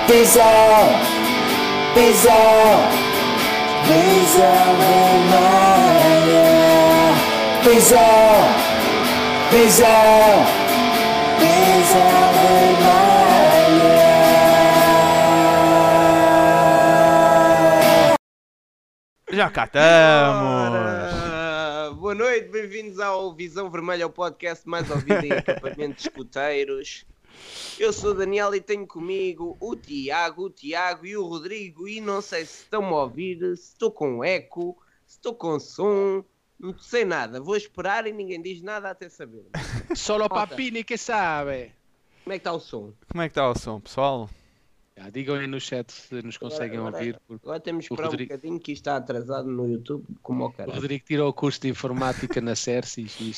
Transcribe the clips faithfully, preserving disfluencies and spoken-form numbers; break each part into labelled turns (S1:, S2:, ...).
S1: Visão, visão, visão vermelha. Visão, visão, visão vermelha.
S2: Já cá estamos!
S3: Ora, boa noite, bem-vindos ao Visão Vermelha, o podcast mais ouvido em acampamentos escuteiros. Eu sou o Daniel e tenho comigo o Tiago, o Tiago e o Rodrigo. E não sei se estão-me a ouvir, se estou com eco, se estou com som, não sei nada. Vou esperar e ninguém diz nada até saber.
S4: Solo
S3: Malta.
S4: Papini que sabe.
S3: Como é que está o som?
S2: Como é que está o som, pessoal?
S4: Já, digam aí no chat se nos conseguem
S3: Agora-
S4: ouvir. Porque
S3: Agora temos que
S4: O
S3: esperar
S4: Rodrigo-
S3: um bocadinho que isto está atrasado no YouTube, como ao
S4: o
S3: caralho.
S4: Rodrigo tirou o curso de informática na Cersis e isto.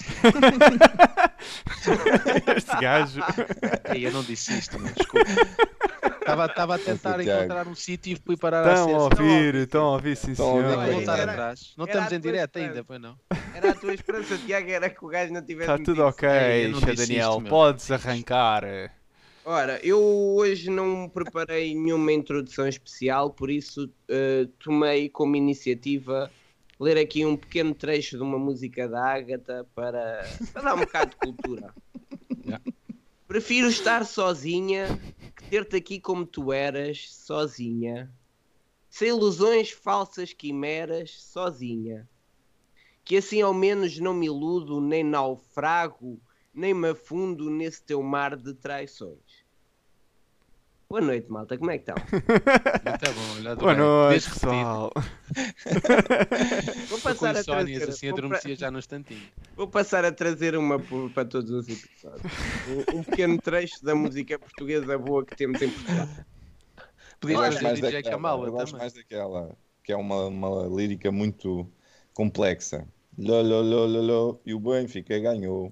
S2: Este gajo.
S4: Ei, eu não disse isto, mas desculpa. Estava, estava a tentar
S5: Tiago.
S4: encontrar um sítio e fui parar a
S2: Estão a
S4: Cersis.
S2: ouvir, estão a ouvir, sim
S5: Estão a ouvir.
S2: senhor.
S4: Vou voltar
S3: Era-
S4: atrás. Não
S3: era
S4: estamos
S3: a
S4: em
S3: tua
S4: direto
S3: esperança.
S4: ainda, pois não.
S3: Era a tua esperança, Tiago, era que o gajo não tivesse
S2: Está tudo
S3: metido.
S2: ok,
S4: Ei, eu não
S2: Xê
S4: disse
S2: Daniel,
S4: isto, meu.
S2: podes arrancar.
S3: Ora, eu hoje não preparei nenhuma introdução especial, por isso eh, tomei como iniciativa ler aqui um pequeno trecho de uma música da Ágata para, para dar um bocado de cultura.
S4: Já.
S3: Prefiro estar sozinha que ter-te aqui como tu eras, sozinha. Sem ilusões, falsas quimeras, sozinha. Que assim ao menos não me iludo, nem naufrago, nem me afundo nesse teu mar de traições. Boa noite, malta. Como é que estão?
S4: Muito bom, olha,
S2: Boa
S4: adorei.
S2: noite,
S4: Podias repetir.
S2: pessoal.
S3: Vou
S4: Estou com
S3: passar a
S4: insónias,
S3: trazer,
S4: assim
S3: vou, pra-
S4: adormecia já no instantinho.
S3: vou passar a trazer uma por- para todos os episódios. Um, um pequeno trecho da música portuguesa boa que temos em Portugal.
S4: Podias
S5: Eu
S3: Olha,
S5: gosto
S4: trazer
S5: mais
S4: o D J
S5: daquela,
S4: Kamala
S5: eu gosto
S4: também.
S5: mais daquela, que é uma, uma lírica muito complexa. Ló, ló, ló, ló, ló, e o Benfica ganhou.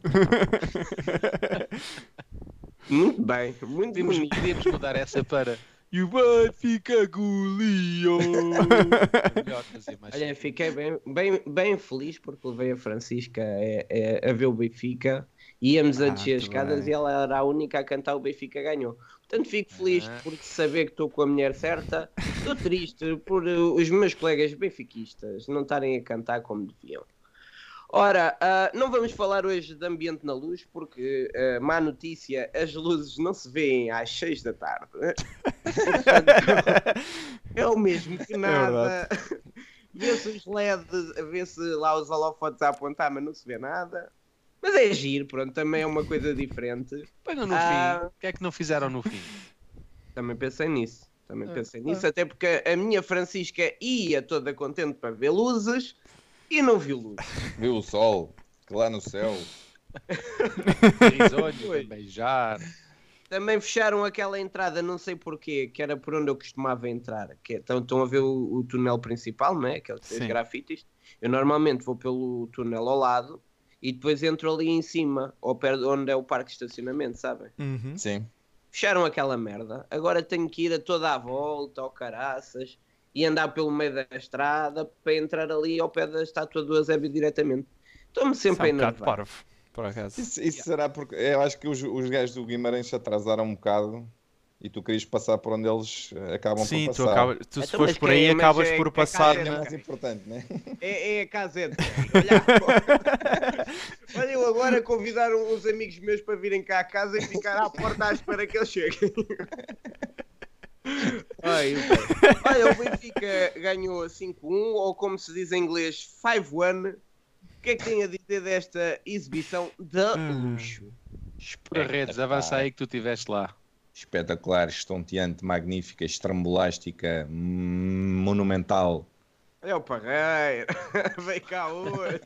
S3: Muito bem, muito
S4: Podíamos,
S3: bonito.
S4: podíamos mudar essa para E o Benfica goleou. É melhor fazer mais.
S3: Olha, fiquei bem, bem, bem feliz porque levei a Francisca a, a, a ver o Benfica. Íamos a
S2: Ah,
S3: descer as
S2: muito
S3: escadas
S2: bem.
S3: e ela era a única a cantar o Benfica ganhou. Portanto, fico feliz
S4: Ah.
S3: por saber que estou com a mulher certa. Estou triste por uh, os meus colegas benfiquistas não estarem a cantar como deviam. Ora, ah, não vamos falar hoje de ambiente na luz, porque, ah, má notícia, as luzes não se veem às seis da tarde. Portanto, é o mesmo que nada. Vê-se os L E Ds, vê-se lá os holofotes a apontar, mas não se vê nada. Mas é giro, pronto, também é uma coisa diferente.
S4: Põe-no no
S3: Ah.
S4: fim. O que é que não fizeram no fim?
S3: Também pensei nisso. Também
S4: Ah,
S3: pensei
S4: ah.
S3: nisso, até porque a minha Francisca ia toda contente para ver luzes e não viu luzes.
S5: Viu o sol, que lá no céu.
S4: Risonho,
S3: Oi.
S4: beijar.
S3: Também fecharam aquela entrada, não sei porquê, que era por onde eu costumava entrar. Que é, estão, estão a ver o, o túnel principal, não é? Aquele que tem os
S2: Sim.
S3: grafites. Eu normalmente vou pelo túnel ao lado e depois entro ali em cima, ao pé de onde é o parque de estacionamento, sabem?
S2: Uhum.
S5: Sim.
S3: Fecharam aquela merda. Agora tenho que ir a toda a volta, ao caraças, e andar pelo meio da estrada para entrar ali ao pé da estátua do Eusébio diretamente. Estou-me
S2: Isso é
S3: sempre a
S2: um bocado
S3: enervar.
S2: parvo, por acaso.
S5: Isso, isso será porque eu acho que os, os gajos do Guimarães se atrasaram um bocado e tu querias passar por onde eles eh, acabam
S2: Sim,
S5: por
S2: tu,
S5: passar.
S2: acabas, tu se
S3: Então,
S2: fores
S3: mas
S2: por
S3: quem
S2: aí
S3: é- mas
S2: acabas
S3: é-
S2: por
S3: é
S2: passar.
S3: casa-
S5: É
S2: na-
S5: mais importante, né?
S3: É, é a caseta. Olha, olha, eu agora convidar uns amigos meus para virem cá a casa e ficar à porta à espera que eles cheguem. Ai, ok. Olha, o Benfica ganhou cinco um, ou como se diz em inglês, cinco um. O que é que tem a dizer desta exibição de luxo?
S4: Para redes, avança aí que tu estiveste lá.
S5: Espetacular, estonteante, magnífica, estrambulástica, hum, monumental.
S3: Olha o Parreira, vem cá hoje.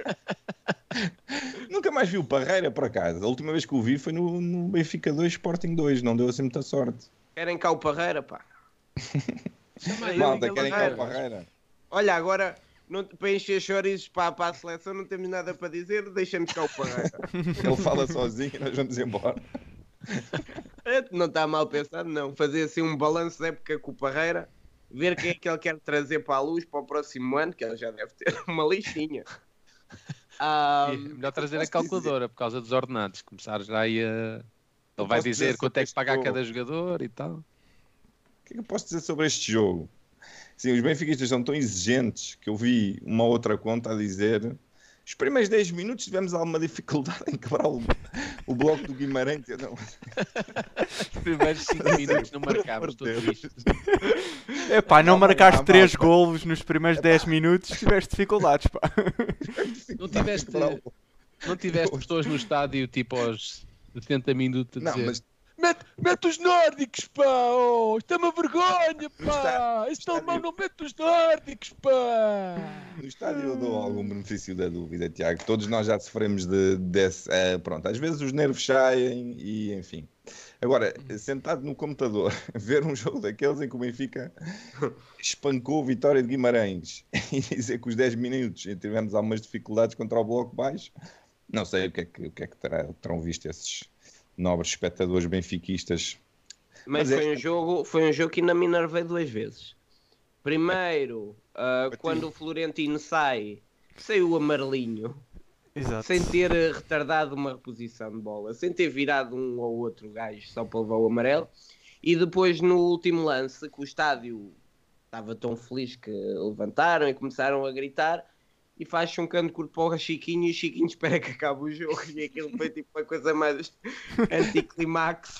S5: Nunca mais vi o Parreira, por acaso. A última vez que o vi foi no, no Benfica dois, Sporting dois. Não deu assim muita sorte.
S3: Querem cá o Parreira, pá.
S4: Chama aí,
S5: Malta,
S4: liga
S5: querem
S4: lá.
S5: cá o Parreira?
S3: Olha, agora, não, para encher chorizos para, para a seleção, não temos nada para dizer, deixa-nos cá o Parreira.
S5: Ele fala sozinho e nós vamos embora.
S3: É, não está mal pensado, não. Fazer assim um balanço de época com o Parreira, ver quem é que ele quer trazer para a luz para o próximo ano, que ele já deve ter uma listinha. Ah,
S4: E é melhor trazer a
S5: posso
S4: calculadora por causa dos ordenados. Começar já aí a. Ele vai
S5: posso dizer
S4: dizer quanto é que
S5: sobre
S4: paga a
S5: este
S4: cada jogador e tal.
S5: que é que eu posso dizer sobre este jogo? Sim, os benfiquistas são tão exigentes que eu vi uma outra conta a dizer os primeiros dez minutos tivemos alguma dificuldade em quebrar o, o bloco do Guimarães. Eu não...
S4: Os primeiros cinco minutos não marcámos, estou triste.
S2: Epá, não
S5: Calma,
S2: marcaste
S5: calma,
S2: três
S5: calma.
S2: golos nos primeiros dez minutos, tiveste dificuldades, pá.
S4: Não tiveste, não tiveste pessoas no estádio tipo aos setenta minutos a
S5: Não,
S4: dizer
S5: mas
S4: mete, mete os nórdicos, pá! Oh, isto é uma vergonha, pá!
S5: está-
S4: Este
S5: está
S4: alemão
S5: ali.
S4: não mete os nórdicos, pá!
S5: no estádio eu dou algum benefício da dúvida, Tiago. Todos nós já sofremos de, desse. eh, pronto, às vezes os nervos saem e enfim. Agora, sentado no computador, ver um jogo daqueles em que o Benfica espancou o Vitória de Guimarães e dizer que os dez minutos tivemos algumas dificuldades contra o bloco baixo, não sei o que é que, o que, é que terá- terão visto esses nobres espectadores benfiquistas.
S3: Mas,
S5: Mas é-
S3: foi, um jogo, foi um jogo que ainda me enervei duas vezes. Primeiro, ah, quando o Florentino sai, saiu o amarelinho,
S2: Exato.
S3: sem ter eh, retardado uma reposição de bola, sem ter virado um ou outro gajo só para levar o amarelo. E depois no último lance, que o estádio estava tão feliz que levantaram e começaram a gritar, e faz um canto curto para o Chiquinho e o Chiquinho espera que acabe o jogo, e aquilo foi tipo a coisa mais anticlimax.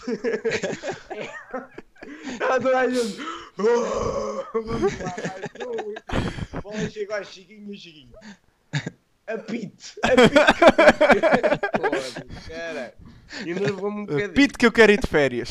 S3: Ah, toda a gente, "Oh, vamos lá, mais um." A bola chega ao Chiquinho e o Chiquinho apite, apite. Foda-se, cara. Enervou-me um bocadinho.
S2: Pito que eu quero ir de férias.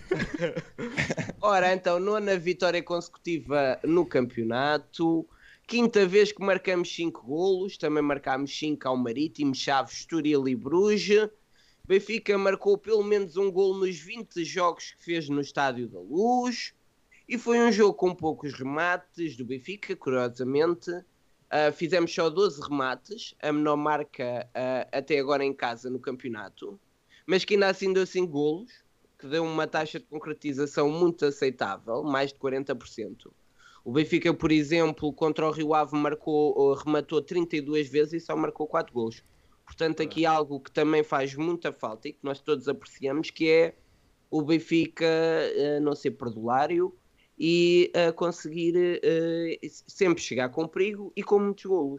S3: Ora, então, nona vitória consecutiva no campeonato. Quinta vez que marcamos cinco golos. Também marcámos cinco ao Marítimo, Chaves, Estoril e Bruges. Benfica marcou pelo menos um golo nos vinte jogos que fez no Estádio da Luz. E foi um jogo com poucos remates do Benfica, curiosamente. Uh, fizemos só doze remates, a menor marca uh, até agora em casa no campeonato. Mas que ainda assim deu cinco golos, que deu uma taxa de concretização muito aceitável, mais de quarenta por cento. O Benfica, por exemplo, contra o Rio Ave marcou, rematou trinta e duas vezes e só marcou quatro golos. Portanto, aqui algo que também faz muita falta e que nós todos apreciamos, que é o Benfica uh, não ser perdulário e uh, conseguir uh, sempre chegar com perigo e com muitos golos.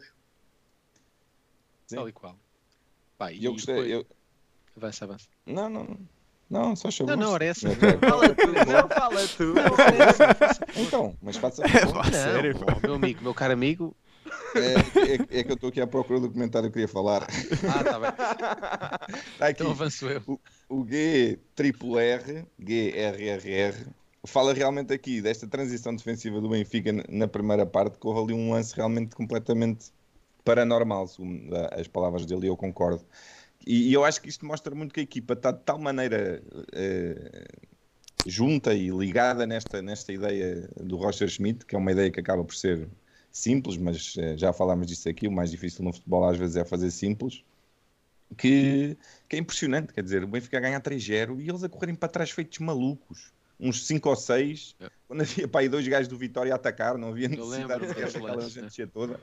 S5: Sim.
S4: Tal e qual. Pá,
S5: E eu gostei.
S4: depois-
S5: Eu...
S4: Avança, avança.
S5: Não, não, não. Não, só achou
S4: Não, não,
S5: gosto.
S4: era essa.
S5: Meu Tiago.
S3: Fala tu, não, fala tu.
S5: Então, mas faça
S2: É,
S5: favor.
S2: pá, sério,
S4: Não,
S2: pá.
S4: meu amigo, meu caro amigo.
S5: É, é, é que eu estou aqui à procura do comentário que eu queria falar.
S4: Ah, tá bem.
S5: Está aqui.
S4: Então avanço eu.
S5: O G triple R, G R R R, fala realmente aqui desta transição defensiva do Benfica n- na primeira parte, que houve ali um lance realmente completamente paranormal, segundo a- as palavras dele, e eu concordo. E, e eu acho que isto mostra muito que a equipa está de tal maneira eh, junta e ligada nesta, nesta ideia do Roger Schmidt, que é uma ideia que acaba por ser simples, mas eh, já falámos disso aqui, o mais difícil no futebol às vezes é fazer simples. Que, que é impressionante, quer dizer, o Benfica a ganhar três zero e eles a correrem para trás feitos malucos, uns cinco ou seis,
S4: É.
S5: quando havia para aí dois gajos do Vitória a atacar, não havia
S4: Eu
S5: necessidade
S4: lembro
S5: sequer
S4: dos
S5: daquela
S4: lances,
S5: gente toda.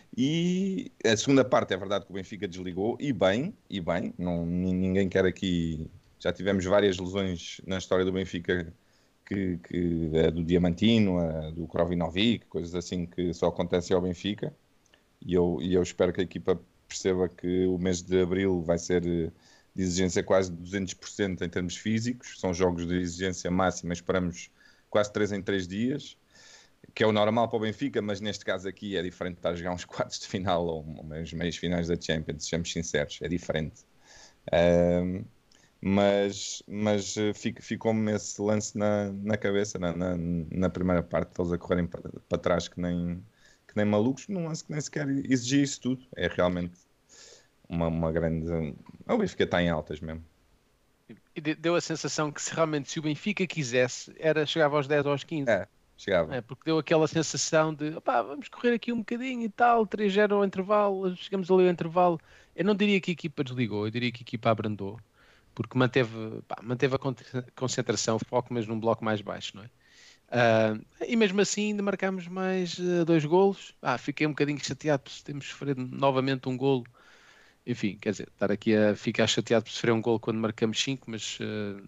S5: E a segunda parte é verdade que o Benfica desligou, e bem, e bem, não, ni- ninguém quer aqui, já tivemos várias lesões na história do Benfica, que, que é do Diamantino, a do Krovinovic, coisas assim que só acontecem ao Benfica, e eu, e eu espero que a equipa perceba que o mês de Abril vai ser eh, de exigência quase de duzentos por cento em termos físicos, são jogos de exigência máxima, esperamos quase três em três dias, que é o normal para o Benfica, mas neste caso aqui é diferente de estar a jogar uns quartos de final ou umas meias finais da Champions, sejamos sinceros, é diferente. Ahm, mas mas eh, fico- ficou-me esse lance na, na cabeça, na, na, na primeira parte, eles a correrem para, para trás que nem, que nem malucos, num lance que nem sequer exigia isso tudo. É realmente uma, uma grande... O Benfica está em altas mesmo.
S4: E de- deu a sensação que se realmente se o Benfica quisesse, era chegava aos dez ou aos quinze.
S5: É. Chegava.
S4: É, porque deu aquela sensação de opá, vamos correr aqui um bocadinho e tal, três zero ao intervalo, chegamos ali ao intervalo. Eu não diria que a equipa desligou, eu diria que a equipa abrandou, porque manteve, pá, manteve a con- concentração, o foco, mas num bloco mais baixo, não é? Ah, e mesmo assim ainda marcámos mais ah, dois golos. Ah, fiquei um bocadinho chateado por termos sofrido novamente um golo. Enfim, quer dizer, estar aqui a ficar chateado por sofrer um golo quando marcamos cinco, mas ah,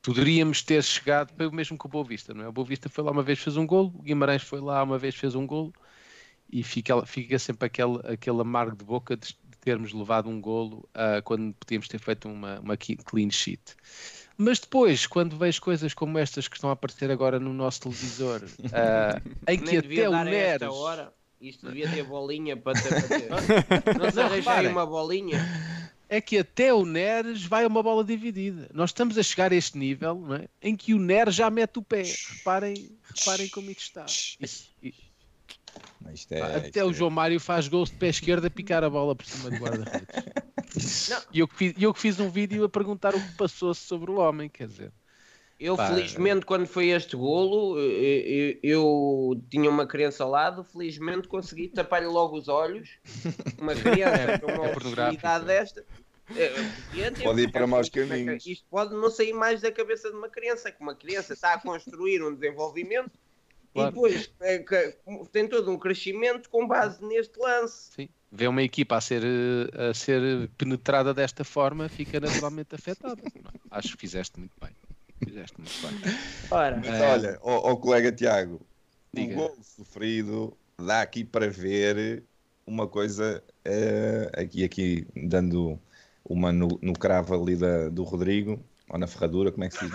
S4: poderíamos ter chegado, foi o mesmo que o Boa Vista, não é? O Boa Vista foi lá uma vez, fez um golo, o Guimarães foi lá uma vez, fez um golo, e fica, fica sempre aquele, aquele amargo de boca de, de termos levado um golo uh, quando podíamos ter feito uma, uma clean sheet. Mas depois, quando vejo coisas como estas que estão a aparecer agora no nosso televisor, uh, em que
S3: Nem
S4: até
S3: devia
S4: o
S3: dar a esta
S4: Neres...
S3: hora. Isto devia ter bolinha para ter. Para ter. Não se
S4: Não,
S3: arranjei
S4: reparem.
S3: uma bolinha.
S4: É que até o Neres vai a uma bola dividida. Nós estamos a chegar a este nível, não é? Em que o Neres já mete o pé. Reparem, reparem como isto está. Isso, isso.
S5: Isto é,
S4: Pá,
S5: isto
S4: até
S5: é-
S4: o João Mário faz gols de pé esquerdo a picar a bola por cima do guarda-redes.
S3: Não.
S4: E eu, que fiz- eu que fiz um vídeo a perguntar o que passou-se sobre o homem, quer dizer.
S3: Eu,
S4: Pá,
S3: felizmente, quando foi este golo, eu, eu- eu tinha uma criança ao lado, felizmente consegui tapar-lhe logo os olhos. Uma criança com uma
S4: é pornográfico.
S3: oportunidade desta. é, podia ter,
S5: Pode ir para maus
S3: porque
S5: caminhos.
S3: Isto pode não sair mais da cabeça de uma criança, que uma criança está a construir um desenvolvimento
S4: Claro.
S3: e depois é, que, tem todo um crescimento com base neste lance.
S4: Sim. Vê uma equipa a ser, eh, a ser penetrada desta forma, fica naturalmente afetada. Não, acho que fizeste muito bem. Fizeste muito bem.
S3: Ora,
S5: Mas
S4: É.
S5: olha, ó ó, colega Tiago,
S4: Diga.
S5: o gol sofrido dá aqui para ver uma coisa, eh, aqui, aqui dando uma no, no cravo ali da, do Rodrigo, ou na ferradura, como é que se diz?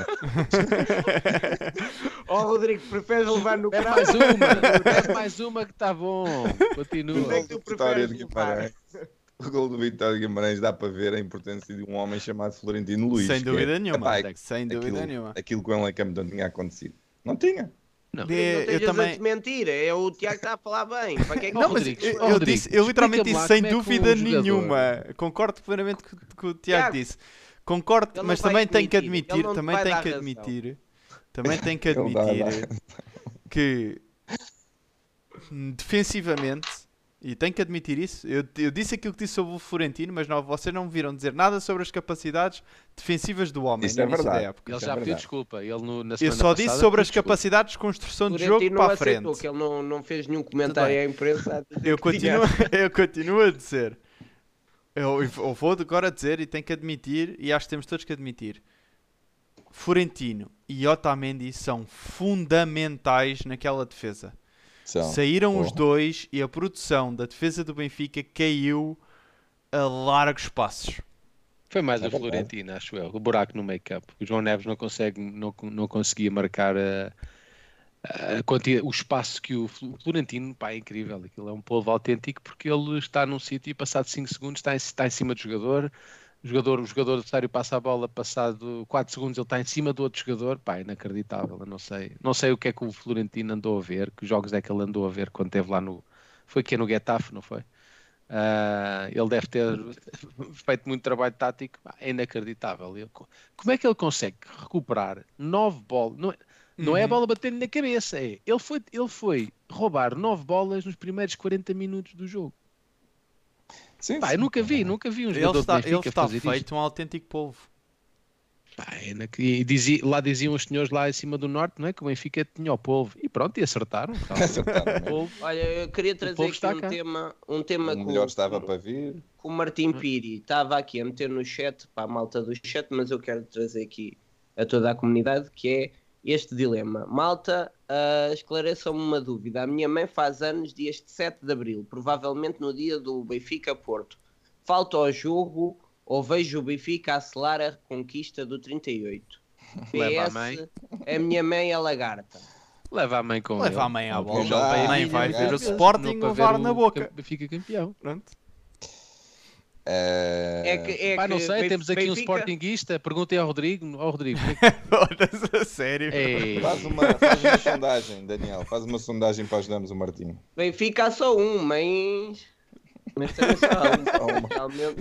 S3: ó Rodrigo, preferes levar no
S4: É
S3: cravo?
S4: mais uma, é mais uma que está bom.
S3: Onde
S4: Continua.
S3: é que tu
S5: Vitória
S3: preferes
S5: de
S3: levar?
S5: Guimarães. O gol do Vitória de Guimarães dá para ver a importância de um homem chamado Florentino Luís.
S2: Sem
S5: que é-
S2: dúvida nenhuma.
S5: Epá,
S2: Sem dúvida
S5: aquilo,
S2: nenhuma.
S5: aquilo que o Henrique não tinha acontecido. Não tinha.
S4: Não.
S3: Não
S2: É, eu
S3: estejas
S2: também.
S3: a desmentir, é o Tiago que está a falar bem. Para que é que
S4: Ó,
S2: Não, mas
S4: Rodrigo,
S2: eu,
S4: ó,
S2: eu
S4: Rodrigo,
S2: disse, eu literalmente
S4: explica-me
S2: disse
S4: lá
S2: sem
S4: como é que o
S2: dúvida
S4: jogador-
S2: nenhuma. Concordo plenamente com o que o Tiago
S3: Tiago,
S2: disse. Concordo,
S3: ele não
S2: mas
S3: vai
S2: também tenho que
S3: admitir, ele
S2: admitir,
S3: não te
S2: também
S3: vai
S2: tenho
S3: dar
S2: que
S3: razão.
S2: admitir, também tenho que
S5: Ele dá, dá.
S2: admitir que defensivamente, e tenho que admitir isso, eu, eu disse aquilo que disse sobre o Florentino, mas não, vocês não me viram dizer nada sobre as capacidades defensivas do homem
S5: Isso
S2: no
S5: é
S2: início da
S5: verdade.
S2: época.
S4: Ele
S5: Isso
S4: já
S5: é
S4: pediu
S5: verdade.
S4: desculpa. Ele no, na
S2: Eu
S4: semana
S2: só disse
S4: passada
S2: sobre
S4: pediu
S2: as
S4: desculpa.
S2: capacidades de construção de jogo
S3: Florentino não
S2: para a
S3: aceitou,
S2: frente.
S3: que ele não, não fez nenhum comentário
S2: bem.
S3: à imprensa. a dizer
S2: Eu
S3: que
S2: continuo,
S3: tinha-
S2: eu continuo a dizer. Eu, eu vou agora dizer e tenho que admitir, e acho que temos todos que admitir. Florentino e Otamendi são fundamentais naquela defesa.
S5: São.
S2: Saíram os
S5: Porra.
S2: dois e a produção da defesa do Benfica caiu a largos passos.
S4: Foi mais
S5: É
S4: o
S5: verdade.
S4: Florentino, acho eu. O buraco no make-up. O João Neves não, consegue, não, não conseguia marcar a, a quantia, o espaço que o Fl- o Florentino, pá, é incrível. Aquilo é um polvo autêntico porque ele está num sítio e passado cinco segundos está em, está em cima do jogador. O jogador, o jogador adversário passa a bola, passado quatro segundos ele está em cima do outro jogador. Pá, inacreditável. Eu não sei, não sei o que é que o Florentino andou a ver, que jogos é que ele andou a ver quando esteve lá no... Foi que é no Getafe, não foi? Ah, ele deve ter feito muito trabalho tático. Pá, é inacreditável. Ele- como é que ele consegue recuperar nove bolas? Não é, não é a
S2: Uhum.
S4: bola batendo na cabeça, é. Ele foi, ele foi roubar nove bolas nos primeiros quarenta minutos do jogo.
S5: Sim,
S4: Pá,
S5: sim.
S4: eu nunca vi, nunca vi um
S2: Ele
S4: jogador
S2: está,
S4: de
S2: ele
S4: Benfica
S2: está
S4: fazer
S2: feito
S4: isto.
S2: um autêntico polvo.
S4: Pá, é inac- e dizia- lá diziam os senhores lá em cima do norte, não é? Que o Benfica tinha o polvo. E pronto, e acertaram. Calma.
S5: Acertaram
S4: O
S5: mesmo.
S4: polvo.
S3: Olha, eu queria trazer
S4: povo
S3: aqui
S4: está
S3: um
S4: cá.
S3: tema, um tema
S5: O
S3: com,
S5: melhor estava
S3: com-
S5: para vir.
S3: com o Martim Piri. Estava aqui a meter no chat, para a malta do chat, mas eu quero trazer aqui a toda a comunidade, que é este dilema. Malta, ah, esclareçam-me uma dúvida. A minha mãe faz anos dia sete de abril, provavelmente no dia do Benfica-Porto. Falta ao jogo ou vejo o Benfica a selar a conquista do trinta e oito?
S4: Leva a
S3: P S,
S4: mãe.
S3: a minha mãe é lagarta.
S4: Leva a mãe com
S2: Leva
S4: ele.
S2: a mãe à
S5: Não,
S2: bola.
S5: já
S2: A
S5: vai
S2: mãe
S5: a
S2: vai
S5: milhões
S2: ver o
S5: de vezes,
S2: Sporting
S4: Não, para
S2: levar
S4: ver
S2: na
S4: o
S2: boca.
S4: Benfica campeão.
S2: Pronto.
S5: Eh,
S3: É que, é
S4: Pá, não
S3: que
S4: sei,
S3: Benf-
S4: temos aqui um
S3: Benfica-
S4: Sportinguista. Perguntem ao Rodrigo. Ao Rodrigo. como é que-
S2: Foda-se, a sério.
S4: Ei.
S5: Faz uma, faz uma sondagem, Daniel. Faz uma sondagem para ajudarmos o Martinho.
S3: Benfica há só um, mas. Mas também só há um.
S5: uma.
S3: realmente.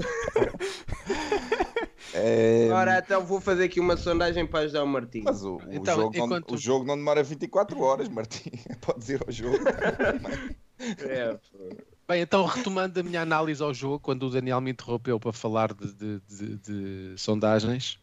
S5: Eh,
S3: Ora, então vou fazer aqui uma sondagem para ajudar o Martim.
S5: Mas o, o
S4: Então,
S5: jogo não,
S4: enquanto-
S5: o jogo não demora vinte e quatro horas, Martim. Podes ir ao jogo.
S3: É, pô.
S4: Bem, então retomando a minha análise ao jogo, quando o Daniel me interrompeu para falar de, de- de- de sondagens,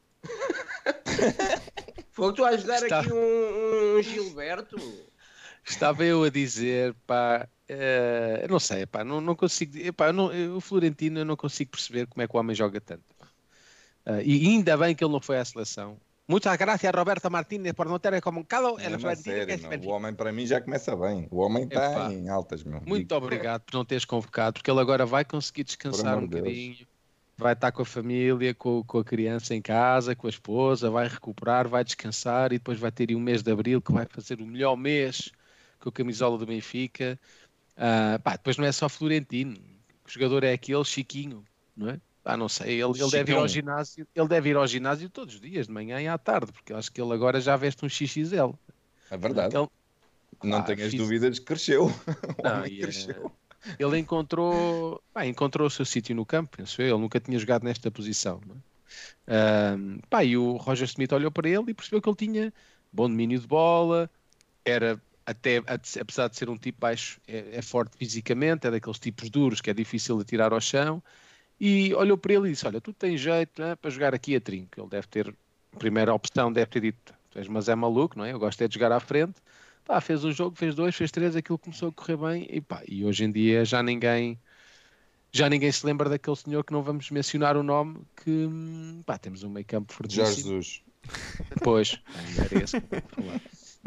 S3: Vou tu ajudar
S4: Está-
S3: aqui um, um Gilberto.
S4: estava eu a dizer, pá, eh, eu não sei, pá, não, não consigo, epá, eu não- eu- o Florentino eu não consigo perceber como é que o homem joga tanto. pá. Ah, e ainda bem que ele não foi à seleção, Muchas gracias, Roberto Martínez, por não ter comunicado.
S5: É uma série, meu. O homem para mim já começa bem. O homem está
S4: Epá,
S5: em altas, meu.
S4: Muito
S5: Digo,
S4: obrigado por não teres convocado, porque ele agora vai conseguir
S5: por
S4: descansar
S5: amor
S4: um
S5: de Deus.
S4: bocadinho. Vai estar com a família, com, com a criança em casa, com a esposa, vai recuperar, vai descansar e depois vai ter aí um mês de abril que vai fazer o melhor mês com a camisola do Benfica. Ah, pá, depois não é só Florentino, o jogador é aquele Chiquinho, não é? Ah, não sei, ele, ele deve ir ao
S5: Chicão.
S4: ginásio, ele deve ir ao ginásio todos os dias, de manhã e à tarde, porque eu acho que ele agora já veste um X X L.
S5: É verdade.
S4: Ele,
S5: Não
S4: Ah,
S5: tenhas
S4: fiz-
S5: dúvidas que cresceu. O
S4: Não,
S5: homem
S4: e, eh,
S5: cresceu.
S4: ele encontrou, pá, encontrou o seu sítio no campo, penso eu. Ele nunca tinha jogado nesta posição, não é? Ahm, pá, e o Roger Smith olhou para ele e percebeu que ele tinha bom domínio de bola, era até, apesar de ser um tipo baixo, é, é forte fisicamente, é daqueles tipos duros que é difícil de tirar ao chão, e olhou para ele e disse: olha, tu tens jeito, né, para jogar aqui a trinco. Ele deve ter, a primeira opção deve ter dito: tu és, mas é maluco, não é? Eu gosto é de jogar à frente. Pá, fez um jogo, fez dois, fez três, aquilo começou a correr bem e, pá, e hoje em dia já ninguém já ninguém se lembra daquele senhor que não vamos mencionar o nome, que hum, pá, temos um meio campo
S5: Jorge
S4: fortíssimo.
S5: Jesus.
S4: Pois, era esse que eu estava a falar.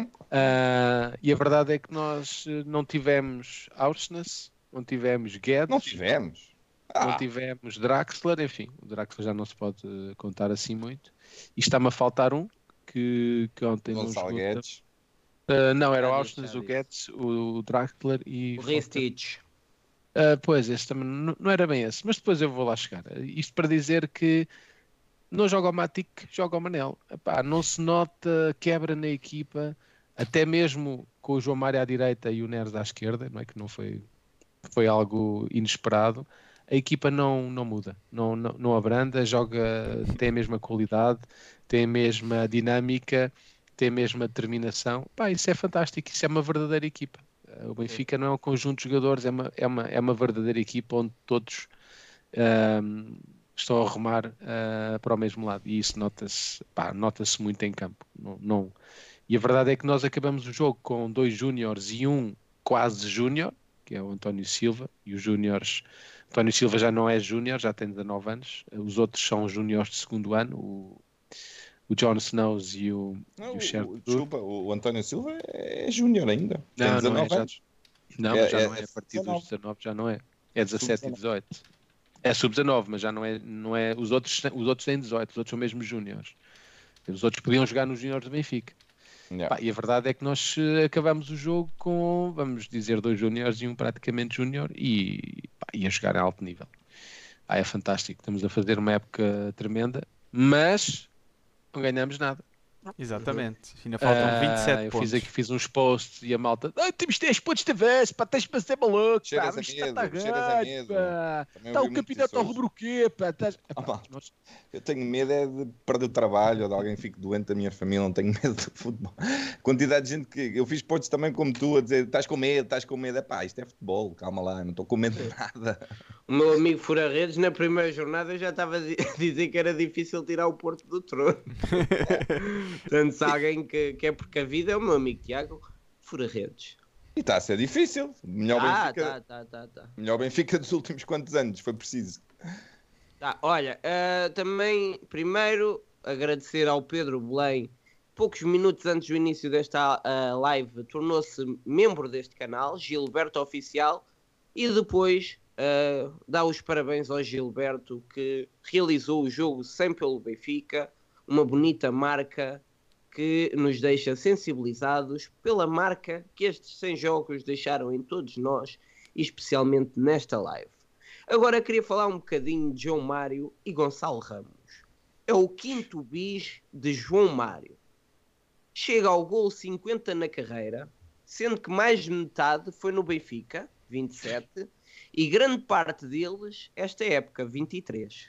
S4: Ah, e a verdade é que nós eh, não tivemos Auschwitz, não tivemos Guedes,
S5: Não tivemos.
S4: não
S5: Ah,
S4: tivemos Draxler, enfim, o Draxler já não se pode eh, contar assim muito. E está-me a faltar um que, que ontem não
S5: Gonçalo
S4: jogou.
S5: Guedes.
S4: Ah, não, era o
S3: Já disse,
S4: Auschwitz,
S3: já
S4: o
S3: disse.
S4: Guedes, o Draxler e
S3: O
S4: falta-
S3: Ristich.
S4: Ah, pois, esse também não, não era bem esse, mas depois eu vou lá chegar. Isto para dizer que não joga o Matic, joga o Manel. Epá, não se nota quebra na equipa, até mesmo com o João Mário à direita e o Neres à esquerda, não é que não foi, foi algo inesperado. A equipa não, não muda, não, não, não abranda, joga, tem a mesma qualidade, tem a mesma dinâmica, tem a mesma determinação. Pá, isso é fantástico, isso é uma verdadeira equipa. O Benfica não é um conjunto de jogadores, é uma, é uma, é uma verdadeira equipa onde todos ahm, estão a remar ah, para o mesmo lado, e isso nota-se, pá, nota-se muito em campo. Não, não- E a verdade é que nós acabamos o jogo com dois júniores e um quase júnior, que é o António Silva, e os júniores, António Silva já não é júnior, já tem dezanove anos, os outros são júniores de segundo ano, o, o Jon Snows e o,
S5: Não,
S4: e o
S5: o-
S4: Sherwood.
S5: desculpa, o António Silva é júnior ainda. Tem
S4: Não, não é,
S5: dezanove
S4: já-
S5: anos.
S4: Não,
S5: É-
S4: mas já
S5: é-
S4: não é
S5: é
S4: a partir dos
S5: dezanove.
S4: dezanove, já não é. É dezassete e
S5: sub
S4: dezoito. É sub dezanove, mas já não é, não é. Os outros, os outros têm dezoito, os outros são mesmo júniores. Os outros podiam jogar nos júniores do Benfica.
S5: Yeah.
S4: Pá, e a verdade é que nós eh, acabamos o jogo com, vamos dizer, dois júniores e um praticamente júnior e, pá, e a jogar em alto nível. Ah, é fantástico. Estamos a fazer uma época tremenda, mas não ganhamos nada.
S2: Exatamente. Ainda faltam
S4: Ah,
S2: vinte e sete
S4: eu
S2: pontos.
S4: fiz aqui, fiz uns posts e a malta, ah, temos dez pontos de vez, pá, tens para ser maluco, pá,
S5: Cheiras a
S4: vamos
S5: medo,
S4: estar
S5: cheiras a
S4: ganho,
S5: medo.
S4: pá.
S5: Também
S4: Está
S5: ouvi
S4: o
S5: muito
S4: campeonato
S5: isso
S4: ao
S5: hoje.
S4: rubro quê, pá, estás...
S5: Ah,
S4: Epá,
S5: pá.
S4: nós-
S5: Eu tenho medo é de perder o trabalho ou de alguém fique doente da minha família, não tenho medo de futebol. Quantidade de gente que eu fiz posts também como tu a dizer estás com medo, estás com medo, é pá, isto é futebol, calma lá, eu não estou com medo de nada.
S3: O meu amigo Fura Redes, na primeira jornada, já estava a di- a dizer que era difícil tirar o Porto do trono. Portanto, se há alguém que, que é precavido, é o meu amigo Tiago Fura Redes.
S5: E está a ser difícil. Melhor
S3: Ah,
S5: Benfica,
S3: tá, tá, tá, tá.
S5: melhor Benfica dos últimos quantos anos, foi preciso.
S3: Tá, olha, ah, também, primeiro, agradecer ao Pedro Belém. Poucos minutos antes do início desta ah, live, tornou-se membro deste canal, Gilberto Oficial, e depois ah, dá os parabéns ao Gilberto, que realizou o jogo cem pelo Benfica, uma bonita marca que nos deixa sensibilizados pela marca que estes cem jogos deixaram em todos nós, e especialmente nesta live. Agora queria falar um bocadinho de João Mário e Gonçalo Ramos. É o quinto bis de João Mário. Chega ao gol cinquenta na carreira, sendo que mais de metade foi no Benfica, vinte e sete, e grande parte deles esta época, vinte e três.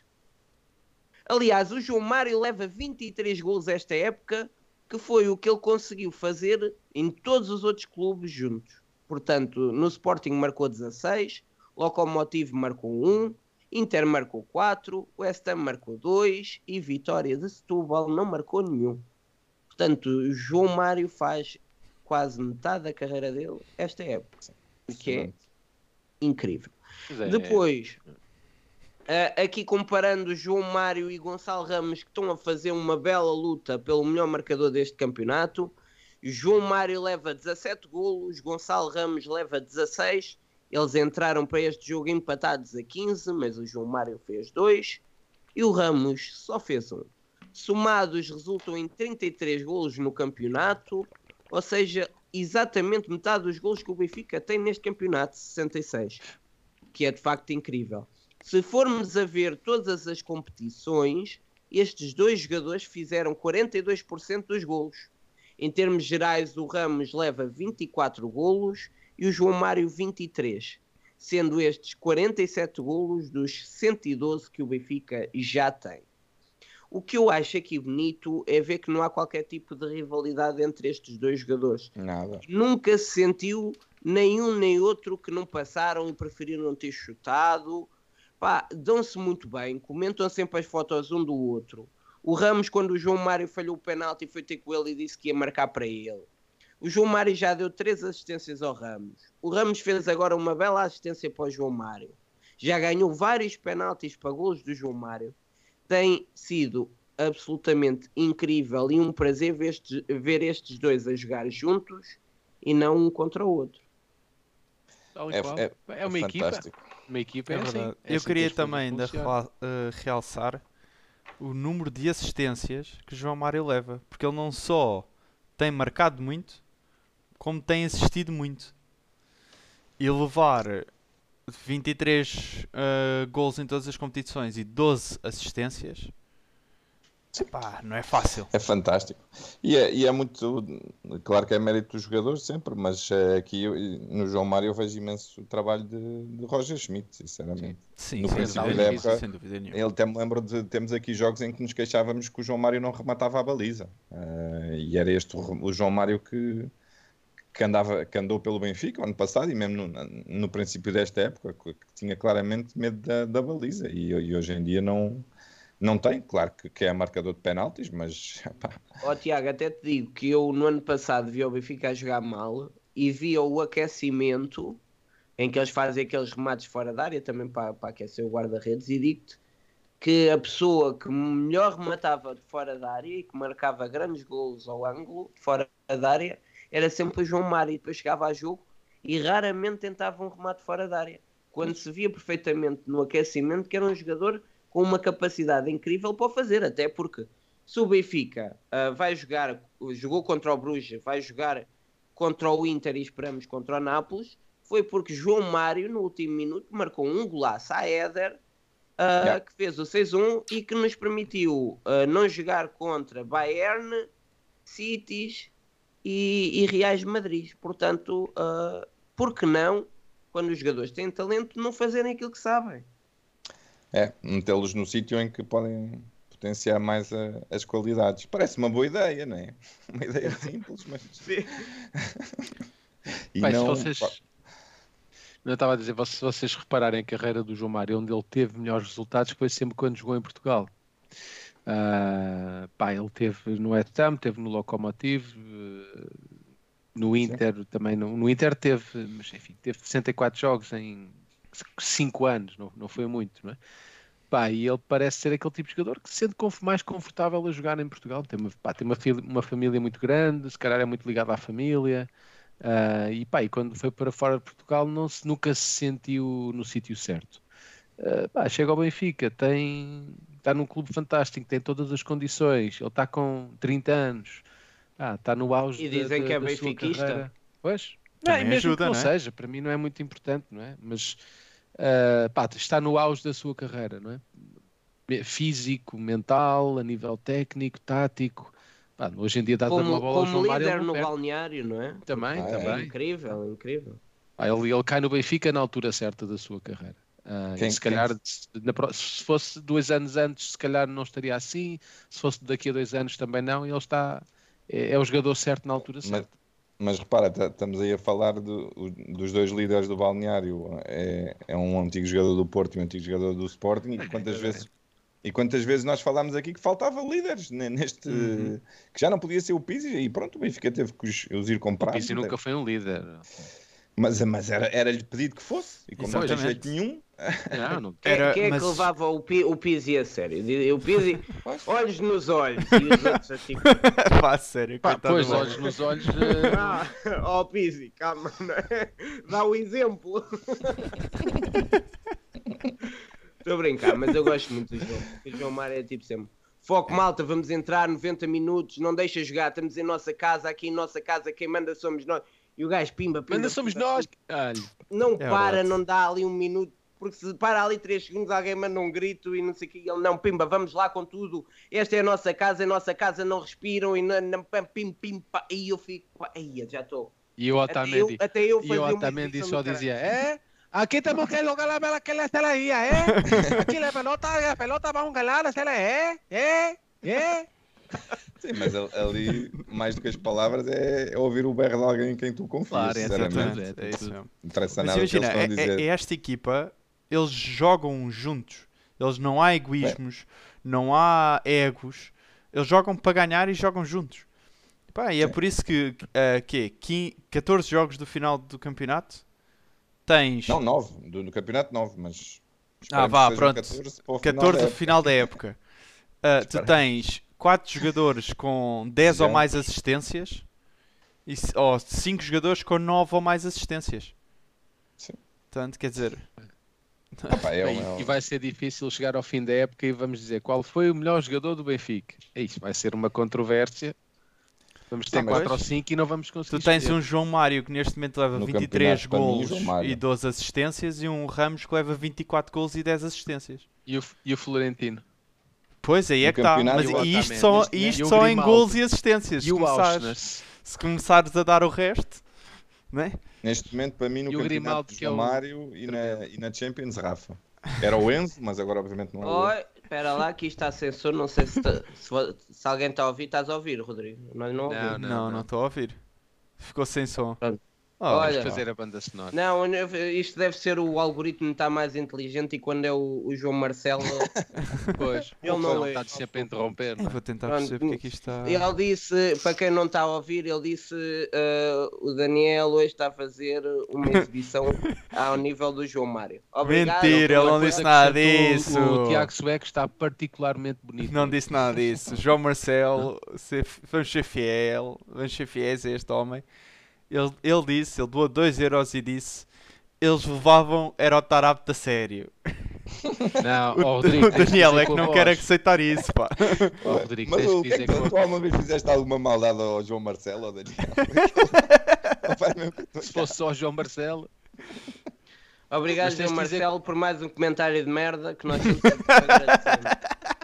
S3: Aliás, o João Mário leva vinte e três gols esta época, que foi o que ele conseguiu fazer em todos os outros clubes juntos. Portanto, no Sporting marcou dezasseis, Lokomotiv marcou um, Inter marcou quatro, West Ham marcou dois e Vitória de Setúbal não marcou nenhum. Portanto, o João Mário faz quase metade da carreira dele esta época, o que é incrível.
S4: Pois é,
S3: Depois, Uh, aqui comparando João Mário e Gonçalo Ramos, que estão a fazer uma bela luta pelo melhor marcador deste campeonato. João Mário leva dezassete golos, Gonçalo Ramos leva dezasseis. Eles entraram para este jogo empatados a quinze, mas o João Mário fez dois e o Ramos só fez um. Somados resultam em trinta e três golos no campeonato, ou seja, exatamente metade dos golos que o Benfica tem neste campeonato, sessenta e seis, que é de facto incrível. Se formos a ver todas as competições, estes dois jogadores fizeram quarenta e dois por cento dos golos. Em termos gerais, o Ramos leva vinte e quatro golos e o João Mário vinte e três, sendo estes quarenta e sete golos dos cento e doze que o Benfica já tem. O que eu acho aqui bonito é ver que não há qualquer tipo de rivalidade entre estes dois jogadores.
S5: Nada.
S3: Nunca se sentiu nenhum nem outro que não passaram e preferiram não ter chutado. Pá, dão-se muito bem, comentam sempre as fotos um do outro. O Ramos, quando o João Mário falhou o penalti, foi ter com ele e disse que ia marcar para ele. O João Mário já deu três assistências ao Ramos. O Ramos fez agora uma bela assistência para o João Mário. Já ganhou vários penaltis para golos do João Mário. Tem sido absolutamente incrível e um prazer ver estes, ver estes dois a jogar juntos e não um contra o outro.
S4: É, é, é uma equipa. Uma equipa é,
S2: é
S4: assim.
S2: verdade.
S4: É
S2: Eu
S4: assim
S2: queria
S4: que
S2: também ainda uh, realçar o número de assistências que João Mário leva, porque ele não só tem marcado muito, como tem assistido muito. E levar vinte e três uh, gols em todas as competições e doze assistências, epá, não é fácil.
S5: É fantástico. E é, e é muito... Claro que é mérito dos jogadores sempre, mas uh, aqui eu, no João Mário eu vejo imenso trabalho de, de Roger Schmidt, sinceramente.
S2: Sim,
S5: no
S2: sem
S5: princípio
S2: dúvida,
S5: da época,
S2: sem dúvida nenhuma.
S5: ele até me lembro de... Temos aqui jogos em que nos queixávamos que o João Mário não rematava a baliza. Uh, e era este o, o João Mário que... Que, andava, que andou pelo Benfica ano passado e mesmo no, no princípio desta época, que, que tinha claramente medo da, da baliza e, e hoje em dia não, não tem. Claro que, que é marcador de penaltis, mas...
S3: Ó oh, Tiago, até te digo que eu no ano passado vi o Benfica a jogar mal e via o aquecimento em que eles fazem aqueles remates fora da área também para, para aquecer o guarda-redes e digo-te que a pessoa que melhor rematava de fora da área e que marcava grandes golos ao ângulo de fora da área era sempre o João Mário, e depois chegava a jogo e raramente tentava um remate fora da área. Quando se via perfeitamente no aquecimento que era um jogador com uma capacidade incrível para o fazer, até porque se o Benfica uh, vai jogar, jogou contra o Bruges, vai jogar contra o Inter e esperamos contra o Nápoles, foi porque João Mário no último minuto marcou um golaço à Éder, uh, yeah. que fez o seis a um e que nos permitiu uh, não jogar contra Bayern, Cities E, e Reais de Madrid. Portanto, uh, por que não, quando os jogadores têm talento, não fazerem aquilo que sabem?
S5: É, metê-los no sítio em que podem potenciar mais a, as qualidades. Parece uma boa ideia, não é? Uma ideia simples, mas...
S4: e Pai, não... Se vocês... Eu estava a dizer, se vocês repararem a carreira do João Mário, onde ele teve melhores resultados, foi sempre quando jogou em Portugal. Uh, pá, ele teve no West Ham, teve no Lokomotiv, uh, no Inter Sim. também, no, no Inter teve, mas enfim, teve sessenta e quatro jogos em cinco anos, não, não foi muito, não é? Pá, e ele parece ser aquele tipo de jogador que se sente mais confortável a jogar em Portugal, tem uma, pá, tem uma, uma família muito grande, se calhar é muito ligado à família, uh, e pá, e quando foi para fora de Portugal não se, nunca se sentiu no sítio certo. Uh, pá, chega ao Benfica, tem, está num clube fantástico, tem todas as condições, ele está com trinta anos, ah, está no auge
S3: e dizem
S4: da,
S3: que é
S4: da
S3: benfiquista.
S4: Pois, não, mesmo ajuda, que não, não é? Seja, para mim não é muito importante, não é? Mas uh, pá, está no auge da sua carreira, não é? Físico, mental, a nível técnico, tático. Pá, hoje em dia dá
S3: como,
S4: uma bola
S3: como
S4: ao João
S3: líder
S4: Mário,
S3: no balneário, não é?
S4: Também,
S3: ah,
S4: também.
S3: É incrível, incrível.
S4: Pá, ele, ele cai no Benfica na altura certa da sua carreira. Uh, quem, se calhar quem? Na, se fosse dois anos antes se calhar não estaria assim, se fosse daqui a dois anos também não, e ele está é, é o jogador certo na altura certa.
S5: Mas, mas repara, estamos aí a falar do, dos dois líderes do balneário, é, é um antigo jogador do Porto e um antigo jogador do Sporting, e quantas vezes e quantas vezes nós falámos aqui que faltava líderes neste uhum. que já não podia ser o Pizzi, e pronto, o Benfica teve que os, os ir comprar.
S4: O Pizzi nunca foi um líder,
S5: mas, mas era, era-lhe pedido que fosse, e como não tem jeito nenhum,
S4: Não, não.
S3: Quem,
S2: Era-
S3: quem é
S2: mas-
S3: que levava o, Pi- o Pizzi a sério? O Pizzi,
S5: Pois.
S3: olhos nos olhos e os outros a tipo.
S2: Pá, sério.
S4: Pá,
S2: coitado
S4: pois,
S2: do homem.
S4: olhos nos olhos. eh,
S3: Ah, ó Pizzi, calma, não é? Dá o exemplo. Estou a brincar, mas eu gosto muito do João. O João Mário é tipo sempre. Foco, malta, vamos entrar noventa minutos, não deixa jogar, estamos em nossa casa, aqui em nossa casa, quem manda somos nós. E o gajo, pimba, pimba.
S4: Manda somos
S3: pimba,
S4: nós.
S3: pimba.
S4: Olha,
S3: Não
S2: É
S3: para,
S2: verdade.
S3: não dá ali um minuto, porque se para ali três segundos alguém manda um grito e não sei o que, ele não, pimba, vamos lá com tudo, esta é a nossa casa, a nossa casa não respiram e não, não pam, pim, pim, pá, e eu fico, pá, aí, já estou.
S4: e o
S3: Até eu,
S4: Otamendi.
S3: até eu
S4: E o
S3: fazia uma
S4: Otamendi
S3: exibição
S4: só
S3: do caralho.
S4: dizia: É, aqui temos que jogar a bola que ela está aí, é? Aqui a pelota, a pelota, vamos ganar, ela é, é, é.
S5: Sim, mas al- ali, mais do que as palavras, é, é ouvir o berro de alguém em quem tu confias,
S4: Claro, é
S5: sinceramente.
S4: exatamente.
S2: Exatamente, é isso mesmo.
S5: Não interessa
S2: Mas
S5: nada o que
S2: imagina,
S5: eles estão a
S2: é- é-
S5: dizer.
S2: é esta equipa, eles jogam juntos. Eles não há egoísmos, não há egos. Eles jogam para ganhar e jogam juntos. Pá, e é
S5: Sim.
S2: por isso que, uh, quê? quinze, catorze jogos do final do campeonato tens
S5: Não, nove. Do, do campeonato, nove, mas...
S2: Ah,
S5: esperemos
S2: vá,
S5: que sejam
S2: pronto.
S5: catorze para o final
S2: catorze
S5: da
S2: do
S5: época.
S2: final da época. Uh, tu tens quatro jogadores com dez ou mais assistências e, c- ou cinco jogadores com nove ou mais assistências.
S5: Sim.
S2: Portanto, quer dizer,
S5: Ah, pá, é
S4: Bem,
S5: um- é um-
S4: e vai ser difícil chegar ao fim da época e vamos dizer qual foi o melhor jogador do Benfica. É isso, vai ser uma controvérsia. Vamos ter
S5: Sim, mas-
S4: quatro ou cinco e não vamos conseguir.
S2: tu tens
S4: escolher.
S2: um João Mário que neste momento leva
S5: No
S2: vinte e três
S5: campeonato, para mim,
S2: golos
S5: João Mário.
S2: e doze assistências e um Ramos que leva vinte e quatro golos e dez assistências.
S4: E o, e o Florentino.
S2: Pois aí é
S5: No
S2: que está,
S5: campeonato,
S2: mas
S4: e o
S2: e isto
S4: Otamendi,
S2: só,
S4: neste momento.
S2: isto
S4: E o
S2: só em
S4: Grimaldo.
S2: golos e assistências. Se
S4: E o
S2: começares,
S4: Auschwitz.
S2: se começares a dar o resto, né?
S5: Neste momento, para mim, no
S4: E o
S5: campeonato
S4: Grimaldo,
S5: de
S4: que é o-
S5: Mário e na, e na Champions, Rafa. Era o Enzo, mas agora obviamente não é o Enzo.
S3: Oi, espera lá, aqui está sensor, não sei se, tá- se, vo- se alguém está a ouvir, estás a ouvir, Rodrigo. Nós não ouvimos.
S4: Não,
S2: Não, não estou a ouvir. Ficou sem som.
S3: Pronto.
S2: Oh,
S3: Olha.
S4: Vamos fazer a banda sonora.
S3: Não, eu- isto deve ser o algoritmo está mais inteligente e quando é o, o João Marcelo,
S4: Pois,
S3: Ele não lê.
S4: está sempre a interromper.
S2: eu
S4: não é?
S2: vou tentar
S3: Pronto,
S2: perceber porque é que isto está...
S3: ele disse, para quem não está a ouvir, ele disse uh, o Daniel hoje está a fazer uma exibição ao nível do João Mário. Obrigado.
S2: Mentira, ele não
S4: Depois
S2: disse nada
S4: acrescentou,
S2: disso.
S4: O, o Tiago Sueco está particularmente bonito.
S2: Não disse nada disso. João Marcelo, ser- vamos ser fiel, vamos ser fiéis a este homem. Ele, ele disse, ele doou dois euros e disse, eles levavam era o Tarapte a sério.
S4: Não,
S2: O,
S4: ó, Rodrigo,
S2: o
S4: tens de
S2: Daniel
S4: dizer
S2: é que
S4: com a
S2: não quer
S4: voz.
S2: aceitar isso, pá.
S4: Ó, Rodrigo,
S5: Mas
S4: tens
S5: o
S4: de
S5: que é que
S4: dizer
S5: tu,
S4: com
S5: tu alguma vez fizeste alguma maldade ao João Marcelo ou Daniel? Não faz mesmo que tu-
S4: Se fosse só o João Marcelo.
S3: Obrigado,
S4: Mas tens
S3: João
S4: de dizer-
S3: Marcelo, por mais um comentário de merda que nós sempre agradecemos.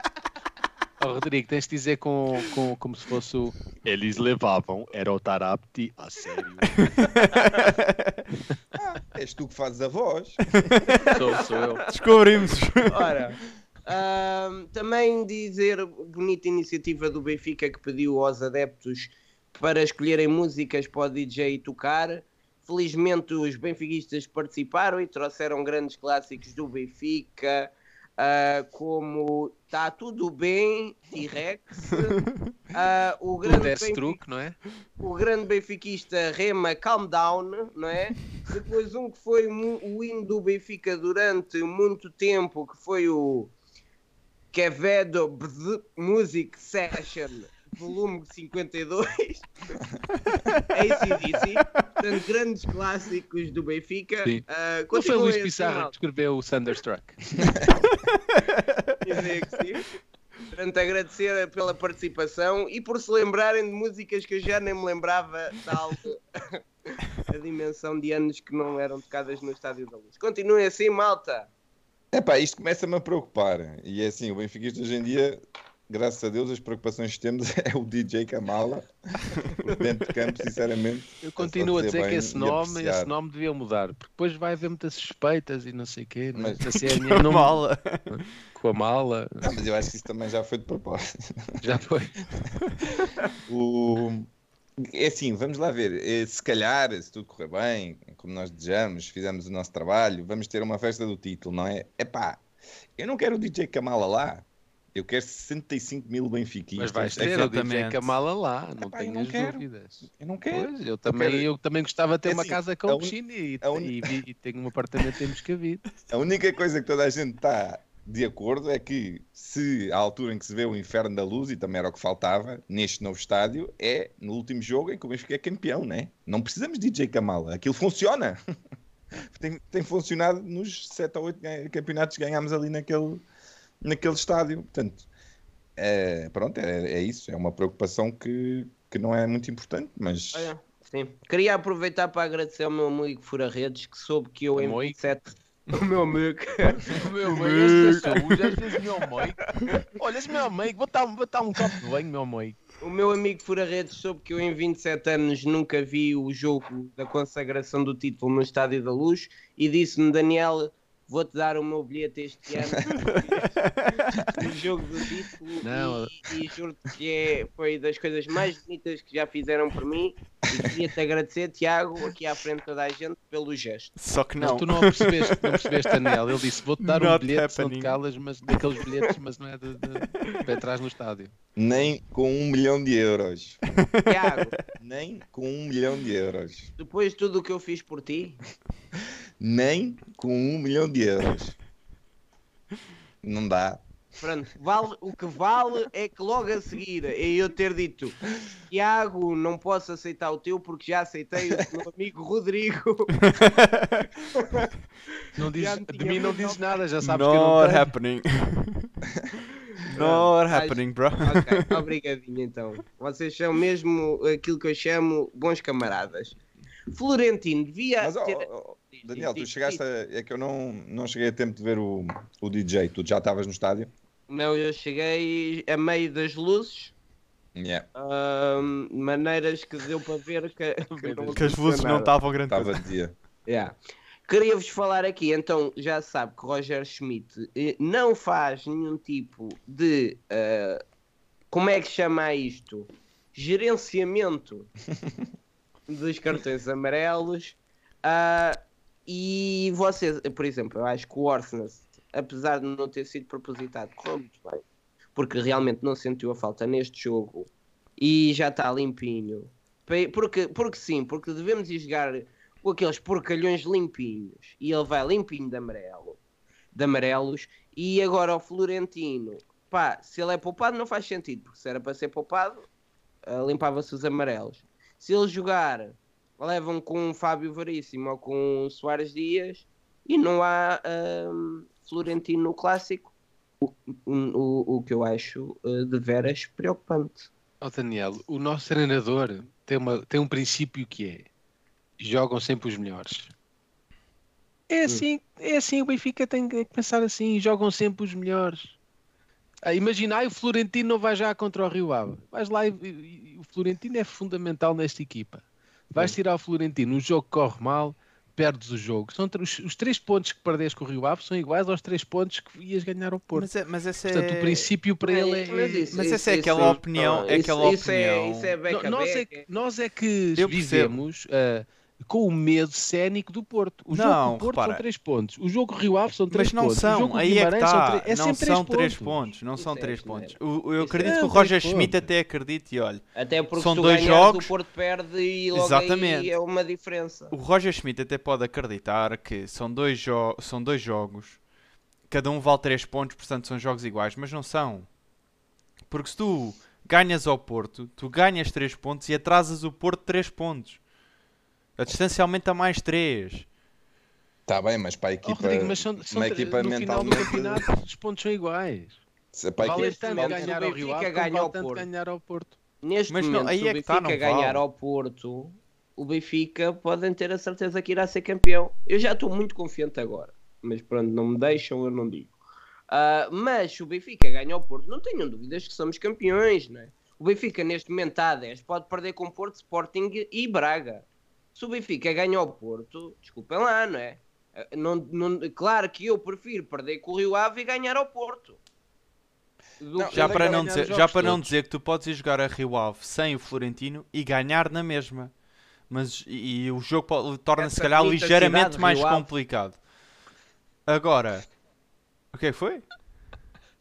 S4: Ó, Rodrigo, tens de dizer com, com, como se fosse o. Eles levavam, era o Tarapti a sério.
S5: És tu que fazes a voz.
S4: Sou, sou eu.
S2: Descobrimos.
S3: Ora, ahm, também dizer bonita iniciativa do Benfica que pediu aos adeptos para escolherem músicas para o D J tocar. Felizmente os benfiquistas participaram e trouxeram grandes clássicos do Benfica, ah, como Tá Tudo Bem, T-Rex, ah, o,
S4: O
S3: grande Benfica,
S4: Deathstroke, não é?
S3: o grande benfiquista Rema Calm Down, não é? Depois um que foi mu- o hino do Benfica durante muito tempo, que foi o Quevedo Bzz Music Session, volume cinquenta e dois. A C D C. Portanto, grandes clássicos do Benfica.
S4: Sim.
S3: Ah,
S4: Não foi o
S3: continuem
S4: Luís
S3: assim,
S4: Pissarra que
S3: malta.
S4: escreveu o Thunderstruck.
S3: Dizer que sim. Portanto, agradecer pela participação e por se lembrarem de músicas que eu já nem me lembrava, tal a dimensão de anos que não eram tocadas no Estádio da Luz. Continuem assim, malta.
S5: Epá, isto começa-me a preocupar. E é assim, o Benfiquista hoje em dia, graças a Deus, as preocupações que temos é o D J Kamala. Por dentro de campo, sinceramente.
S4: Eu
S5: é só
S4: continuo a dizer que
S5: bem
S4: esse
S5: e
S4: nome,
S5: apreciar.
S4: esse nome devia mudar, porque depois vai haver muitas suspeitas e não sei o quê.
S5: Mas-
S4: Mas... A C N N não...
S2: Mala.
S4: Com a mala,
S5: Não, mas eu acho que isso também já foi de propósito.
S4: já foi.
S5: O... É assim, vamos lá ver. Eh, Se calhar, se tudo correr bem, como nós desejamos, fizemos o nosso trabalho, vamos ter uma festa do título, não é? Epá, eu não quero o D J Kamala lá. Eu quero sessenta e cinco mil benfiquistas.
S4: Mas vais ter, eu
S2: Exatamente.
S4: digo que a mala lá, não
S5: Epá, eu não
S4: tenhas
S5: quero.
S4: dúvidas.
S5: Eu não quero.
S4: Pois, eu também,
S5: quero-
S4: eu também gostava de ter
S5: É
S4: uma
S5: assim,
S4: casa
S5: a
S4: com
S5: un-
S4: piscina e,
S5: a un-
S4: e, vi- e tenho um apartamento em Moscavide.
S5: A única coisa que toda a gente está de acordo é que se a altura em que se vê o inferno da luz, e também era o que faltava, neste novo estádio, é no último jogo em que o Benfica é campeão, né? Não precisamos de D J Kamala. Aquilo funciona. tem, tem funcionado nos sete ou oito campeonatos que ganhámos ali naquele, naquele estádio. Portanto, é, pronto, é, é isso. É uma preocupação que, que não é muito importante, mas...
S3: Olha, sim. Queria aproveitar para agradecer ao meu amigo Fura Redes, que soube que eu em
S4: Amigo?
S3: vinte e sete... O meu amigo.
S4: O meu mãe, este saúde, às vezes meu mãe. Olha, esse meu mãe, vou dar, vou dar um copo de banho, meu mãe.
S3: O meu amigo Fura Redes soube que eu em vinte e sete anos nunca vi o jogo da consagração do título no Estádio da Luz e disse-me, Daniel, vou-te dar o meu bilhete este ano no jogo do título
S4: Não.
S3: e, e juro-te que é, foi das coisas mais bonitas que já fizeram por mim e queria-te agradecer, Tiago, aqui à frente de toda a gente, pelo gesto.
S2: Só que
S4: Mas
S2: não.
S4: tu não percebeste, não percebeste, Daniel. Ele disse: vou-te dar um
S2: Not
S4: bilhete, se não
S2: happening.
S4: te calas, mas daqueles bilhetes, mas não é de, de, de atrás no estádio.
S5: Nem com um milhão de euros.
S3: Tiago,
S5: Nem com um milhão de euros.
S3: depois de tudo o que eu fiz por ti,
S5: Nem com um milhão de euros. Não dá.
S3: pronto, vale, o que vale é que logo a seguir é eu ter dito, Tiago, não posso aceitar o teu porque já aceitei o do meu amigo Rodrigo.
S4: Não diz,
S3: Já
S4: de
S3: tinha
S4: mim não
S3: feito
S4: dizes nada, já sabes que eu
S2: Not
S4: não tenho.
S2: happening. Not
S3: Mas-
S2: happening, bro.
S3: Ok, obrigadinho então. Vocês são mesmo aquilo que eu chamo bons camaradas. Florentino devia
S5: Mas, ó,
S3: ter...
S5: ó, ó,
S3: Diz,
S5: Daniel,
S3: diz,
S5: tu
S3: diz,
S5: chegaste a... É que eu não, não cheguei a tempo de ver o, o D J. Tu já estavas no estádio?
S3: Não, eu cheguei a meio das luzes,
S5: Yeah.
S3: ahm, maneiras que deu para ver que,
S2: Que as luzes não estavam grande
S5: Estava
S2: coisa.
S5: de dia.
S3: Yeah. Queria-vos falar aqui, então já sabe que Roger Schmidt eh, não faz nenhum tipo de, eh, como é que chama isto? Gerenciamento dos cartões amarelos. Ah, e vocês, por exemplo, eu acho que o Orsnes, apesar de não ter sido propositado, correu muito bem, porque realmente não sentiu a falta neste jogo e já está limpinho. Pe- Porque, porque sim, porque devemos ir jogar com aqueles porcalhões limpinhos e ele vai limpinho de amarelo, de amarelos. E agora o Florentino, pá, se ele é poupado não faz sentido, porque se era para ser poupado, ah, limpava-se os amarelos. Se ele jogar, levam com o Fábio Veríssimo ou com o Soares Dias e não há ahm, Florentino no clássico, o, o, o que eu acho ah, de veras preocupante.
S4: Ó Daniel, o nosso treinador tem, uma, tem um princípio que é: jogam sempre os melhores. É assim, é assim, o Benfica tem que pensar assim: jogam sempre os melhores. Ah, imagina, aí o Florentino não vai já contra o Rio Ave. Vais lá e, e- e o Florentino é fundamental nesta equipa. Vais tirar o Florentino, o jogo corre mal, perdes o jogo. São tr- os, os três pontos que perdes com o Rio Ave são iguais aos três pontos que ias ganhar ao Porto.
S2: Mas, é, mas essa é...
S4: Portanto, o princípio para ele é.
S3: Mas isso-
S2: Mas
S3: isso-
S2: essa é
S3: isso-
S2: aquela opinião- é
S3: isso-
S2: aquela
S3: isso é-
S2: opinião.
S3: Isso é beca,
S4: No- nós, é
S3: beca.
S4: que, nós é que
S2: Eu percebo.
S4: vivemos ah, com o medo cénico do Porto. O jogo
S2: Não,
S4: do Porto
S2: repara.
S4: são três pontos. O jogo Rio Ave são três
S2: Mas não
S4: pontos. o
S2: são,
S4: jogo do
S2: aí é que
S4: Guimarães são
S2: está.
S4: três- é
S2: Não
S4: sempre
S2: são
S4: três
S2: três
S4: pontos.
S2: pontos. Não
S3: Isso
S2: são
S3: é
S2: três
S3: asneira.
S2: pontos. O- Eu
S3: Isso
S2: acredito
S4: é
S2: que o
S4: três
S2: Roger
S4: pontos.
S2: Schmidt até acredita e olha.
S3: Até porque
S2: São
S3: se tu
S2: dois
S3: ganhares,
S2: jogos.
S3: o Porto perde e logo
S2: Exatamente.
S3: aí é uma diferença.
S2: O Roger Schmidt até pode acreditar que são dois, jo são dois jogos, cada um vale três pontos, portanto são jogos iguais, mas não são. Porque se tu ganhas ao Porto, tu ganhas três pontos e atrasas o Porto três pontos. A distância aumenta a mais três.
S5: Está bem, mas para a
S4: Oh,
S5: equipa,
S4: Rodrigo, mas são, são
S5: uma
S4: tre-
S5: equipa
S4: no final do
S5: mentalmente...
S4: campeonato os pontos são iguais.
S5: se para a
S4: Vale
S5: equipa,
S3: Neste
S4: tanto
S3: momento,
S4: ganhar
S3: o
S4: ao Rio
S3: Benfica
S4: Ave como
S3: ganha ao
S4: vale tanto
S3: Porto.
S4: ganhar ao Porto.
S3: Neste
S2: Mas não-
S3: momento,
S2: aí
S3: se o
S2: é que tá,
S3: Benfica
S2: não
S3: ganhar
S2: vale.
S3: ao Porto, o Benfica podem ter a certeza que irá ser campeão. Eu já estou muito confiante agora, mas pronto, não me deixam, eu não digo. Ah, mas se o Benfica ganha ao Porto, não tenham dúvidas que somos campeões, não é? O Benfica neste momento está a dez, pode perder com Porto, Sporting e Braga. Se o Benfica ganha ao Porto, desculpem lá, não é? Ah, não, não, claro que eu prefiro perder com o Rio Ave e ganhar ao Porto. Do
S5: Não,
S3: que
S2: Já
S5: Ele
S2: para,
S5: vai
S2: não
S4: ganhar
S2: dizer,
S4: os
S2: já
S4: jogos
S2: para não
S4: todos.
S2: dizer que tu podes ir jogar a Rio Ave sem o Florentino e ganhar na mesma. Mas e, e o jogo po- torna-se se
S3: Essa
S2: calhar
S3: bonita
S2: ligeiramente
S3: cidade,
S2: mais
S3: Rio Ave.
S2: complicado. Agora, o que é que foi?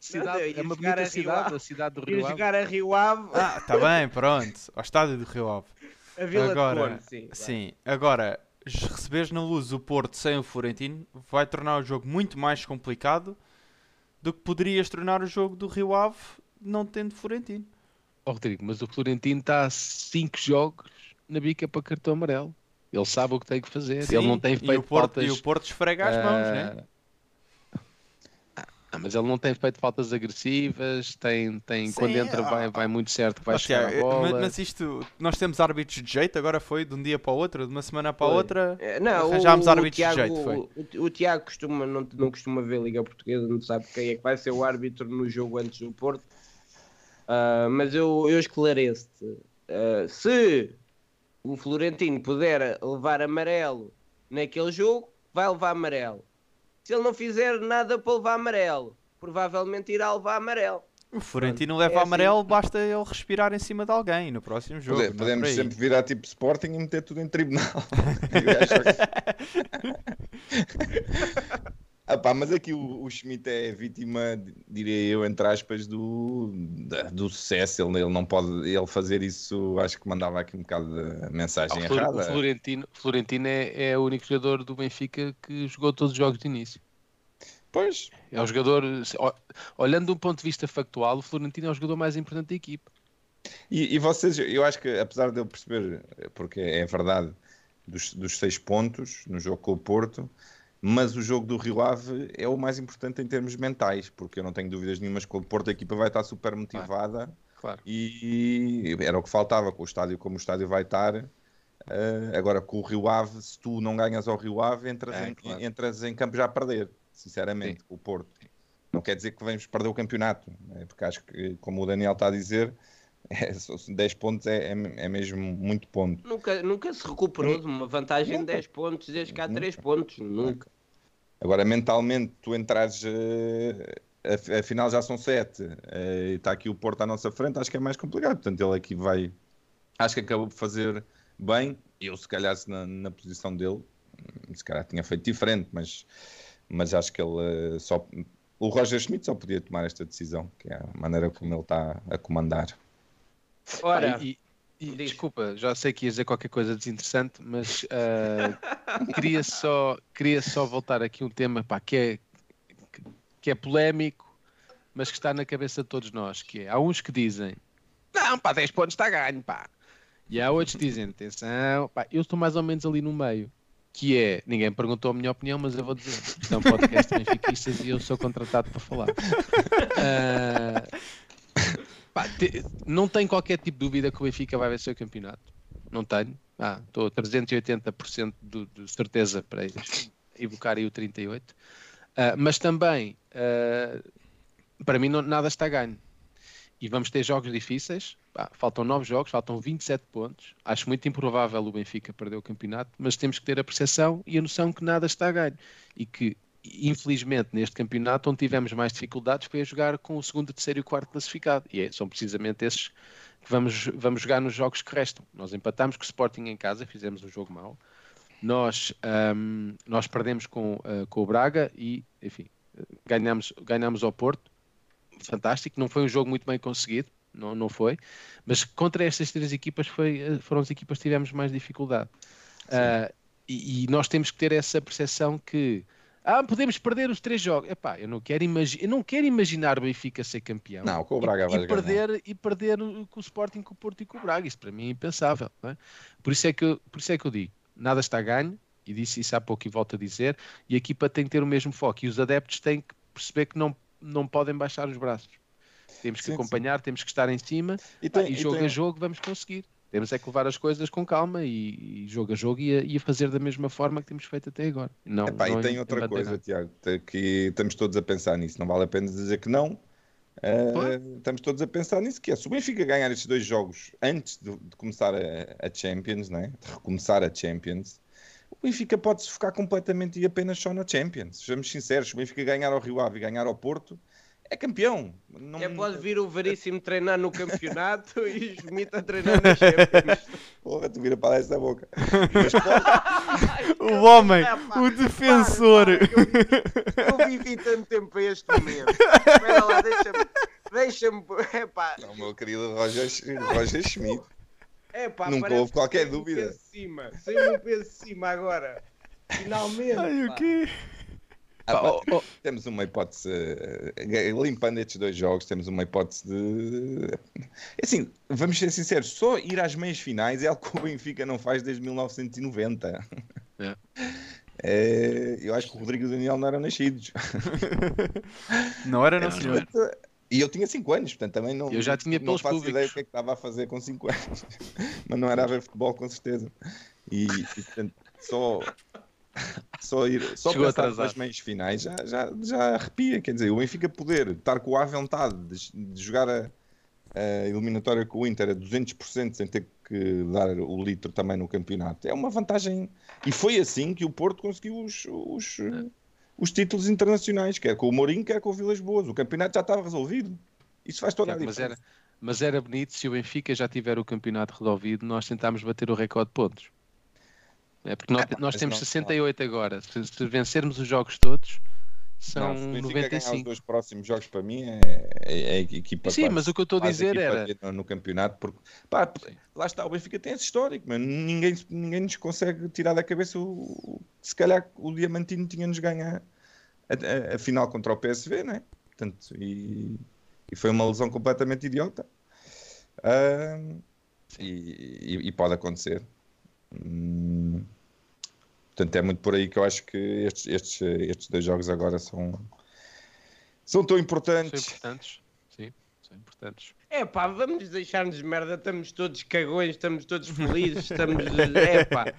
S4: cidade,
S3: eu ia
S4: é uma
S3: jogar
S4: bonita
S3: a Rio
S4: cidade,
S3: Ave.
S4: a cidade do
S3: Ir
S4: Rio Ave.
S3: jogar a Rio Ave,
S2: Ah, está bem, pronto. Ao estádio do Rio Ave.
S3: a Vila
S2: Agora,
S3: de Conde, sim. vai.
S2: sim, agora, j- receberes na Luz o Porto sem o Florentino vai tornar o jogo muito mais complicado do que poderias tornar o jogo do Rio Ave não tendo Florentino.
S4: Ó, Rodrigo, mas o Florentino está a cinco jogos na bica para cartão amarelo. Ele sabe o que tem que fazer.
S2: Sim,
S4: Ele não tem
S2: e, o
S4: feito
S2: Porto,
S4: faltas.
S2: e o Porto esfrega as mãos, né?
S4: ah, ah, mas ele não tem feito faltas agressivas. Tem, tem,
S2: Sim,
S4: quando entra, vai,
S2: ah,
S4: vai muito certo que vai
S2: Ó,
S4: chegar à
S2: Tiago, eh, ma-
S4: bola.
S2: mas isto, nós temos árbitros de jeito, agora foi de um dia para o outro, de uma semana para a
S3: Foi.
S2: outra,
S3: É, Não,
S2: arranjámos
S3: o, o,
S2: árbitros de
S3: Tiago,
S2: jeito, foi.
S3: o, o Tiago costuma, não, não costuma ver Liga Portuguesa, não sabe quem é que vai ser o árbitro no jogo antes do Porto. Ah, mas eu, eu esclareço-te. Ah, se o Florentino puder levar amarelo naquele jogo, vai levar amarelo. Se ele não fizer nada para levar amarelo, provavelmente irá levar amarelo.
S2: O Florentino
S3: Pronto,
S2: leva
S3: é assim.
S2: amarelo, basta ele respirar em cima de alguém no próximo jogo.
S5: Pode-
S2: não é
S5: Podemos
S2: por aí.
S5: sempre virar tipo Sporting e meter tudo em tribunal. Eu acho que- Ah pá, mas aqui o, o Schmidt é vítima, diria eu, entre aspas, do, da- do sucesso. Ele, ele não pode ele fazer isso, acho que mandava aqui um bocado de mensagem
S4: Ah, o Flor- o
S5: errada.
S4: Florentino, Florentino é, é o único jogador do Benfica que jogou todos os jogos de início.
S5: Pois,
S4: É o jogador, se- ó, olhando de um ponto de vista factual, o Florentino é o jogador mais importante da equipa.
S5: e, e vocês, eu acho que apesar de eu perceber, porque é verdade, dos, dos seis pontos no jogo com o Porto, mas o jogo do Rio Ave é o mais importante em termos mentais, porque eu não tenho dúvidas nenhumas que o Porto a equipa vai estar super motivada.
S4: Claro.
S5: E era o que faltava com o estádio, como o estádio vai estar. eh, agora com o Rio Ave, se tu não ganhas ao Rio Ave, entras,
S4: É,
S5: em,
S4: claro.
S5: entras em campo já a perder, sinceramente,
S4: Sim.
S5: com o Porto. Não quer dizer que vamos perder o campeonato, né? Porque acho que, como o Daniel está a dizer, é, só- dez pontos é, é, é mesmo muito ponto.
S3: Nunca, nunca se recuperou de uma vantagem de
S5: Nunca.
S3: dez pontos desde que há
S5: Nunca.
S3: três pontos. Nunca.
S5: Agora, mentalmente, tu entrares, eh, a- afinal já são sete, eh, e está aqui o Porto à nossa frente, acho que é mais complicado. Portanto, ele aqui vai, acho que acabou por fazer bem. Eu, se calhar, se na, na posição dele, hum, se calhar tinha feito diferente, mas, mas acho que ele eh, só. O Roger Schmidt só podia tomar esta decisão, que é a maneira como ele está a comandar.
S3: Ora,
S4: Ah, e, e-
S3: diz.
S4: desculpa, já sei que ia dizer qualquer coisa desinteressante, mas ah, queria, só, queria só voltar aqui um tema pá, que, é, que, que é polémico, mas que está na cabeça de todos nós, que é, há uns que dizem, não, pá, dez pontos está ganho, pá. E há outros que dizem, atenção, pá, eu estou mais ou menos ali no meio, que é, ninguém perguntou a minha opinião, mas eu vou dizer, isto é um podcast de benfiquistas e eu sou contratado para falar. Ah, pá, te- não tenho qualquer tipo de dúvida que o Benfica vai vencer o campeonato. Não tenho. Ah, estou a trezentos e oitenta por cento de, de certeza para evocar aí o trinta e oito. Ah, mas também, ah, para mim, não- nada está ganho. E vamos ter jogos difíceis. Pá, faltam nove jogos, faltam vinte e sete pontos. Acho muito improvável o Benfica perder o campeonato, mas temos que ter a percepção e a noção que nada está ganho. E que, infelizmente, neste campeonato, onde tivemos mais dificuldades foi a jogar com o segundo, terceiro e o quarto classificado. E é- são precisamente esses que vamos, vamos jogar nos jogos que restam. Nós empatámos com o Sporting em casa, fizemos um jogo mau. Nós, ahm, nós perdemos com, ah, com o Braga e, enfim, ganhamos, ganhamos ao Porto. Fantástico, não foi um jogo muito bem conseguido, não, não foi, mas contra estas três equipas foi, eh, foram as equipas que tivemos mais dificuldade. Ah, e, e nós temos que ter essa percepção que ah, podemos perder os três jogos. Epá, eu não quero, imagi eu não quero imaginar o Benfica ser campeão
S5: Não, com o Braga
S4: e,
S5: vais
S4: e perder, e perder o- com o Sporting, com o Porto e com o Braga. Isso para mim é impensável. Não é? Por, isso é que eu, por isso é que eu digo, nada está ganho, e disse isso há pouco e volto a dizer, e a equipa tem que ter o mesmo foco, e os adeptos têm que perceber que não não podem baixar os braços. Temos que
S5: Sim,
S4: acompanhar, temos que estar em cima
S5: E
S4: pá,
S5: tem-
S4: e
S5: e
S4: jogo
S5: tem-
S4: a jogo vamos conseguir. Temos é que levar as coisas com calma e, e jogo a jogo e a, e a fazer da mesma forma que temos feito até agora. Não,
S5: Epá,
S4: não
S5: e tem
S4: em-
S5: outra
S4: em
S5: coisa,
S4: bandeira.
S5: Tiago, te- que estamos todos a pensar nisso. Não vale a pena dizer que não. Uh,
S4: Claro.
S5: Estamos todos a pensar nisso, que é, se o Benfica ganhar estes dois jogos antes de, de começar a, a Champions, né? De recomeçar a Champions, o Benfica pode-se focar completamente e apenas só na Champions. Sejamos sinceros, se o Benfica ganhar ao Rio Ave e ganhar ao Porto, é campeão. Não...
S3: É, pode vir o Veríssimo treinar no campeonato e o Schmidt a treinar na Champions.
S5: Porra, tu vira para essa boca. Mas pode...
S2: O homem,
S3: É, pá,
S2: o defensor.
S3: para, para, eu, eu vivi tanto tempo a este momento. Espera lá, deixa-me. Deixa-me. É pá.
S5: Não, meu querido Roger, Roger Schmidt.
S3: É pá,
S5: Nunca
S3: parece
S5: houve qualquer
S3: que saiu um
S5: dúvida.
S3: peso de cima. Saiu um peso de cima agora. Finalmente.
S2: Ai,
S3: pá.
S2: o quê?
S5: Ah,
S4: Pá,
S5: pá,
S4: oh, oh,
S5: temos uma hipótese, eh, limpando estes dois jogos, temos uma hipótese de. É assim, vamos ser sinceros, só ir às meias finais é algo que o Benfica não faz desde mil novecentos e noventa.
S4: É.
S5: É, eu acho que o Rodrigo e o Daniel não eram nascidos.
S2: Não era, não,
S4: Não,
S2: senhor.
S5: E eu tinha cinco anos, portanto também não,
S4: Eu já tinha
S5: não
S4: pelos
S5: faço
S4: públicos.
S5: ideia do que é que estava a fazer com cinco anos. Mas não era a ver futebol, com certeza. E, e portanto, só. Só, ir, só
S4: Chegou
S5: pensar
S4: atrasado.
S5: nas meias finais já, já, já arrepia. Quer dizer, o Benfica poder estar com a vontade de, de jogar a, a eliminatória com o Inter a duzentos por cento sem ter que dar o litro também no campeonato é uma vantagem. E foi assim que o Porto conseguiu os, os, os títulos internacionais, quer com o Mourinho, quer com o Vilas Boas. O campeonato já estava resolvido. Isso faz toda a
S4: Tiago, mas
S5: diferença.
S4: era, mas era bonito se o Benfica já tiver o campeonato resolvido, nós tentámos bater o recorde de pontos. É porque nós,
S5: Ah,
S4: nós
S5: mas
S4: temos
S5: não-
S4: sessenta e oito agora. Se, se vencermos os jogos todos, são
S5: Não, se o Benfica
S4: noventa e
S5: ganhar os
S4: cinco.
S5: dois próximos jogos, para mim, é, é, é a equipa
S4: Sim,
S5: quase-
S4: mas o que eu estou a
S5: quase
S4: dizer
S5: equipa
S4: era.
S5: no, no campeonato, porque pá, lá está, o Benfica tem esse histórico, mas ninguém, ninguém nos consegue tirar da cabeça o, o- se calhar o Diamantino tinha-nos ganhar a, a- a final contra o P S V, não é? Portanto, e, e foi uma lesão completamente idiota. Ah, e, e- e pode acontecer. Hum, portanto, é muito por aí que eu acho que estes, estes, estes dois jogos agora são, são tão
S4: São
S5: importantes.
S4: importantes. Sim, são importantes.
S3: É pá, vamos deixar-nos de merda. Estamos todos cagões, estamos todos felizes. Estamos. É pá.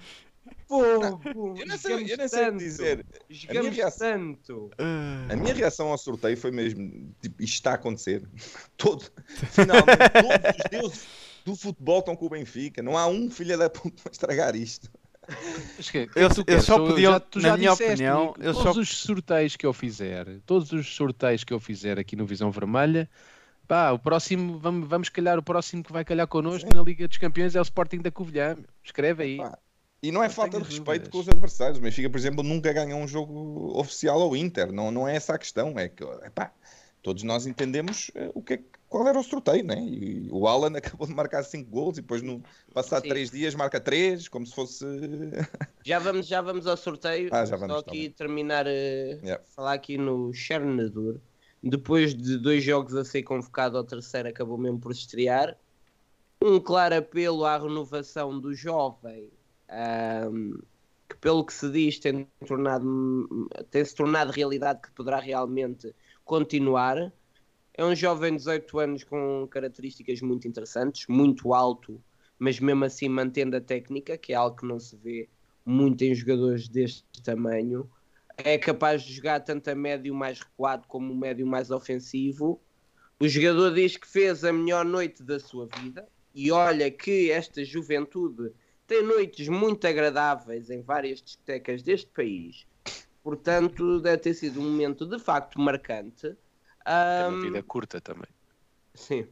S3: Fogo!
S5: Eu não sei, eu
S3: jogamos
S5: não sei o
S3: tanto,
S5: que dizer.
S3: Jogamos
S5: reação-
S3: tanto.
S2: Ah,
S5: A minha reação ao sorteio foi mesmo, tipo, isto está a acontecer. Todo, finalmente, todos os deuses do futebol estão com o Benfica. Não há um filho da puta para estragar isto.
S4: Mas que- que
S2: Eu-
S4: tu
S2: eu
S4: queres?
S2: só
S4: Eu-
S2: podia-
S4: já- tu
S2: na
S4: já
S2: minha
S4: disseste,
S2: opinião,
S4: Nico,
S2: eu
S4: todos
S2: só-
S4: os sorteios que eu fizer, todos os sorteios que eu fizer aqui no Visão Vermelha, pá, o próximo, vamos, vamos calhar, o próximo que vai calhar connosco
S5: Sim.
S4: na Liga dos Campeões é o Sporting da Covilhã. meu. Escreve aí.
S5: Pá, E não é
S4: Não
S5: falta de
S4: tenho
S5: respeito
S4: dúvidas.
S5: com os adversários. O Benfica, por exemplo, nunca ganhou um jogo oficial ao Inter. Não, não é essa a questão. É que, epá, todos nós entendemos eh, o que é, que- qual era o sorteio, né? E o Alan acabou de marcar cinco gols e depois, no passado
S3: Sim.
S5: três dias, marca três, como se fosse.
S3: Já vamos, já vamos ao sorteio.
S5: Ah, já vamos,
S3: Só
S5: tá
S3: aqui
S5: bem.
S3: terminar, eh,
S5: Yeah.
S3: falar aqui no Chernadur. Depois de dois jogos a ser convocado ao terceiro, acabou mesmo por estrear. Um claro apelo à renovação do jovem, ahm, que pelo que se diz tem tornado, tem-se tornado realidade, que poderá realmente continuar. É um jovem de dezoito anos com características muito interessantes, muito alto, mas mesmo assim mantendo a técnica, que é algo que não se vê muito em jogadores deste tamanho. É capaz de jogar tanto a médio mais recuado como o médio mais ofensivo. O jogador diz que fez a melhor noite da sua vida, e olha que esta juventude tem noites muito agradáveis em várias discotecas deste país. Portanto, deve ter sido um momento de facto marcante.
S4: É
S3: Ahm,
S4: uma vida curta também.
S3: Sim.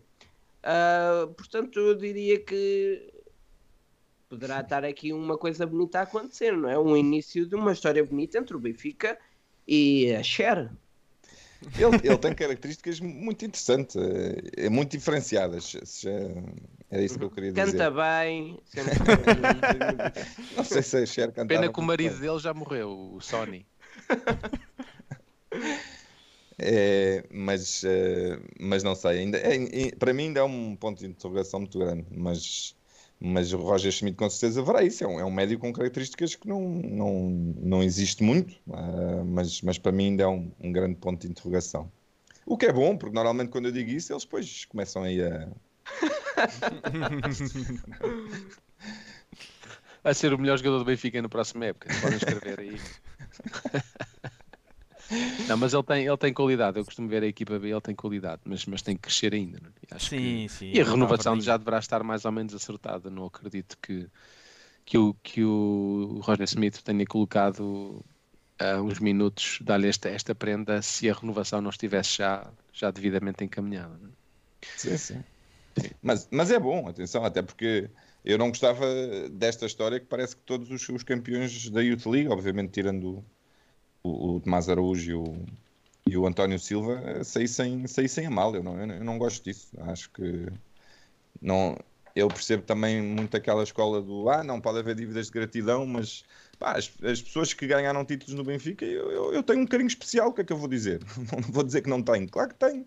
S3: Ah, portanto, eu diria que poderá estar aqui uma coisa bonita a acontecer, não é? Um início de uma história bonita entre o Benfica e a Cher.
S5: Ele, ele tem características muito interessantes, eh, muito diferenciadas. Se já- Era isso que eu queria dizer.
S3: Canta bem. Sempre...
S5: Não sei se a Cher cantava.
S4: Pena que o
S5: muito
S4: marido
S5: bem.
S4: dele já morreu, o Sony.
S5: É, mas, eh, mas não sei, ainda, é- é- para mim ainda é um ponto de interrogação muito grande, mas, mas o Roger Schmidt com certeza verá isso, é um, é um médio com características que não, não, não existe muito, ah, mas, mas para mim ainda é um, um grande ponto de interrogação. O que é bom, porque normalmente quando eu digo isso, eles depois começam aí a...
S4: Vai ser o melhor jogador do Benfica na próxima época. Podem escrever aí. Não, mas ele tem, ele tem qualidade. Eu costumo ver a equipa B, ele tem qualidade, mas, mas tem que crescer ainda. Não é? Acho
S2: sim,
S4: que...
S2: sim.
S4: E a
S2: não
S4: renovação
S2: está
S4: já deverá estar mais ou menos acertada. Não acredito que, que, o, que o Roger Smith tenha colocado uh, uns minutos, dar-lhe esta, esta prenda se a renovação não estivesse já, já devidamente encaminhada. Não é?
S5: Sim, sim. sim. Mas, mas é bom, atenção, até porque eu não gostava desta história que parece que todos os, os campeões da Youth League, obviamente tirando o, o Tomás Araújo e o, e o António Silva, saíssem, saíssem a mal. Eu não, eu, não, eu não gosto disso. Acho que não... Eu percebo também muito aquela escola do ah, não pode haver dívidas de gratidão, mas pá, as, as pessoas que ganharam títulos no Benfica, eu, eu, eu tenho um carinho especial, o que é que eu vou dizer? Não vou dizer que não tenho, claro que tenho.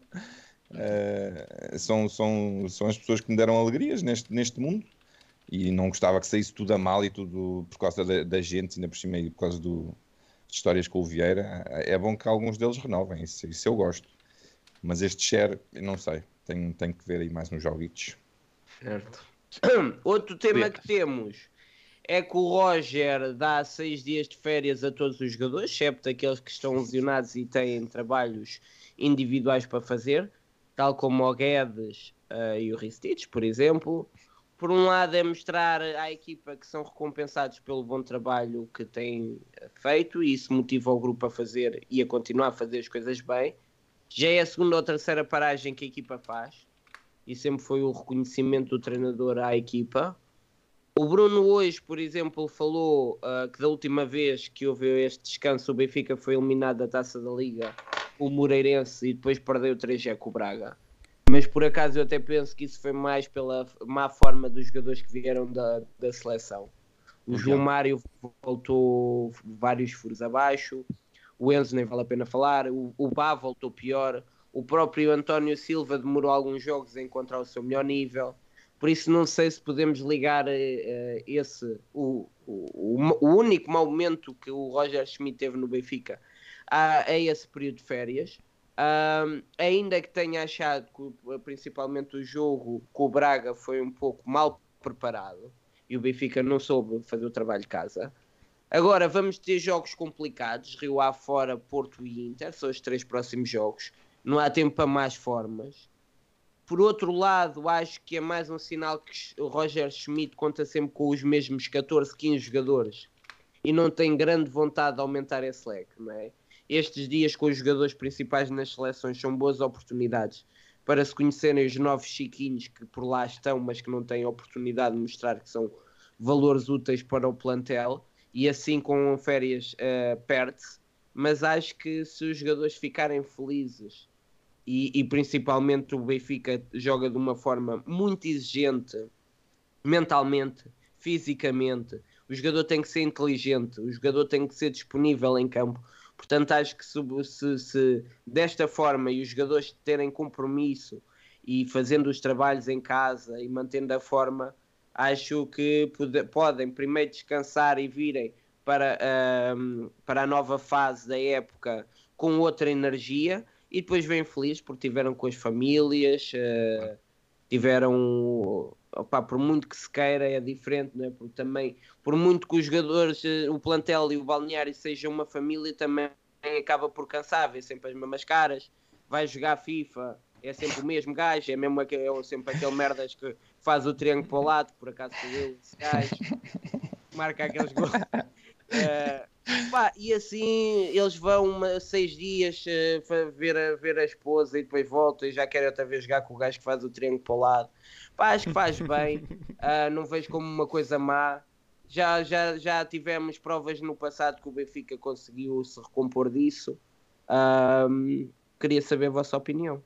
S5: Uh, são, são, são as pessoas que me deram alegrias neste, neste mundo e não gostava que saísse tudo a mal e tudo por causa da, da gente, ainda por cima e por causa do, de histórias com o Vieira. É bom que alguns deles renovem, isso, isso eu gosto. Mas este share, eu não sei, tenho, tenho que ver aí mais uns joguitos.
S3: Certo. Outro tema que temos é que o Roger dá seis dias de férias a todos os jogadores, excepto aqueles que estão lesionados e têm trabalhos individuais para fazer, tal como o Guedes uh, e o Ristich, por exemplo. Por um lado é mostrar à equipa que são recompensados pelo bom trabalho que têm feito e isso motiva o grupo a fazer e a continuar a fazer as coisas bem. Já é a segunda ou terceira paragem que a equipa faz e sempre foi o reconhecimento do treinador à equipa. O Bruno hoje, por exemplo, falou uh, que da última vez que houve este descanso o Benfica foi eliminado da Taça da Liga, o Moreirense, e depois perdeu três zero com o Braga. Mas por acaso eu até penso que isso foi mais pela má forma dos jogadores que vieram da, da seleção. O okay. João Mário voltou vários furos abaixo, o Enzo nem vale a pena falar, o, o Bá voltou pior, o próprio António Silva demorou alguns jogos a encontrar o seu melhor nível. Por isso não sei se podemos ligar uh, esse, o, o, o único mau momento que o Roger Schmidt teve no Benfica a, a esse período de férias. Um, ainda que tenha achado que principalmente o jogo com o Braga foi um pouco mal preparado e o Benfica não soube fazer o trabalho de casa. Agora vamos ter jogos complicados, Rio Ave fora, Porto e Inter, são os três próximos jogos, não há tempo para mais formas. Por outro lado, acho que é mais um sinal que o Roger Schmidt conta sempre com os mesmos catorze, quinze jogadores e não tem grande vontade de aumentar esse leque, não é? Estes dias com os jogadores principais nas seleções são boas oportunidades para se conhecerem os novos chiquinhos que por lá estão, mas que não têm oportunidade de mostrar que são valores úteis para o plantel, e assim com férias uh, perde-se. Mas acho que se os jogadores ficarem felizes e, e principalmente o Benfica joga de uma forma muito exigente mentalmente, fisicamente, o jogador tem que ser inteligente, o jogador tem que ser disponível em campo. Portanto, acho que se, se, se desta forma e os jogadores terem compromisso e fazendo os trabalhos em casa e mantendo a forma, acho que pode, podem primeiro descansar e virem para, um, para a nova fase da época com outra energia e depois vêm felizes porque tiveram com as famílias, uh, tiveram... Opa, por muito que se queira é diferente, não é? Porque também, por muito que os jogadores, o plantel e o balneário sejam uma família, também acaba por cansar, vê sempre as mesmas caras, vai jogar FIFA, é sempre o mesmo gajo, é, mesmo aquele, é sempre aquele merdas que faz o triângulo para o lado, por acaso foi eu, esse gajo, marca aqueles gols. Uh, pá, e assim eles vão uma, seis dias uh, ver, a, ver a esposa e depois voltam e já querem outra vez jogar com o gajo que faz o triângulo para o lado. Pá, acho que faz bem, uh, não vejo como uma coisa má. Já, já, já tivemos provas no passado que o Benfica conseguiu se recompor disso. Uh, queria saber a vossa opinião.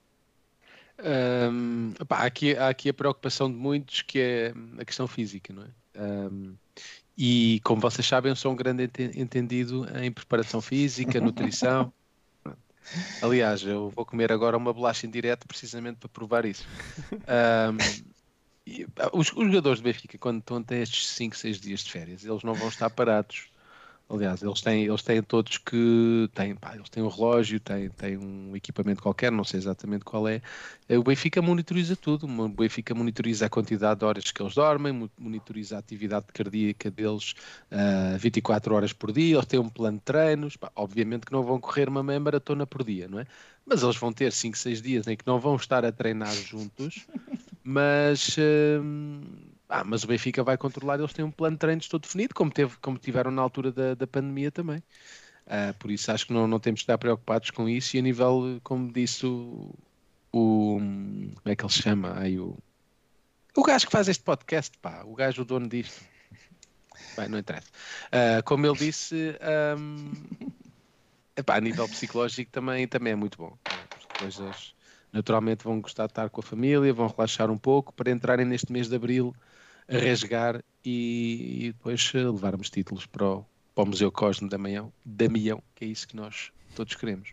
S4: Um, pá, aqui, há aqui a preocupação de muitos que é a questão física, não é? Um, e como vocês sabem, eu sou um grande entendido em preparação física, nutrição. Aliás, eu vou comer agora uma bolacha em direto precisamente para provar isso. Um, e, os, os jogadores do Benfica, quando estão até estes cinco, seis dias de férias, eles não vão estar parados. Aliás, eles têm, eles têm todos que... Têm, pá, eles têm um relógio, têm, têm um equipamento qualquer, não sei exatamente qual é. O Benfica monitoriza tudo. O Benfica monitoriza a quantidade de horas que eles dormem, monitoriza a atividade cardíaca deles uh, vinte e quatro horas por dia. Eles têm um plano de treinos. Pá, obviamente que não vão correr uma meia maratona por dia, não é? Mas eles vão ter cinco, seis dias em que não vão estar a treinar juntos, mas... Uh, Ah, mas o Benfica vai controlar, eles têm um plano de treinos todo definido, como, teve, como tiveram na altura da, da pandemia também. Uh, por isso acho que não, não temos que estar preocupados com isso. E a nível, como disse o, o como é que ele se chama? Aí, o, o gajo que faz este podcast, pá, o gajo, o dono disto. Bem, não interessa. Uh, como ele disse, um, epá, a nível psicológico também, também é muito bom. As coisas naturalmente vão gostar de estar com a família, vão relaxar um pouco para entrarem neste mês de Abril a rasgar e, e depois levarmos títulos para o, para o Museu Cosme Damião, Damião, que é isso que nós todos queremos.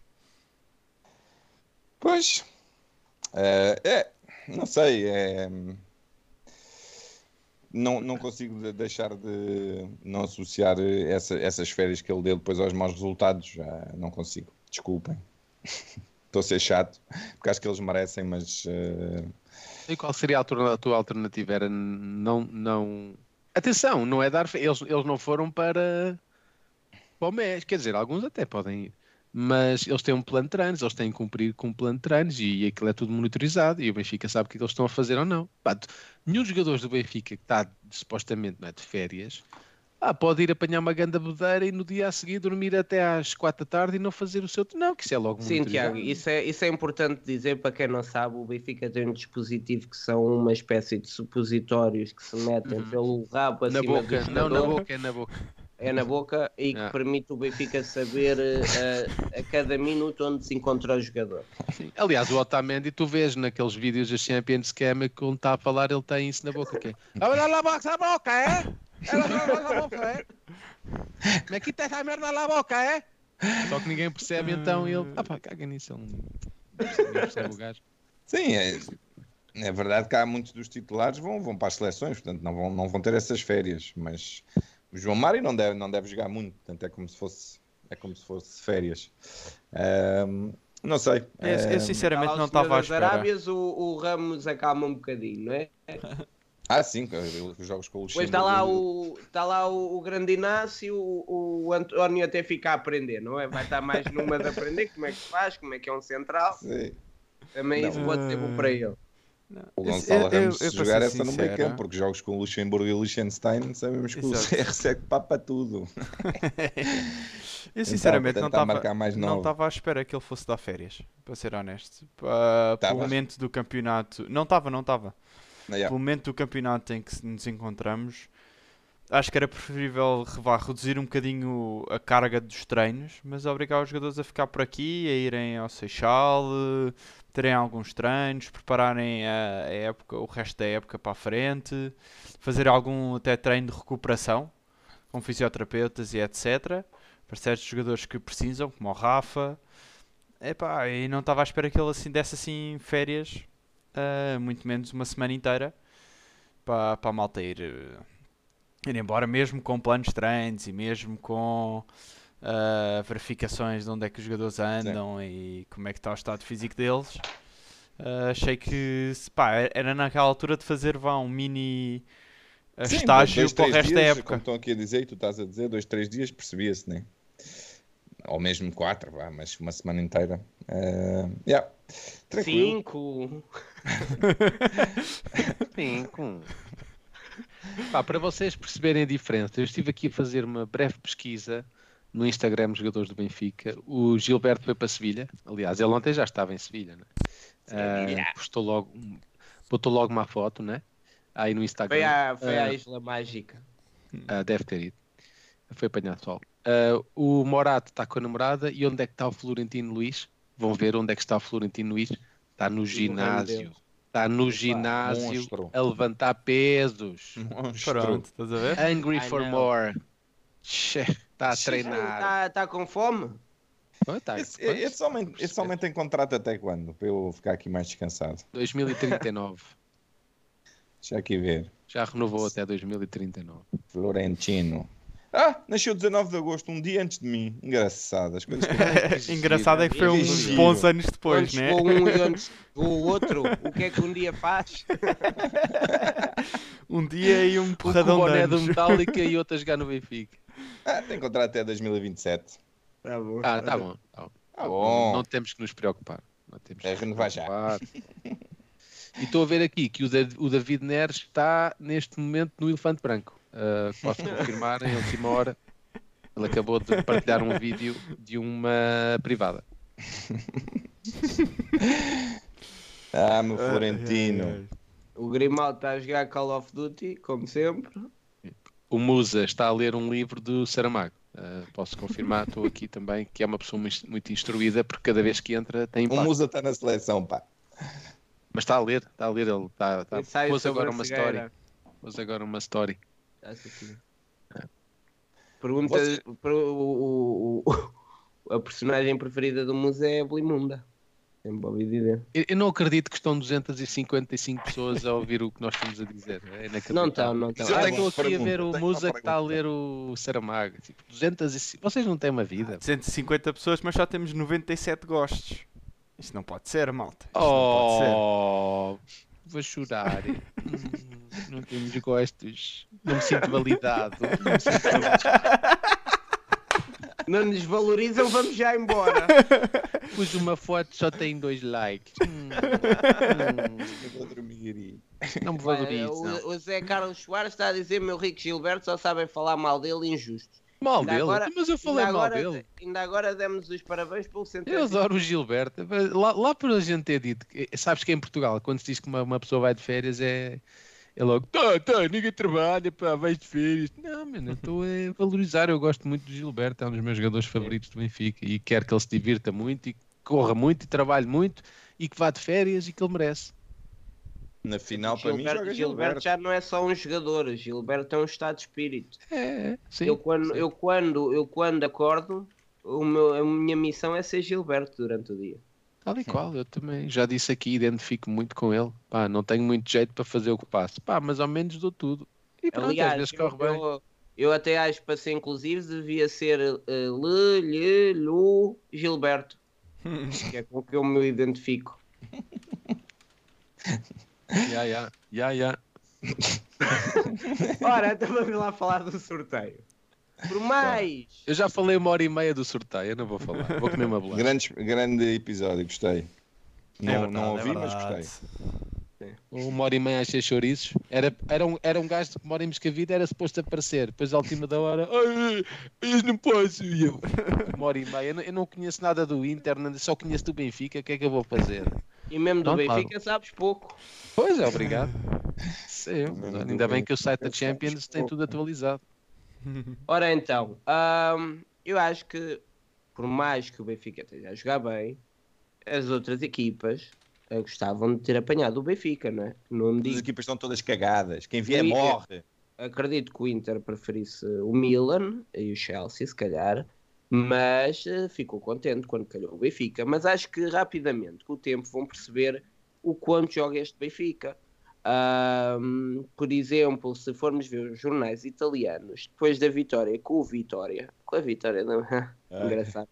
S5: Pois, eh, é, não sei, é, não, não consigo de- deixar de não associar essa- essas férias que ele deu depois aos maus resultados, já não consigo, desculpem. Estou a ser chato, porque acho que eles merecem, mas eh,
S4: E qual seria a, alterna- a tua alternativa? Era não, não... Atenção, não é dar... fe- Eles, eles não foram para... para o mês, quer dizer, alguns até podem ir, mas eles têm um plano de treinos, eles têm que cumprir com um plano de treinos e aquilo é tudo monitorizado e o Benfica sabe o que é que eles estão a fazer ou não. Pá, tu- nenhum dos jogadores do Benfica que está supostamente, não é, de férias, ah, pode ir apanhar uma ganda bodeira e no dia a seguir dormir até às quatro da tarde e não fazer o seu... Não, que isso é logo
S3: Sim,
S4: monitorizado.
S3: Tiago, isso é, isso é importante dizer para quem não sabe. O Benfica tem um dispositivo que são uma espécie de supositórios que se metem
S4: Uhum.
S3: pelo rabo
S4: Na
S3: acima
S4: boca,
S3: do
S4: não na
S3: jogador.
S4: boca, é na boca.
S3: É na boca e que
S4: Ah.
S3: permite o Benfica saber eh, a, a cada minuto onde se encontra o jogador.
S4: Sim. Aliás, o Otamendi, tu vês naqueles vídeos da Champions Scam que quando está a falar ele tem isso na boca. Que é, "Abre la boca, la boca, é? Abre la boca, é? Me quita essa merda na boca, é?" Só que ninguém percebe, então ele... Ah pá, caga nisso, ele não percebe, não percebe o gajo.
S5: sim, é, é verdade que há muitos dos titulares vão, vão para as seleções, portanto não vão, não vão ter essas férias, mas o João Mário não deve, não deve jogar muito, portanto é como se fosse, é como se fosse férias. Ahm, não sei.
S2: Eu, eu
S5: ahm,
S2: sinceramente
S3: Lá o
S2: não
S3: senhor
S2: estava à
S3: das
S2: espera.
S3: Arábias, o, o Ramos acalma um bocadinho, não é?
S5: ah, sim, os jogos com o
S3: Depois
S5: Luxemburgo.
S3: está lá o, está lá o, o grande Inácio, o, o António até fica a aprender, não é? Vai estar mais numa de aprender como é que se faz, como é que é um central.
S5: Sim.
S3: Também
S5: Não.
S3: isso pode ser bom para ele.
S5: O
S2: Eu-
S5: Gonçalo
S2: eu-
S5: Ramos,
S2: eu-
S5: se
S2: eu, para
S5: jogar
S2: ser
S5: essa no meio
S2: sincero,
S5: campo, porque jogos com o Luxemburgo e o Liechtenstein, sabemos que o
S2: Exato.
S5: C R sete papa tudo.
S2: Eu sinceramente não
S5: tentar
S2: estava
S5: marcar mais
S2: não
S5: nove.
S2: estava à espera que ele fosse dar férias, para ser honesto. Pa- Pelo
S5: Tavas?
S2: momento do campeonato. Não estava, não estava.
S5: Yeah.
S2: Pelo momento do campeonato em que nos encontramos, acho que era preferível vá, reduzir um bocadinho a carga dos treinos, mas obrigar os jogadores a ficar por aqui, a irem ao Seixal, eh, terem alguns treinos, prepararem a, a época, o resto da época para a frente, fazer algum até treino de recuperação com fisioterapeutas e etcétera. Para certos jogadores que precisam, como o Rafa. Epá, e não estava à espera que ele assim desse assim férias, ah, muito menos uma semana inteira, para, para a malta ir, eh, ir embora, mesmo com planos de treinos e mesmo com ah, verificações de onde é que os jogadores andam e como é que está o estado físico deles. Ah, achei que se- pá, era naquela altura de fazer vá, um mini ah,
S5: Sim,
S2: estágio
S5: dois,
S2: para o
S5: três
S2: resto da
S5: dias,
S2: época.
S5: Como estão aqui a dizer, e tu estás a dizer, dois, três dias, percebia-se, né? Ou mesmo quatro, vá, mas uma semana inteira. Uh, yeah. Tranquilo.
S3: Cinco.
S4: Cinco. Pá, para vocês perceberem a diferença, eu estive aqui a fazer uma breve pesquisa no Instagram dos jogadores do Benfica. O Gilberto foi para Sevilha. Aliás, ele ontem já estava em Sevilha, né?
S3: Sevilha.
S4: Ah, postou logo, botou logo uma foto, né? Aí no Instagram.
S3: Foi, à, foi à
S4: Ah,
S3: Isla Mágica.
S4: ah, deve ter ido. Foi apanhado sol. Ah, o Morato está com a namorada. E onde é que está o Florentino Luís? Vão ver onde é que está o Florentino Luís. Está no ginásio. Está no ginásio
S5: monstro.
S4: a levantar pesos.
S5: Monstro.
S2: Pronto, estás a ver?
S4: Hungry
S3: I
S4: for
S3: know.
S4: more. Está a treinar.
S3: Está tá com fome?
S4: Oh, tá,
S5: Esse,
S4: pois,
S5: esse, homem,
S4: vamos
S5: esse
S4: perceber.
S5: homem tem contrato até quando? Para eu ficar aqui mais descansado.
S4: dois mil e trinta e nove.
S5: Deixa aqui ver.
S4: Já renovou até dois mil e trinta e nove.
S5: Florentino. Ah, nasceu dezanove de agosto, um dia antes de mim. Engraçado. As coisas que...
S2: Engraçado é que foi
S3: Que
S2: uns
S5: giro.
S2: bons anos depois,
S3: Onde
S2: né?
S3: chegou um e onde chegou o outro? O que é que um dia faz?
S2: Um dia e um
S4: Um com o
S2: porradão de
S4: boné do
S2: anos.
S4: Metallica e outro a jogar no Benfica.
S5: ah, tem contrato até dois mil e vinte e sete.
S3: Tá bom.
S4: Ah, tá bom. Tá bom.
S5: Tá
S4: Não,
S5: bom.
S4: não temos que nos preocupar. Não temos
S5: É
S4: que nos
S5: renovar já.
S4: preocupar. E estou a ver aqui que o, Da- o David Neres está neste momento no Elefante Branco. Ah, posso confirmar em última hora. Ele acabou de partilhar um vídeo de uma privada.
S5: Ah, meu
S2: Ai,
S5: Florentino.
S2: ai, ai.
S3: O Grimaldo está a jogar Call of Duty, como sempre.
S4: O Musa está a ler um livro do Saramago. Uh, posso confirmar, estou aqui também, que é uma pessoa muito muito instruída, porque cada vez que entra tem
S5: O
S4: impacto.
S5: Musa está na seleção, pá.
S4: Mas está a ler, está a ler, ele está, está...
S3: Ensaio
S4: Pôs
S3: sobre
S4: agora
S3: a
S4: uma
S3: cegueira.
S4: story. Pôs agora uma story.
S3: Acho que- Pergunta:
S5: Você-
S3: para o, o- o- a personagem preferida do museu é a Blimunda. Sempre ouvi dizer.
S4: Eu, eu não acredito que estão duzentas e cinquenta e cinco pessoas a ouvir o que nós estamos a dizer. É inacreditável.
S3: Não estão, não estão.
S5: Mas eu
S4: Ah,
S5: tenho
S4: estou
S5: uma
S4: aqui a
S5: pergunta,
S4: ver o
S5: tenho uma
S4: Musa que está a
S5: pergunta.
S4: ler o Saramago. Tipo, duzentas e cinco... Vocês não têm uma vida.
S2: cento e cinquenta pessoas, mas só temos noventa e sete gostos. Isto não pode ser, malta. Isto não pode ser.
S4: Oh, vou chorar. Hum, não temos gostos. Não me sinto validado. Não me sinto validado.
S3: Não nos valorizam, vamos já embora.
S4: Pus uma foto, só tem dois likes. Hum, hum,
S5: Eu vou dormir e...
S4: não me
S3: Olha,
S4: valorizam.
S3: o, o Zé Carlos Soares está a dizer: meu rico Gilberto só sabem falar mal dele, injustos.
S4: Mal
S3: Ainda
S4: dele?
S3: agora-
S4: Mas eu falei
S3: ainda
S4: mal
S3: agora,
S4: dele.
S3: Ainda agora demos os parabéns pelo
S4: Eu
S3: centésimo.
S4: adoro o Gilberto. Lá, lá por a gente ter dito, que- sabes que em Portugal, quando se diz que uma, uma pessoa vai de férias, é, é logo, tá, tá, ninguém trabalha, pá, vais de férias. Não, mano, eu estou a valorizar. Eu gosto muito do Gilberto, é um dos meus jogadores favoritos do Benfica e quero que ele se divirta muito e que corra muito e trabalhe muito e que vá de férias e que ele merece.
S5: Na final, para mim,
S3: Gilberto,
S5: joga
S3: Gilberto
S5: Gilberto.
S3: já não é só um jogador, Gilberto é um estado de espírito.
S4: É, sim.
S3: eu, quando,
S4: sim.
S3: eu, quando, eu quando acordo, o meu, a minha missão é ser Gilberto durante o dia.
S4: Tal e qual, eu também já disse aqui, identifico muito com ele. Pá, não tenho muito jeito para fazer o que passo. Pá, mas ao menos dou tudo. E pronto, às
S3: Aliás,
S4: vezes
S3: eu,
S4: corre bem.
S3: eu, eu até acho que para ser inclusive devia ser uh, Le, Lhe, Lu, Gilberto, que é com o que eu me identifico.
S4: Ya, ya, ya, ya.
S3: Ora, então vamos lá falar do sorteio. Por mais.
S4: Eu já falei uma hora e meia do sorteio, eu não vou falar. Vou comer uma bolacha.
S5: Grande, grande episódio, gostei. Não,
S2: É verdade,
S5: não
S2: é
S5: ouvi, mas
S2: verdade.
S5: gostei.
S4: Uma hora e meia achei chouriços. Era, era, um, era um gajo que mora em Moscavide, era suposto aparecer. Depois, à última da hora, "Ai, eu não posso. E eu, uma hora e meia. Eu não, eu não conheço nada do Inter, não- só conheço do Benfica. O que é que eu vou fazer?
S3: E mesmo do
S4: Não, claro.
S3: Benfica sabes pouco.
S4: Pois é, obrigado. Sim, mas
S5: Mesmo do
S4: ainda bem que o site da
S5: Benfica
S4: Champions
S5: sabes
S4: tem
S5: pouco.
S4: tudo atualizado.
S3: Ora então, hum, eu acho que por mais que o Benfica esteja a jogar bem, as outras equipas eh, gostavam de ter apanhado o Benfica, não é? Não me
S5: As
S3: digo.
S5: equipas estão todas cagadas. Quem vier
S3: O Inter-
S5: morre.
S3: Acredito que o Inter preferisse o Milan e o Chelsea, se calhar, mas eh, ficou contente quando calhou o Benfica. Mas acho que rapidamente, com o tempo, vão perceber o quanto joga este Benfica. Ahm, por exemplo, se formos ver os jornais italianos, depois da vitória com o Vitória, com a vitória, não, engraçado,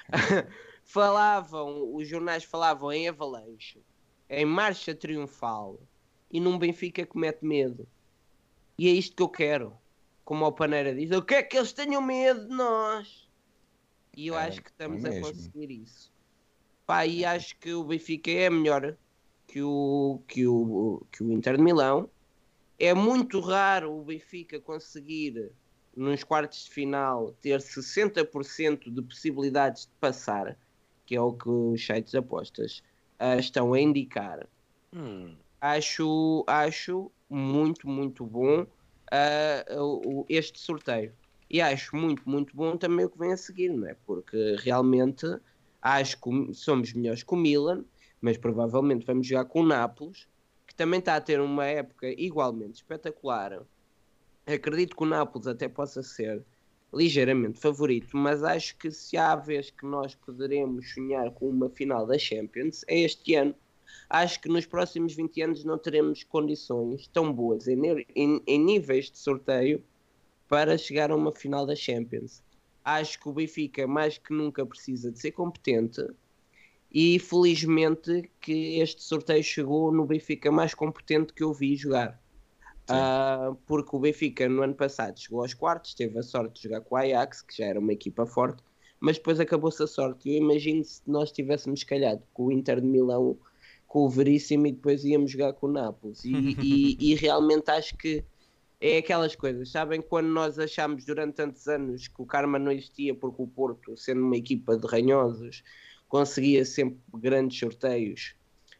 S3: falavam, os jornais falavam em avalanche, em marcha triunfal e num Benfica que mete medo. E é isto que eu quero. Como o Paneira diz, eu quero que eles tenham medo de nós. E eu
S5: É,
S3: acho que estamos
S5: é
S3: a
S5: mesmo.
S3: conseguir isso. Pá, e acho que o Benfica é melhor que o, que o, que o Inter de Milão. É muito raro o Benfica conseguir, nos quartos de final, ter sessenta por cento de possibilidades de passar, que é o que os sites de apostas ah, estão a indicar.
S4: Hum.
S3: Acho, acho muito, muito bom ah, o- o- este sorteio. E acho muito, muito bom também o que vem a seguir, não é? Porque realmente acho que o- somos melhores que o Milan, mas provavelmente vamos jogar com o Nápoles, que também está a ter uma época igualmente espetacular. Acredito que o Nápoles até possa ser ligeiramente favorito, mas acho que se há vez que nós poderemos sonhar com uma final da Champions, é este ano. Acho que nos próximos vinte anos não teremos condições tão boas em, ne- em- em níveis de sorteio para chegar a uma final da Champions. Acho que o Benfica mais que nunca precisa de ser competente e felizmente que este sorteio chegou no Benfica mais competente que eu vi jogar. Ah, porque o Benfica no ano passado chegou aos quartos, teve a sorte de jogar com o Ajax, que já era uma equipa forte, mas depois acabou-se a sorte. Eu imagino se nós tivéssemos calhado com o Inter de Milão, com o Veríssimo, e depois íamos jogar com o Nápoles. E, e- e realmente acho que É aquelas coisas, sabem? Quando nós achámos durante tantos anos que o karma não existia porque o Porto, sendo uma equipa de ranhosos, conseguia sempre grandes sorteios.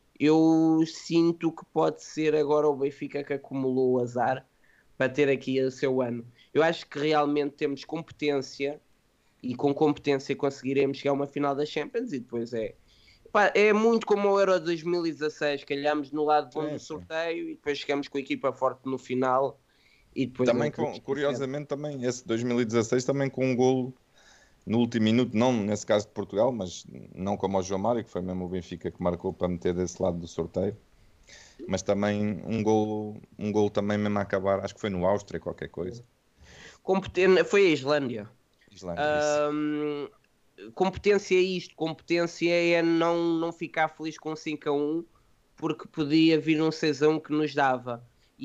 S3: Eu sinto que pode ser agora o Benfica que acumulou o azar para ter aqui o seu ano. Eu acho que realmente temos competência e com competência conseguiremos chegar a uma final da Champions e depois é... Pá, é muito como o Euro dois mil e dezasseis, calhamos no lado bom
S5: Sim,
S3: do
S5: sim.
S3: sorteio e depois chegamos com a equipa forte no final e depois
S5: Também,
S3: é tudo
S5: com,
S3: esquecido.
S5: curiosamente, também esse dois mil e dezasseis também com um golo no último minuto, não nesse caso de Portugal, mas não como o João Mário, que foi mesmo o Benfica que marcou para meter desse lado do sorteio. Mas também um golo, um golo também mesmo a acabar, acho que foi no Áustria, qualquer coisa.
S3: Competen- Foi a Islândia.
S5: Islândia, isso.
S3: Ahm, competência é isto, competência é não, não ficar feliz com cinco a um porque podia vir um seis a um que nos dava.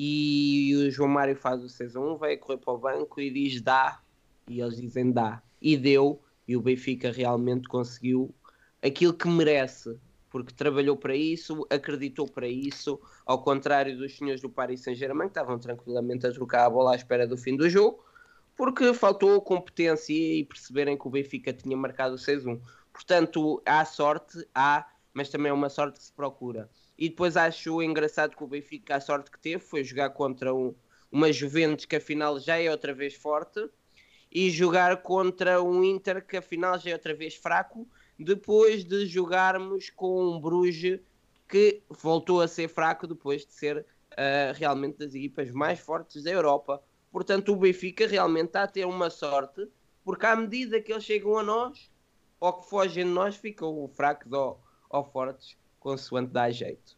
S3: E o João Mário faz o seis a um, vai correr para o banco e diz dá, e eles dizem dá. E deu, e o Benfica realmente conseguiu aquilo que merece, porque trabalhou para isso, acreditou para isso, ao contrário dos senhores do Paris Saint-Germain, que estavam tranquilamente a trocar a bola à espera do fim do jogo, porque faltou competência e perceberem que o Benfica tinha marcado o seis a um. Portanto, há sorte, há, mas também é uma sorte que se procura. E depois acho engraçado que o Benfica, a sorte que teve, foi jogar contra um, uma Juventus que afinal já é outra vez forte, e jogar contra um Inter que afinal já é outra vez fraco, depois de jogarmos com um Bruges que voltou a ser fraco depois de ser uh, realmente das equipas mais fortes da Europa. Portanto, o Benfica realmente está a ter uma sorte, porque à medida que eles chegam a nós, ou que fogem de nós, ficam fracos ou, ou fortes, consoante dá jeito.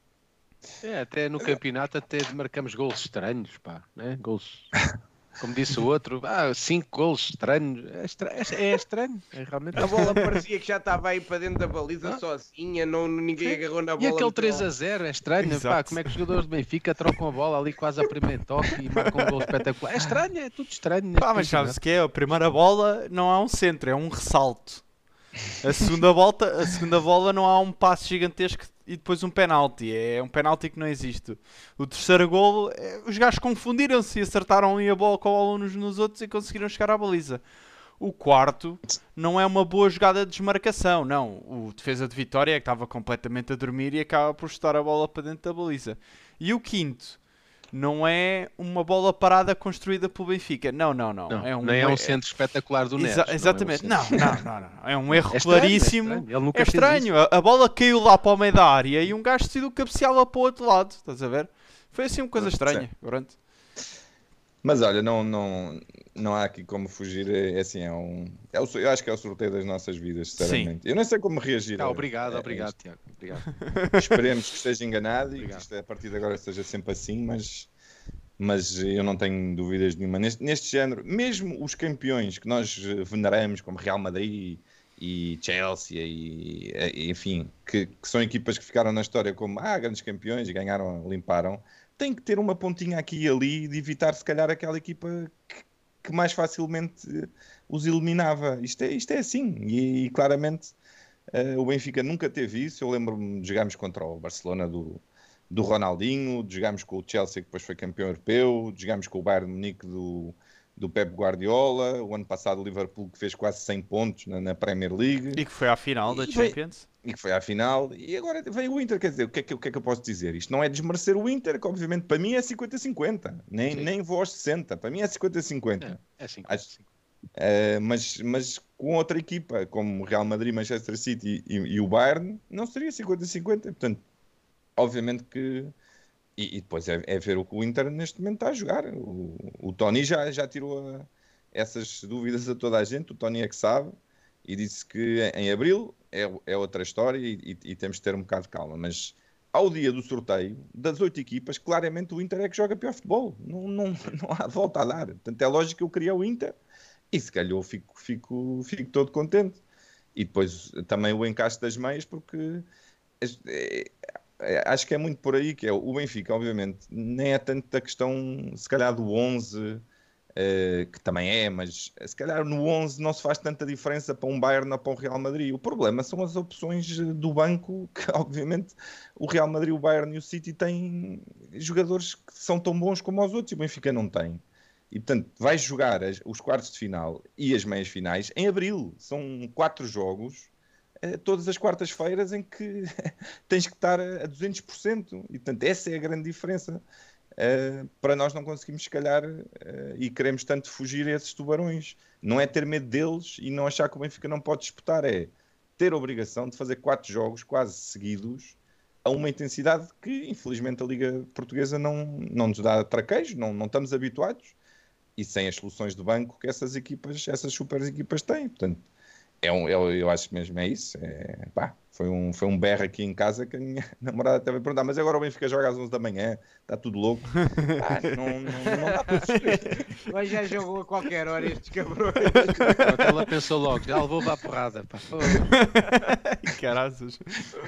S4: É, até no campeonato até marcamos golos estranhos, pá, né? Golos, como disse o outro, ah, cinco golos estranhos, é, estra... é estranho, é realmente
S3: A bola parecia que já estava aí para dentro da baliza
S4: Ah.
S3: sozinha, não, ninguém
S4: Sim.
S3: agarrou na
S4: E
S3: bola.
S4: aquele
S3: meteu
S4: três
S3: lá.
S4: a zero é estranho, pá,
S2: Exato.
S4: como é que os jogadores do Benfica trocam a bola ali quase a primeiro toque e marcam um gol espetacular? É estranho, é tudo estranho neste
S2: Pá, mas
S4: campeonato.
S2: sabes o que é? A primeira bola não há um centro, é um ressalto. A segunda, volta, a segunda bola não há um passe gigantesco e depois um penalti. É um penalti que não existe. O terceiro golo, é, os gajos confundiram-se e acertaram ali a bola com a bola uns nos outros e conseguiram chegar à baliza. O quarto não é uma boa jogada de desmarcação, não. O defesa de Vitória é que estava completamente a dormir e acaba por chutar a bola para dentro da baliza. E o quinto não é uma bola parada construída pelo Benfica. Não, não, não.
S4: Não,
S2: é um,
S4: nem é um
S2: é-
S4: centro espetacular do
S2: Exa-
S4: Neres.
S2: exatamente.
S4: Não, é um centro.
S2: Não, não, não, não. É um erro
S4: É estranho, é
S2: claríssimo.
S4: estranho. Ele nunca
S2: É
S4: fez
S2: estranho. A, a bola caiu lá para o meio da área e um gajo decidiu cabeceá-la para o outro lado. Estás a ver? Foi assim uma coisa estranha. Pronto.
S5: Mas olha, não, não, não há aqui como fugir. É, é assim, é um. É o, eu acho que é o sorteio das nossas vidas, sinceramente. Eu não sei como reagir.
S4: Tá,
S5: a-
S4: obrigado,
S5: a- a
S4: obrigado,
S5: isto.
S4: Tiago. Obrigado.
S5: Esperemos que esteja enganado e que
S4: Obrigado.
S5: isto a partir de agora seja sempre assim, mas, mas eu não tenho dúvidas nenhuma. Neste, neste género, mesmo os campeões que nós veneramos, como Real Madrid e Chelsea, e, e, enfim, que, que são equipas que ficaram na história como ah, grandes campeões e ganharam, limparam, tem que ter uma pontinha aqui e ali de evitar, se calhar, aquela equipa que, que mais facilmente os eliminava. Isto é, isto é assim, e, e claramente. Uh, o Benfica nunca teve isso. Eu lembro-me de jogarmos contra o Barcelona do, do Ronaldinho, de jogarmos com o Chelsea, que depois foi campeão europeu, de jogarmos com o Bayern de Munique do, do Pep Guardiola, o ano passado o Liverpool, que fez quase cem pontos na, na Premier League
S2: E que foi à final da
S5: E veio-
S2: Champions.
S5: e que foi à final. E agora veio o Inter. Quer dizer, o que é que, o que, é que eu posso dizer? Isto não é desmerecer o Inter, que obviamente para mim é cinquenta a cinquenta, nem,
S4: Sim.
S5: nem vou aos sessenta, para mim é cinquenta a cinquenta.
S4: É, é assim.
S5: Acho- Uh, mas, mas com outra equipa, como Real Madrid, Manchester City e, e o Bayern, não seria cinquenta a cinquenta. Portanto, obviamente que. E, e depois é, é ver o que o Inter neste momento está a jogar. O, o Tony já, já tirou a- essas dúvidas a toda a gente. O Tony é que sabe e disse que em abril é, é outra história e, e- e temos de ter um bocado de calma. Mas ao dia do sorteio, das oito equipas, claramente o Inter é que joga pior futebol. Não, não, não há volta a dar. Portanto, é lógico que eu queria o Inter. E se calhar eu fico, fico, fico todo contente. E depois também o encaixe das meias, porque é, é, acho que é muito por aí que é o Benfica, obviamente, nem é tanto a questão, se calhar, do onze uh, que também é, mas se calhar no onze não se faz tanta diferença para um Bayern ou para um Real Madrid. O problema são as opções do banco, que obviamente o Real Madrid, o Bayern e o City têm jogadores que são tão bons como os outros e o Benfica não tem. E portanto vai jogar as, os quartos de final e as meias finais em abril. São quatro jogos, uh, todas as quartas-feiras, em que tens que estar a duzentos por cento. E portanto essa é a grande diferença. Uh, para nós não conseguimos, se calhar, uh, e queremos tanto fugir a esses tubarões. Não é ter medo deles e não achar que o Benfica não pode disputar, é ter a obrigação de fazer quatro jogos quase seguidos a uma intensidade que, infelizmente, a Liga Portuguesa não, não nos dá traquejo, não, não estamos habituados, e sem as soluções de banco que essas equipas, essas super equipas têm. Portanto, é um, eu, eu acho que mesmo é isso. É, pá, foi, um, foi um berro aqui em casa que a minha namorada até vai perguntar, mas agora o Benfica joga às onze da manhã, está tudo louco. Ah, não, não, não dá para fugir.
S3: Mas já jogou a qualquer hora estes cabrões.
S4: Pronto, ela pensou logo, já levou para a porrada. Pá.
S2: Caraças.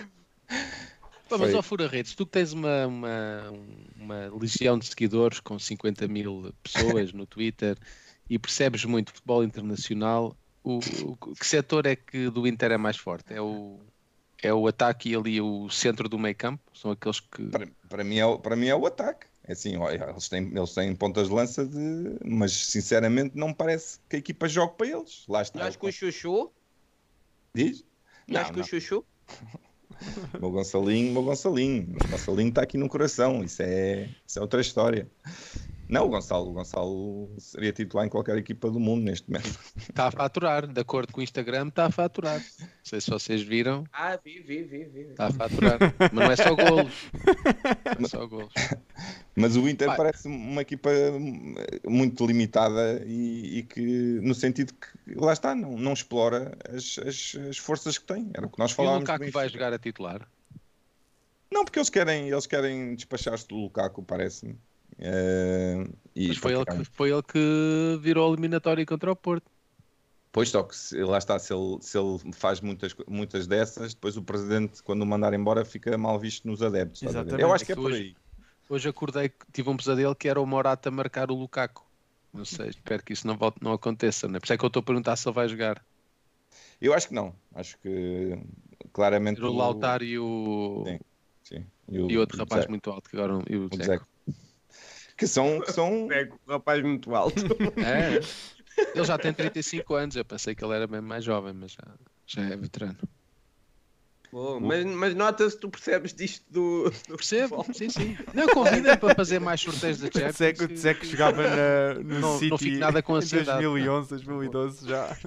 S4: Pá, mas
S5: Foi.
S4: ao Fura-Redes, tu que tens uma, uma, uma legião de seguidores com cinquenta mil pessoas no Twitter e percebes muito futebol internacional, o, o- que setor é que do Inter é mais forte? É o, é o ataque e ali o centro do meio campo? São aqueles que...
S5: Para, para, mim é, o- para mim é o ataque. É assim, olha, eles têm, eles têm pontas de lança, de, mas sinceramente não me parece que a equipa jogue para eles. Lá está.
S3: Nós com o Chuchu?
S5: Diz?
S3: Nós
S5: Não,
S3: com o
S5: não.
S3: Chuchu?
S5: Meu Gonçalinho, meu Gonçalinho. O Gonçalinho está aqui no coração. Isso é, isso é outra história. Não, o Gonçalo, o Gonçalo seria titular em qualquer equipa do mundo neste momento.
S4: Está a faturar, de acordo com o Instagram, está a faturar. Não sei se vocês viram,
S3: Ah, vi, vi, vi, vi.
S4: está a faturar. Mas não é só golos. Não é só golos.
S5: Mas o Inter
S4: Vai.
S5: parece uma equipa muito limitada e, e que, no sentido que, lá está, não, não explora as, as, as forças que tem. Era o que nós
S4: E o
S5: falávamos. do
S4: Lukaku vai
S5: Benfica.
S4: jogar a titular?
S5: Não, porque eles querem, eles querem despachar-se do Lukaku, parece-me. Eh, e
S4: Mas foi ele,
S5: porque-
S4: que, foi ele que virou a eliminatória contra o Porto.
S5: Pois, só que se- lá está, se ele, se ele faz muitas, co- muitas dessas, depois o presidente, quando o mandar embora, fica mal visto nos adeptos. estás a ver?
S2: Exatamente.
S5: Eu acho que é
S4: Isso
S5: por
S4: hoje-
S5: aí.
S4: Hoje acordei que tive um pesadelo que era o Morata marcar o Lukaku. Não sei, espero que isso não, volte, não aconteça. Né? Por isso é que eu estou a perguntar se ele vai jogar.
S5: Eu acho que não. Acho que claramente.
S4: Era o Lautaro e o,
S5: Sim. Sim.
S4: e outro
S5: o
S4: rapaz
S5: Dzeko.
S4: muito alto que agora e o
S5: O
S4: Dzeko.
S5: Dzeko. Que são, que são
S3: É, um rapaz muito alto.
S4: É, ele já tem trinta e cinco anos. Eu pensei que ele era bem mais jovem, mas já, já é veterano.
S3: Bom, mas, mas nota-se, tu percebes disto do. do
S4: Percebo?
S3: futebol.
S4: Sim, sim. Não, convidem para fazer mais sorteios da Champions.
S2: Dzeko, o Dzeko jogava na, no
S4: Não-
S2: City
S4: não fico nada com
S2: em
S4: ansiedade,
S2: dois mil e
S4: não.
S2: onze, dois mil e doze já.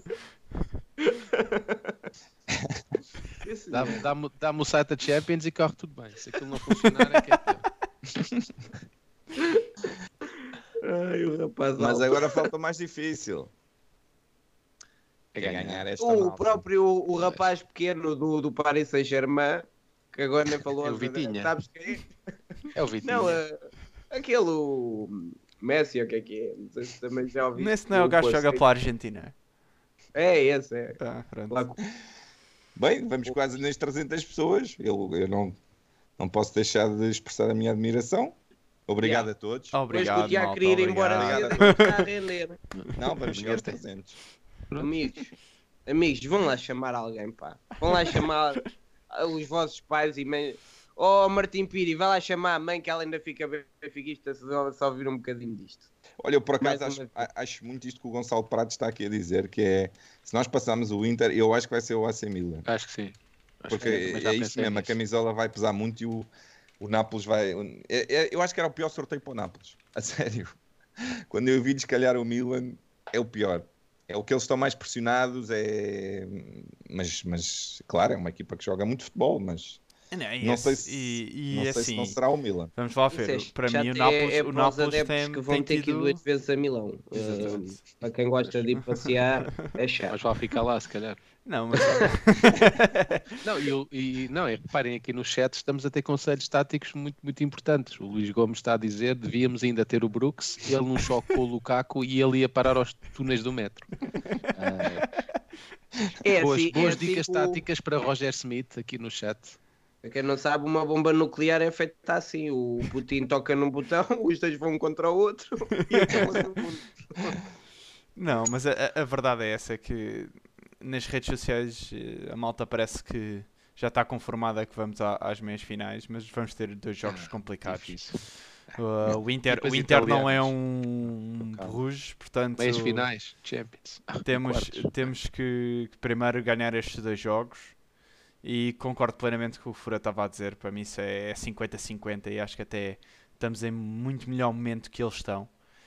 S3: Esse-
S4: Dá-me dá-me- dá-me o site da Champions e corre tudo bem. Se aquilo não funcionar, é que é teu.
S3: Ai, o rapaz
S5: Mas
S3: alto.
S5: agora falta o mais difícil.
S4: É
S5: É
S4: ganhar.
S5: ganhar esta
S3: O
S5: malta.
S3: próprio o rapaz pequeno do, do Paris Saint-Germain, que agora nem falou.
S4: É o Vitinha.
S3: Sabes quem é?
S4: É o Vitinho.
S3: Não, eh, aquele o Messi, ou o que é que é? Não sei se também já ouvi.
S2: Nesse não é o gajo que joga pela Argentina.
S3: É esse, é.
S2: Ah, pronto.
S3: Lá com-
S5: Bem, vamos quase nas trezentas pessoas. Eu, eu não, não posso deixar de expressar a minha admiração. Obrigado
S3: Yeah.
S5: a todos.
S3: Depois que
S2: Obrigado,
S3: o Tiago
S2: malta,
S3: queria ir embora
S2: obrigado.
S3: cedo, não está a render.
S5: Não, vamos chegar aos
S4: Ninguém tem.
S5: trezentos.
S3: Amigos, amigos, vão lá chamar alguém, pá. Vão lá chamar os vossos pais e mães. Oh, Martim Piri, vai lá chamar a mãe que ela ainda fica benfiquista só, só ouvir um bocadinho disto.
S5: Olha, eu por acaso
S3: Mais
S5: acho,
S3: uma
S5: a- acho muito isto que o Gonçalo Prato está aqui a dizer, que é, se nós passarmos o Inter, eu acho que vai ser o A C Milan.
S4: Acho que sim. Acho
S5: Porque
S4: que também já
S5: é isso
S4: pensei
S5: mesmo, a
S4: nisso.
S5: camisola vai pesar muito e o, o Nápoles vai... é- é- eu acho que era o pior sorteio para o Nápoles, a sério. Quando eu vi descalhar o Milan, é o pior. É o que eles estão mais pressionados, é... Mas, mas claro, é uma equipa que joga muito futebol, mas
S2: Não, e
S5: não
S2: esse-
S5: sei se,
S2: e, e
S5: não, sei
S2: assim,
S5: se não será o Milan.
S2: vamos lá
S3: Isso
S2: ver.
S3: é
S2: Para
S3: chato,
S2: mim, o
S3: é-
S2: Nápoles,
S3: é
S2: o
S3: para os
S2: Nápoles
S3: adeptos
S2: tem,
S3: que vão
S2: tem
S3: ter que ir
S2: tido...
S3: duas vezes a Milão.
S2: Exatamente.
S3: Uh, para quem gosta de ir passear, é chato.
S4: Mas vai ficar lá, se calhar.
S2: Não, mas...
S4: Não, e, o- e, não, e reparem aqui no chat, estamos a ter conselhos táticos muito, muito importantes. O Luís Gomes está a dizer devíamos ainda ter o Brooks, ele num choque com o Lukaku e ele ia parar aos túneis do metro. Ah,
S3: É
S4: boas
S3: assim,
S4: boas
S3: é
S4: dicas
S3: tipo-
S4: táticas para Roger Smith aqui no chat.
S3: Para quem não sabe, uma bomba nuclear é feita assim: o Putin toca num botão, os dois vão um contra o outro e acabou o mundo.
S2: Não, mas a, a- a verdade é essa, que nas redes sociais eh, a malta parece que já está conformada que vamos à- às meias finais, mas vamos ter dois jogos complicados.
S4: Difícil.
S2: Uh, o Inter,
S4: Equipas
S2: o Inter não é
S4: italianas.
S2: um
S4: Calma.
S2: Bruges, portanto
S4: Meias finais, Champions.
S2: temos,
S4: Quartos.
S2: temos que, que primeiro ganhar estes dois jogos. E concordo plenamente com o que o Fura estava a dizer. Para mim isso é cinquenta a cinquenta e acho que até estamos em muito melhor momento que eles estão.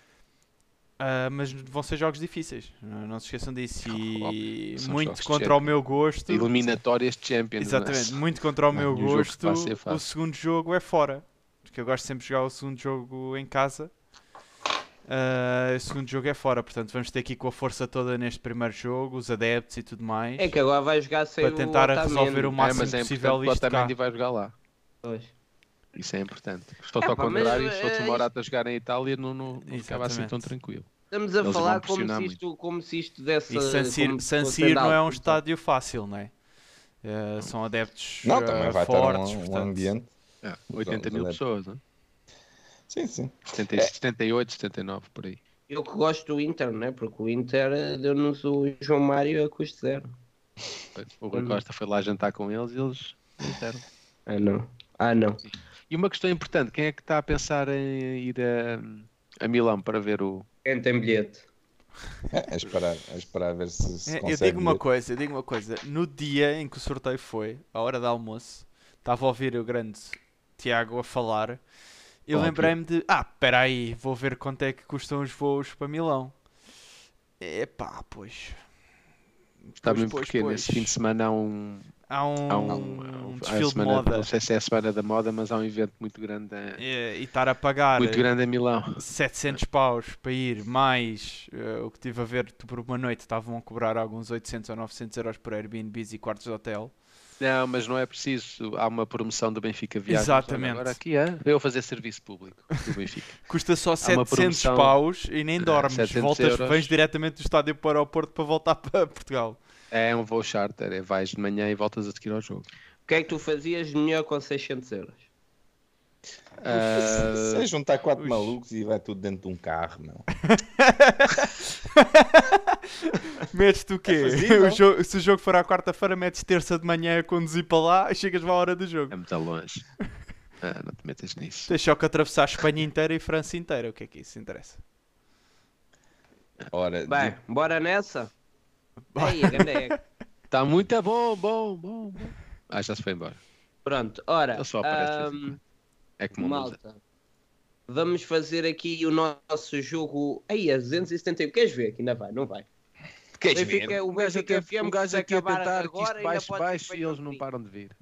S2: Ah, mas vão ser jogos difíceis, não, não se esqueçam disso. E
S4: São
S2: muito
S4: jogos de
S2: contra o
S4: Champions.
S2: meu gosto.
S4: Eliminatórias de Champions.
S2: Exatamente,
S4: não é?
S2: muito contra o
S4: Não,
S2: meu
S4: nenhum jogo
S2: gosto.
S4: vai ser
S2: O
S4: fácil.
S2: segundo jogo é fora, porque eu gosto sempre de jogar o segundo jogo em casa. Ah, o segundo jogo é fora, portanto vamos ter aqui com a força toda neste primeiro jogo, os adeptos e tudo mais,
S3: É que agora vai jogar sem
S2: para
S3: o
S2: tentar
S3: Otamendi.
S2: resolver o
S4: É,
S2: máximo
S4: mas é
S2: possível
S4: importante que o
S2: isto cá.
S4: Otamendi vai jogar lá.
S3: Pois.
S4: Isso é importante. Se fosse
S3: É,
S4: ao
S3: pá, mas,
S4: contrário, se fosse
S3: eh,
S4: o Morata a jogar em Itália, não, não, não ficava assim tão
S2: Exatamente.
S4: tranquilo.
S3: Estamos a
S4: Eles
S3: falar
S4: vão
S3: como
S4: pressionar
S3: se,
S4: muito.
S3: isto, como se isto desse.
S2: E San Siro,
S3: como se
S2: San
S3: fosse
S2: Siro não é um
S3: handball,
S2: estádio fácil, não é? Ah, são adeptos
S5: Não, também
S2: ah,
S5: vai
S2: fortes,
S5: estar um, um
S2: portanto,
S5: ambiente.
S4: É, oitenta mil
S5: adeptos.
S4: pessoas, não é?
S5: Sim, sim.
S4: setenta, setenta e oito, setenta e nove por aí.
S3: Eu que gosto do Inter, né? Porque o Inter eh, deu-nos o João Mário a custo zero.
S4: O Rui
S3: Hum.
S4: Costa foi lá jantar com eles e eles disseram.
S3: Ah, não. Ah, não.
S4: E uma questão importante: quem é que está a pensar em ir a, a Milão para ver o.
S3: Quem tem bilhete?
S5: É, é esperar, é esperar ver se, se
S2: É, eu
S5: consegue.
S2: digo uma
S5: ver.
S2: coisa, eu digo uma coisa. No dia em que o sorteio foi, à hora do almoço, estava a ouvir o grande Tiago a falar. Eu
S5: Óbvio.
S2: lembrei-me de, ah, espera aí, vou ver quanto é que custam os voos para Milão. Epá, pois.
S4: Está
S2: Pois,
S4: mesmo
S2: pois,
S4: porque
S2: pois.
S4: nesse fim de semana há um.
S2: Há um,
S4: Há
S2: um
S4: um, a
S2: desfile de
S4: semana,
S2: moda
S4: Não sei se é a semana da moda, mas há um evento muito grande, a-
S2: e e estar a pagar
S4: muito grande em Milão.
S2: setecentos paus para ir, mais eh, o que estive a ver por uma noite, estavam a cobrar alguns oitocentos ou novecentos euros por Airbnbs e quartos de hotel.
S4: Não, mas não é preciso. Há uma promoção do Benfica Viagens.
S2: Exatamente.
S4: Olha, agora aqui é. Eu fazer serviço público do Benfica.
S2: Custa só
S4: uma
S2: setecentos
S4: promoção-
S2: paus e nem
S4: É,
S2: dormes.
S4: setecentos
S2: Voltas,
S4: euros.
S2: vens diretamente do estádio para o aeroporto para voltar para Portugal.
S4: É um voo charter. É, vais de manhã e voltas a seguir ao jogo.
S3: O que é que tu fazias melhor com seiscentos euros?
S4: Ah,
S5: Se é juntar quatro
S2: Ux.
S5: malucos e vai tudo dentro de um carro, meu.
S2: Metes-te o quê?
S5: É fazível.
S2: O jogo- se o jogo for à quarta-feira, metes terça de manhã a conduzir para lá e chegas à hora do jogo.
S4: é muito longe. Ah, não te metas nisso.
S2: Tens só que atravessar a Espanha inteira e França inteira. O que é que isso interessa?
S5: Ora,
S3: Bem, bora nessa? Aí, grande é.
S4: Está muito bom, bom, bom, bom. Ah, já se foi embora.
S3: Pronto, ora.
S4: Ele só aparece de vez em
S3: ahm,
S4: quando. É como uma musa.
S3: malta, vamos fazer aqui o nosso jogo. Aí, a duzentos e setenta. Queres ver? Que ainda vai, não vai.
S5: queres
S3: O Benfica,
S5: ver?
S3: o
S4: Um gajo
S3: Benfica
S4: aqui,
S3: F M
S4: um gajo
S3: se
S4: aqui a
S3: acabar
S4: tentar que
S3: agora,
S4: isto
S3: ainda
S4: baixe,
S3: pode ser
S4: baixe e
S3: feito
S4: eles
S3: ao
S4: não
S3: fim.
S4: param de vir.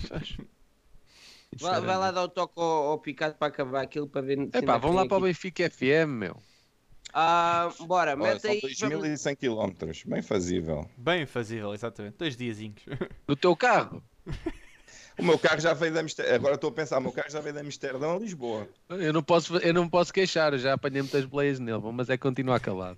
S3: Vai, vai lá dar o toque ao, ao Picado para acabar aquilo para ver. se
S4: Epá,
S3: ainda
S4: vão
S3: tem
S4: lá para o
S3: aqui.
S4: Benfica F M, meu.
S3: Ah, bora,
S5: Olha,
S3: mete
S5: são
S3: aí.
S5: dois
S3: vamos-
S5: mil e cem quilómetros, bem fazível.
S2: Bem fazível, exatamente. Dois diazinhos.
S4: No teu carro.
S5: O meu carro já veio de Amsterdão. Agora estou a pensar, o meu carro já veio de Amsterdão a Lisboa.
S4: Eu não posso, eu não posso queixar, eu já apanhei muitas boleias nele, mas é continuar calado.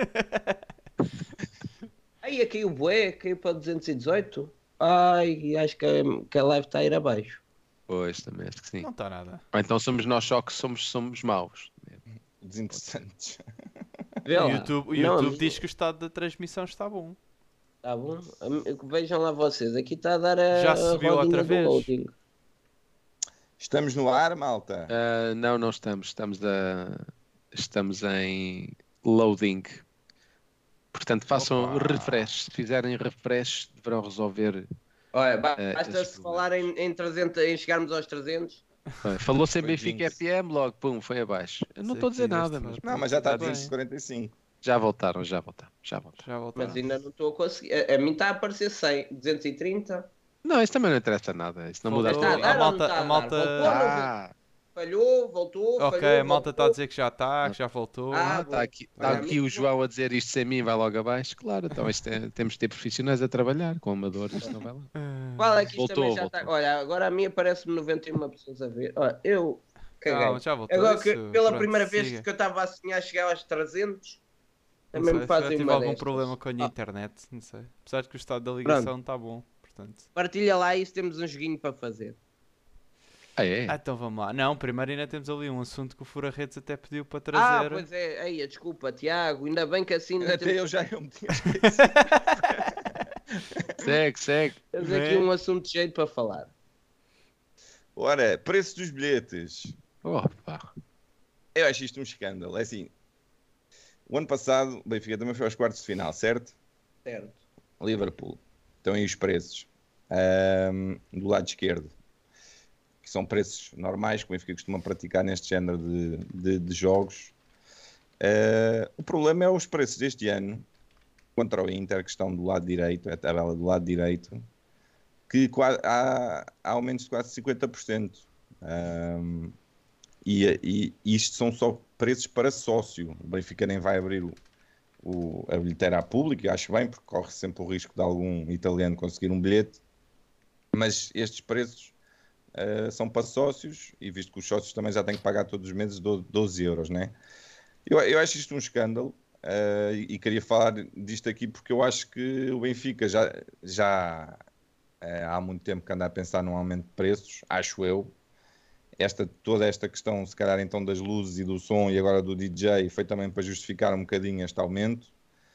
S3: Aí, caiu o bué, caiu para duzentos e dezoito. Ai, acho que, a- que a live está a ir abaixo.
S4: Pois, também acho que sim.
S2: Não está nada.
S4: Ou então somos nós só que somos, somos maus.
S5: Desinteressantes.
S3: Vê
S2: O
S3: lá.
S2: YouTube, o
S3: Não,
S2: YouTube
S3: mas-
S2: diz que o estado da transmissão está bom.
S3: Tá bom? Vejam lá vocês, aqui está a dar a
S2: Já subiu
S3: rodinha
S2: outra
S3: do
S2: vez?
S3: loading.
S5: Estamos no ar, malta.
S4: Ah, não, não estamos. Estamos, a, estamos em loading. Portanto, façam
S5: Opa.
S4: refresh. Se fizerem refresh, deverão resolver.
S3: Olha, ba-
S4: É,
S3: basta
S4: esses
S3: se falar em, em, trezentos, em chegarmos aos trezentos.
S4: Olha, Falou-se em
S5: Foi
S4: Benfica
S5: jinx.
S4: F M, logo, pum, foi abaixo. Eu não
S2: Sei
S4: estou a dizer
S2: que
S4: nada,
S2: este
S4: mas
S2: foi-
S5: Não, mas já está a
S2: Tá bem.
S5: duzentos e quarenta e cinco.
S4: já voltaram, já voltaram, já voltaram.
S2: Já voltaram.
S3: Mas ainda não estou a conseguir. A, a mim está a aparecer cem, duzentos e trinta.
S4: Não, isso também não interessa nada. Isso não muda
S2: Voltou.
S3: Está a
S4: a
S3: dar
S2: a
S3: ou não
S2: malta-
S3: está a
S2: a
S3: dar?
S2: malta-
S3: Voltou, não
S4: Ah,
S3: falhou, voltou,
S2: Ok,
S3: falhou,
S2: a malta está a
S3: voltou.
S2: dizer que já está, que já voltou.
S3: Ah,
S4: ah, está aqui, tá
S3: Olha,
S4: aqui o
S3: amigo.
S4: João a dizer isto sem mim, vai logo abaixo. Claro, então isto é- temos de ter profissionais a trabalhar, com amadores isto não vai lá.
S2: Ah,
S3: Qual é que isto
S4: Voltou,
S3: também já
S4: voltou.
S3: está? Olha, agora a mim aparece-me noventa e uma pessoas a ver. Olha, eu caguei.
S2: Calma, já voltou.
S3: Agora que
S2: isso,
S3: pela
S2: pronto,
S3: primeira vez
S2: siga.
S3: que eu estava a sonhar chegar aos trezentos,
S2: Não
S3: também
S2: sei,
S3: me
S2: se
S3: fazem
S2: já tive
S3: uma
S2: algum
S3: destas.
S2: problema com a minha
S3: Ah.
S2: internet, não sei. Apesar de que o estado da ligação está bom, portanto.
S3: Partilha lá isso, temos um joguinho para fazer.
S4: Ah, é?
S2: Ah, então vamos lá. Não, primeiro ainda temos ali um assunto que o Fura-Redes até pediu para
S3: Ah,
S2: trazer.
S3: pois é. Ei, desculpa, Tiago. Ainda bem que assim ainda
S5: Até
S3: temos,
S5: eu já eu me tinha esquecido.
S4: Segue, segue.
S3: temos
S2: Não
S3: aqui
S2: é?
S3: um assunto de jeito para falar.
S5: Ora, preço dos bilhetes.
S4: Opa.
S5: Eu acho isto um escândalo. É assim, o ano passado o Benfica também foi aos quartos de final, certo?
S3: Certo.
S5: Liverpool. Estão aí os preços. Ahm, do lado esquerdo. Que são preços normais que o Benfica costuma praticar neste género de, de, de jogos. Ah, o problema é os preços deste ano contra o Inter, que estão do lado direito, é a tabela do lado direito, que qua- há, há aumentos de quase cinquenta por cento. Ahm, e, e isto são só preços para sócio. O Benfica nem vai abrir o, o- a bilheteira a público, e acho bem, porque corre sempre o risco de algum italiano conseguir um bilhete. Mas estes preços uh, são para sócios, e visto que os sócios também já têm que pagar todos os meses doze euros, né? Eu, eu acho isto um escândalo, uh, e, e queria falar disto aqui porque eu acho que o Benfica já, já uh, há muito tempo que anda a pensar num aumento de preços, acho eu. Esta, toda esta questão, se calhar então das luzes e do som e agora do D J, foi também para justificar um bocadinho este aumento.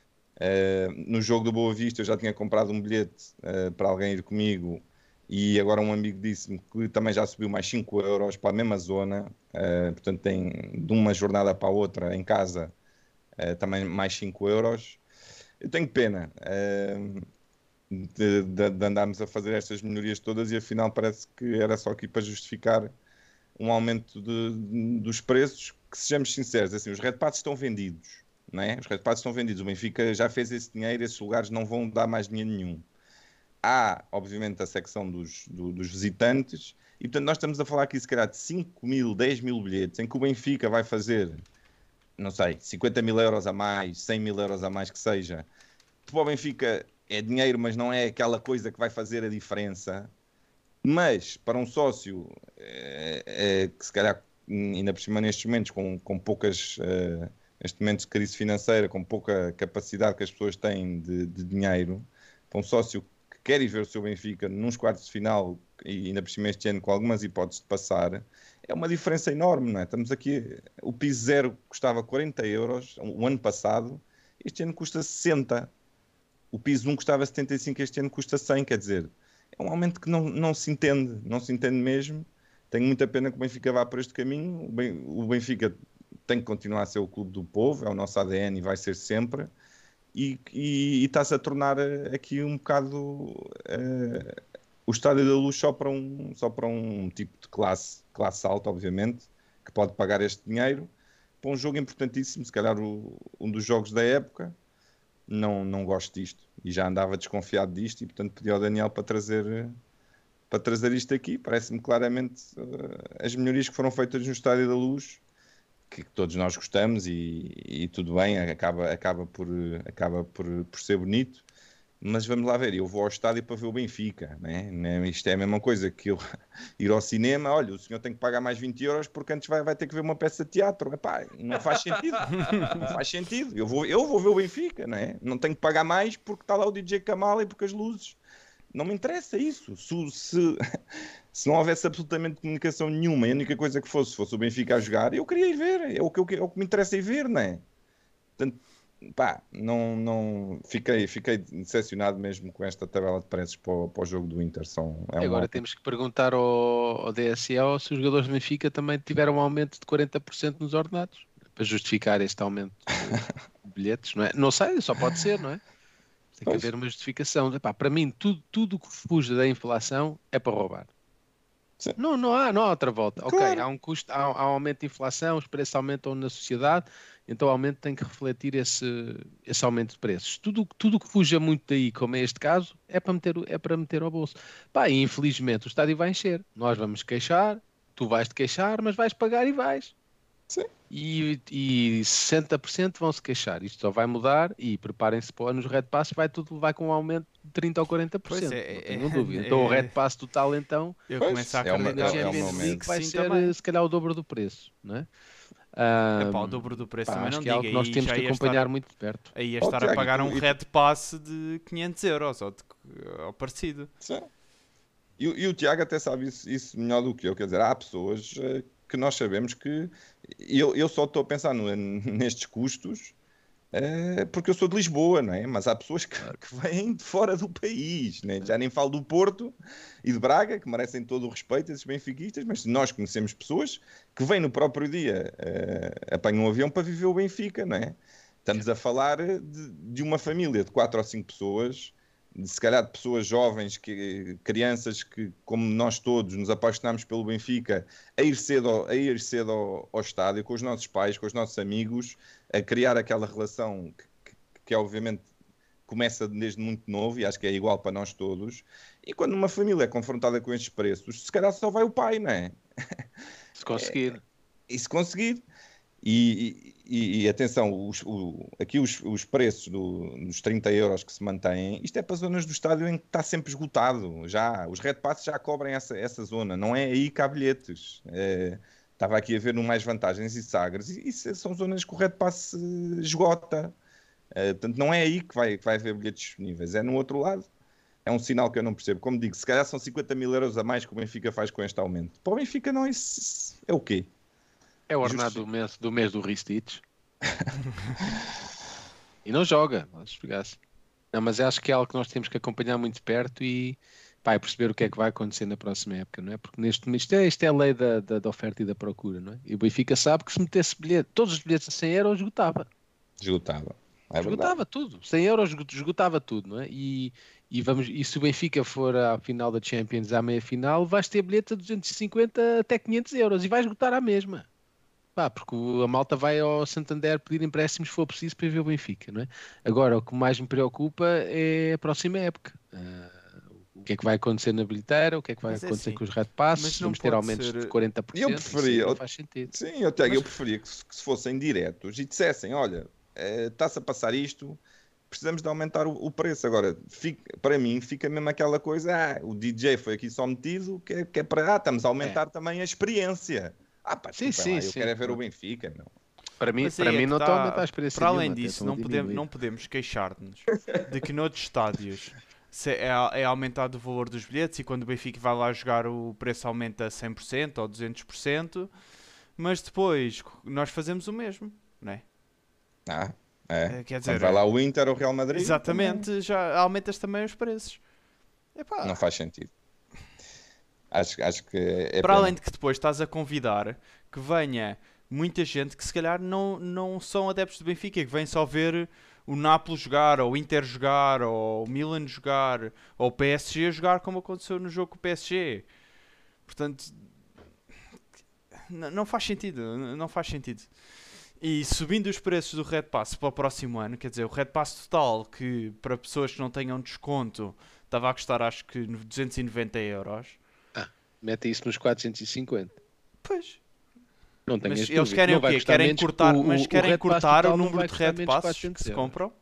S5: Uh, no jogo do Boa Vista eu já tinha comprado um bilhete uh, para alguém ir comigo, e agora um amigo disse-me que também já subiu mais cinco euros para a mesma zona, uh, portanto tem de uma jornada para a outra em casa uh, também mais cinco euros. Eu tenho pena uh, de, de, de andarmos a fazer estas melhorias todas e afinal parece que era só aqui para justificar um aumento de, dos preços, que sejamos sinceros, assim, os Red Pass estão vendidos, não é? Os Red Pass estão vendidos, o Benfica já fez esse dinheiro, esses lugares não vão dar mais dinheiro nenhum. Há, obviamente, a secção dos, do, dos visitantes, e portanto nós estamos a falar aqui se calhar de cinco mil, dez mil bilhetes, em que o Benfica vai fazer, não sei, cinquenta mil euros a mais, cem mil euros a mais que seja. Para o Benfica é dinheiro, mas não é aquela coisa que vai fazer a diferença. Mas para um sócio é, é, que se calhar ainda por cima nestes momentos com, com poucas uh, neste momento de crise financeira, com pouca capacidade que as pessoas têm de, de dinheiro, para um sócio que quer ir ver o seu Benfica nos quartos de final e ainda por cima este ano com algumas hipóteses de passar, é uma diferença enorme, não é? Estamos aqui, o piso zero custava quarenta euros o ano passado, este ano custa sessenta. O piso um custava setenta e cinco, este ano custa cem, quer dizer, é um aumento que não, não se entende, não se entende mesmo. Tenho muita pena que o Benfica vá por este caminho. O Benfica tem que continuar a ser o clube do povo, é o nosso A D N e vai ser sempre. E, e, e está-se a tornar aqui um bocado uh, o Estádio da Luz só para um, só para um tipo de classe, classe alta, obviamente, que pode pagar este dinheiro, para um jogo importantíssimo, se calhar o, um dos jogos da época. Não, não gosto disto e já andava desconfiado disto, e portanto pedi ao Daniel para trazer, para trazer isto aqui. Parece-me claramente uh, as melhorias que foram feitas no Estádio da Luz, que todos nós gostamos, e, e tudo bem, acaba, acaba, por, acaba por, por ser bonito, mas vamos lá ver, eu vou ao estádio para ver o Benfica, né? Isto é a mesma coisa que eu ir ao cinema. Olha, o senhor tem que pagar mais vinte euros porque antes vai, vai ter que ver uma peça de teatro. Epá, não faz sentido, não faz sentido, eu vou, eu vou ver o Benfica, não é? Não tenho que pagar mais porque está lá o D J Kamal e porque as luzes, não me interessa isso. Se, se, se não houvesse absolutamente comunicação nenhuma e a única coisa que fosse, fosse o Benfica a jogar, eu queria ir ver, é o que, é o que me interessa ir ver, não é? Portanto, pá, não, não, fiquei, fiquei decepcionado mesmo com esta tabela de preços para o, para o jogo do Inter. São, é um
S4: Agora
S5: aumento.
S4: temos que perguntar ao, ao D S E O se os jogadores do Benfica também tiveram um aumento de quarenta por cento nos ordenados, para justificar este aumento de bilhetes, não é? Não sei, só pode ser, não é? Tem que
S5: Pois.
S4: haver uma justificação. Epá, para mim, tudo, tudo que fuja da inflação é para roubar.
S5: Sim.
S4: Não, não, há, não há outra volta. Ok,
S5: Claro.
S4: há um custo, há, há um aumento de inflação, os preços aumentam na sociedade, então o aumento tem que refletir esse, esse aumento de preços. Tudo tudo que fuja muito daí, como é este caso, é para meter, o- é para meter ao bolso. Pá, e infelizmente o estádio vai encher. Nós vamos queixar, tu vais te queixar, mas vais pagar e vais.
S5: Sim.
S4: E, e sessenta por cento vão se queixar. Isto só vai mudar, e preparem-se para nos Red Pass, vai tudo levar com um aumento de trinta ou quarenta por cento.
S2: Pois é,
S4: não tenho
S2: é-
S4: dúvida.
S2: é-
S4: Então o Red Pass total, então,
S2: Eu
S5: Pois,
S2: começo a
S5: é uma-
S2: acreditar
S5: é- é
S2: na
S5: o meu
S2: Champions
S5: medo.
S2: League
S4: vai
S2: sim
S4: ser
S2: também.
S4: se calhar o dobro do preço, não é? Ah,
S2: Epá, o dobro do preço
S4: pá,
S2: também
S4: acho
S2: não
S4: que é algo
S2: diga.
S4: que nós
S2: Aí
S4: temos
S2: já
S4: que
S2: ia
S4: acompanhar
S2: estar,
S4: muito de perto.
S2: aí ia
S5: Oh,
S2: estar a
S5: Tiago,
S2: pagar
S5: e tu-
S2: um
S5: e tu-
S2: Red Pass de quinhentos euros ou, de, ou parecido.
S5: Sim. E, o- e o Tiago até sabe isso, isso melhor do que eu. Quer dizer, há pessoas eh, que nós sabemos que. Eu, eu só estou a pensar no- nestes custos eh, porque eu sou de Lisboa, não é? Mas há pessoas que, que vêm de fora do país, né? Já nem falo do Porto e de Braga, que merecem todo o respeito, esses benfiquistas, mas nós conhecemos pessoas que vêm no próprio dia, eh, apanham um avião para viver o Benfica, não é? Estamos a falar de, de uma família de quatro ou cinco pessoas, de, se calhar de pessoas jovens, que, crianças que, como nós todos, nos apaixonamos pelo Benfica, a ir cedo, ao- a ir cedo ao, ao estádio, com os nossos pais, com os nossos amigos, a criar aquela relação que, que, que obviamente começa desde muito novo e acho que é igual para nós todos. E quando uma família é confrontada com estes preços, se calhar só vai o pai, não é?
S4: Se conseguir.
S5: E se conseguir. E, e- e, atenção, os- o- aqui os, os preços do- dos trinta euros que se mantêm, isto é para zonas do estádio em que está sempre esgotado. Já, os Red Pass já cobrem essa, essa zona, não é aí que há bilhetes. É, estava aqui a ver no Mais Vantagens e Sagres, e isso são zonas que o Red Pass eh, esgota. Eh, portanto, não é aí que vai, que vai haver bilhetes disponíveis, é no outro lado. É um sinal que eu não percebo. Como digo, se calhar são cinquenta mil euros a mais que o Benfica faz com este aumento. Para o Benfica não, isso é o quê?
S4: É o ordenado do mês do, mês do Ristich. E não joga, mas jogasse. Não, mas acho que é algo que nós temos que acompanhar muito de perto e pá, e perceber o que é que vai acontecer na próxima época, não é? Porque neste isto é, isto é a lei da, da, da oferta e da procura, não é? E o Benfica sabe que se metesse bilhete, todos os bilhetes a cem euros esgotava.
S5: Esgotava. É verdade.
S4: Esgotava tudo, cem euros esgot- esgotava tudo, não é? E, e, vamos, e se o Benfica for à final da Champions, à meia-final, vais ter bilhete a duzentos e cinquenta até quinhentos euros e vai esgotar à mesma. Pá, porque o- a malta vai ao Santander pedir empréstimos se for preciso para ir ver o Benfica, não é? Agora, o que mais me preocupa é a próxima época. Ah, o que é que vai acontecer na bilheteira, o que é que vai
S2: Mas é
S4: acontecer
S2: assim,
S4: com os Red
S2: mas
S4: Passes,
S2: não
S4: vamos ter
S2: pode
S4: aumentos
S2: ser-
S4: de quarenta por cento,
S5: Eu
S4: isso
S5: preferia-
S4: aí não faz sentido.
S5: Sim, eu, tenho,
S2: Mas-
S5: eu preferia que, se que se fossem diretos e dissessem: olha, eh, está-se a passar isto, precisamos de aumentar o, o preço. Agora, fica- para mim, fica mesmo aquela coisa: ah, o D J foi aqui só metido, que é, que é para. Ah, estamos a aumentar também a experiência. Ah, pá,
S4: Sim,
S5: desculpem lá,
S4: sim,
S5: eu
S4: sim,
S5: quero é ver
S4: claro.
S5: o Benfica, meu.
S4: Para mim,
S2: Mas
S4: para
S2: aí é
S4: mim
S2: que
S4: não
S2: tá-
S4: está a aumentar a experiência
S2: Para além
S4: nenhuma, até
S2: disso,
S4: estão a
S2: não podemos,
S4: diminuir.
S2: não podemos queixar-nos de que noutros estádios se é, é aumentado o valor dos bilhetes e quando o Benfica vai lá jogar o preço aumenta a cem por cento ou duzentos por cento, mas depois nós fazemos o mesmo, não é?
S5: Ah, é.
S2: Eh, Quer
S5: Quando
S2: dizer,
S5: vai lá o Inter ou o Real Madrid,
S2: exatamente, já aumentas também os preços. Epá,
S5: também não faz sentido. Acho, acho que é
S2: para
S5: pena.
S2: além de que depois estás a convidar que venha muita gente que se calhar não, não são adeptos do Benfica, que vêm só ver o Nápoles jogar, ou o Inter jogar, ou o Milan jogar, ou o P S G jogar, como aconteceu no jogo com o P S G. Portanto, n- não faz sentido, n- não faz sentido. E subindo os preços do Red Pass para o próximo ano, quer dizer, o Red Pass total, que para pessoas que não tenham desconto, estava a custar acho que duzentos e noventa euros.
S4: Mete isso nos quatrocentos e cinquenta.
S2: Pois.
S4: Não tenhas
S2: Mas
S4: dúvida.
S2: eles querem
S4: Não
S2: o
S4: vai
S2: quê?
S4: custar
S2: Querem
S4: menos-
S2: cortar,
S4: o-
S2: mas
S4: o- o
S2: querem
S4: Red Pass
S2: cortar
S4: total
S2: o
S4: não
S2: número
S4: vai
S2: de
S4: custar
S2: Red
S4: menos de
S2: Passes
S4: quatrocentos
S2: que se
S4: euros.
S2: compram?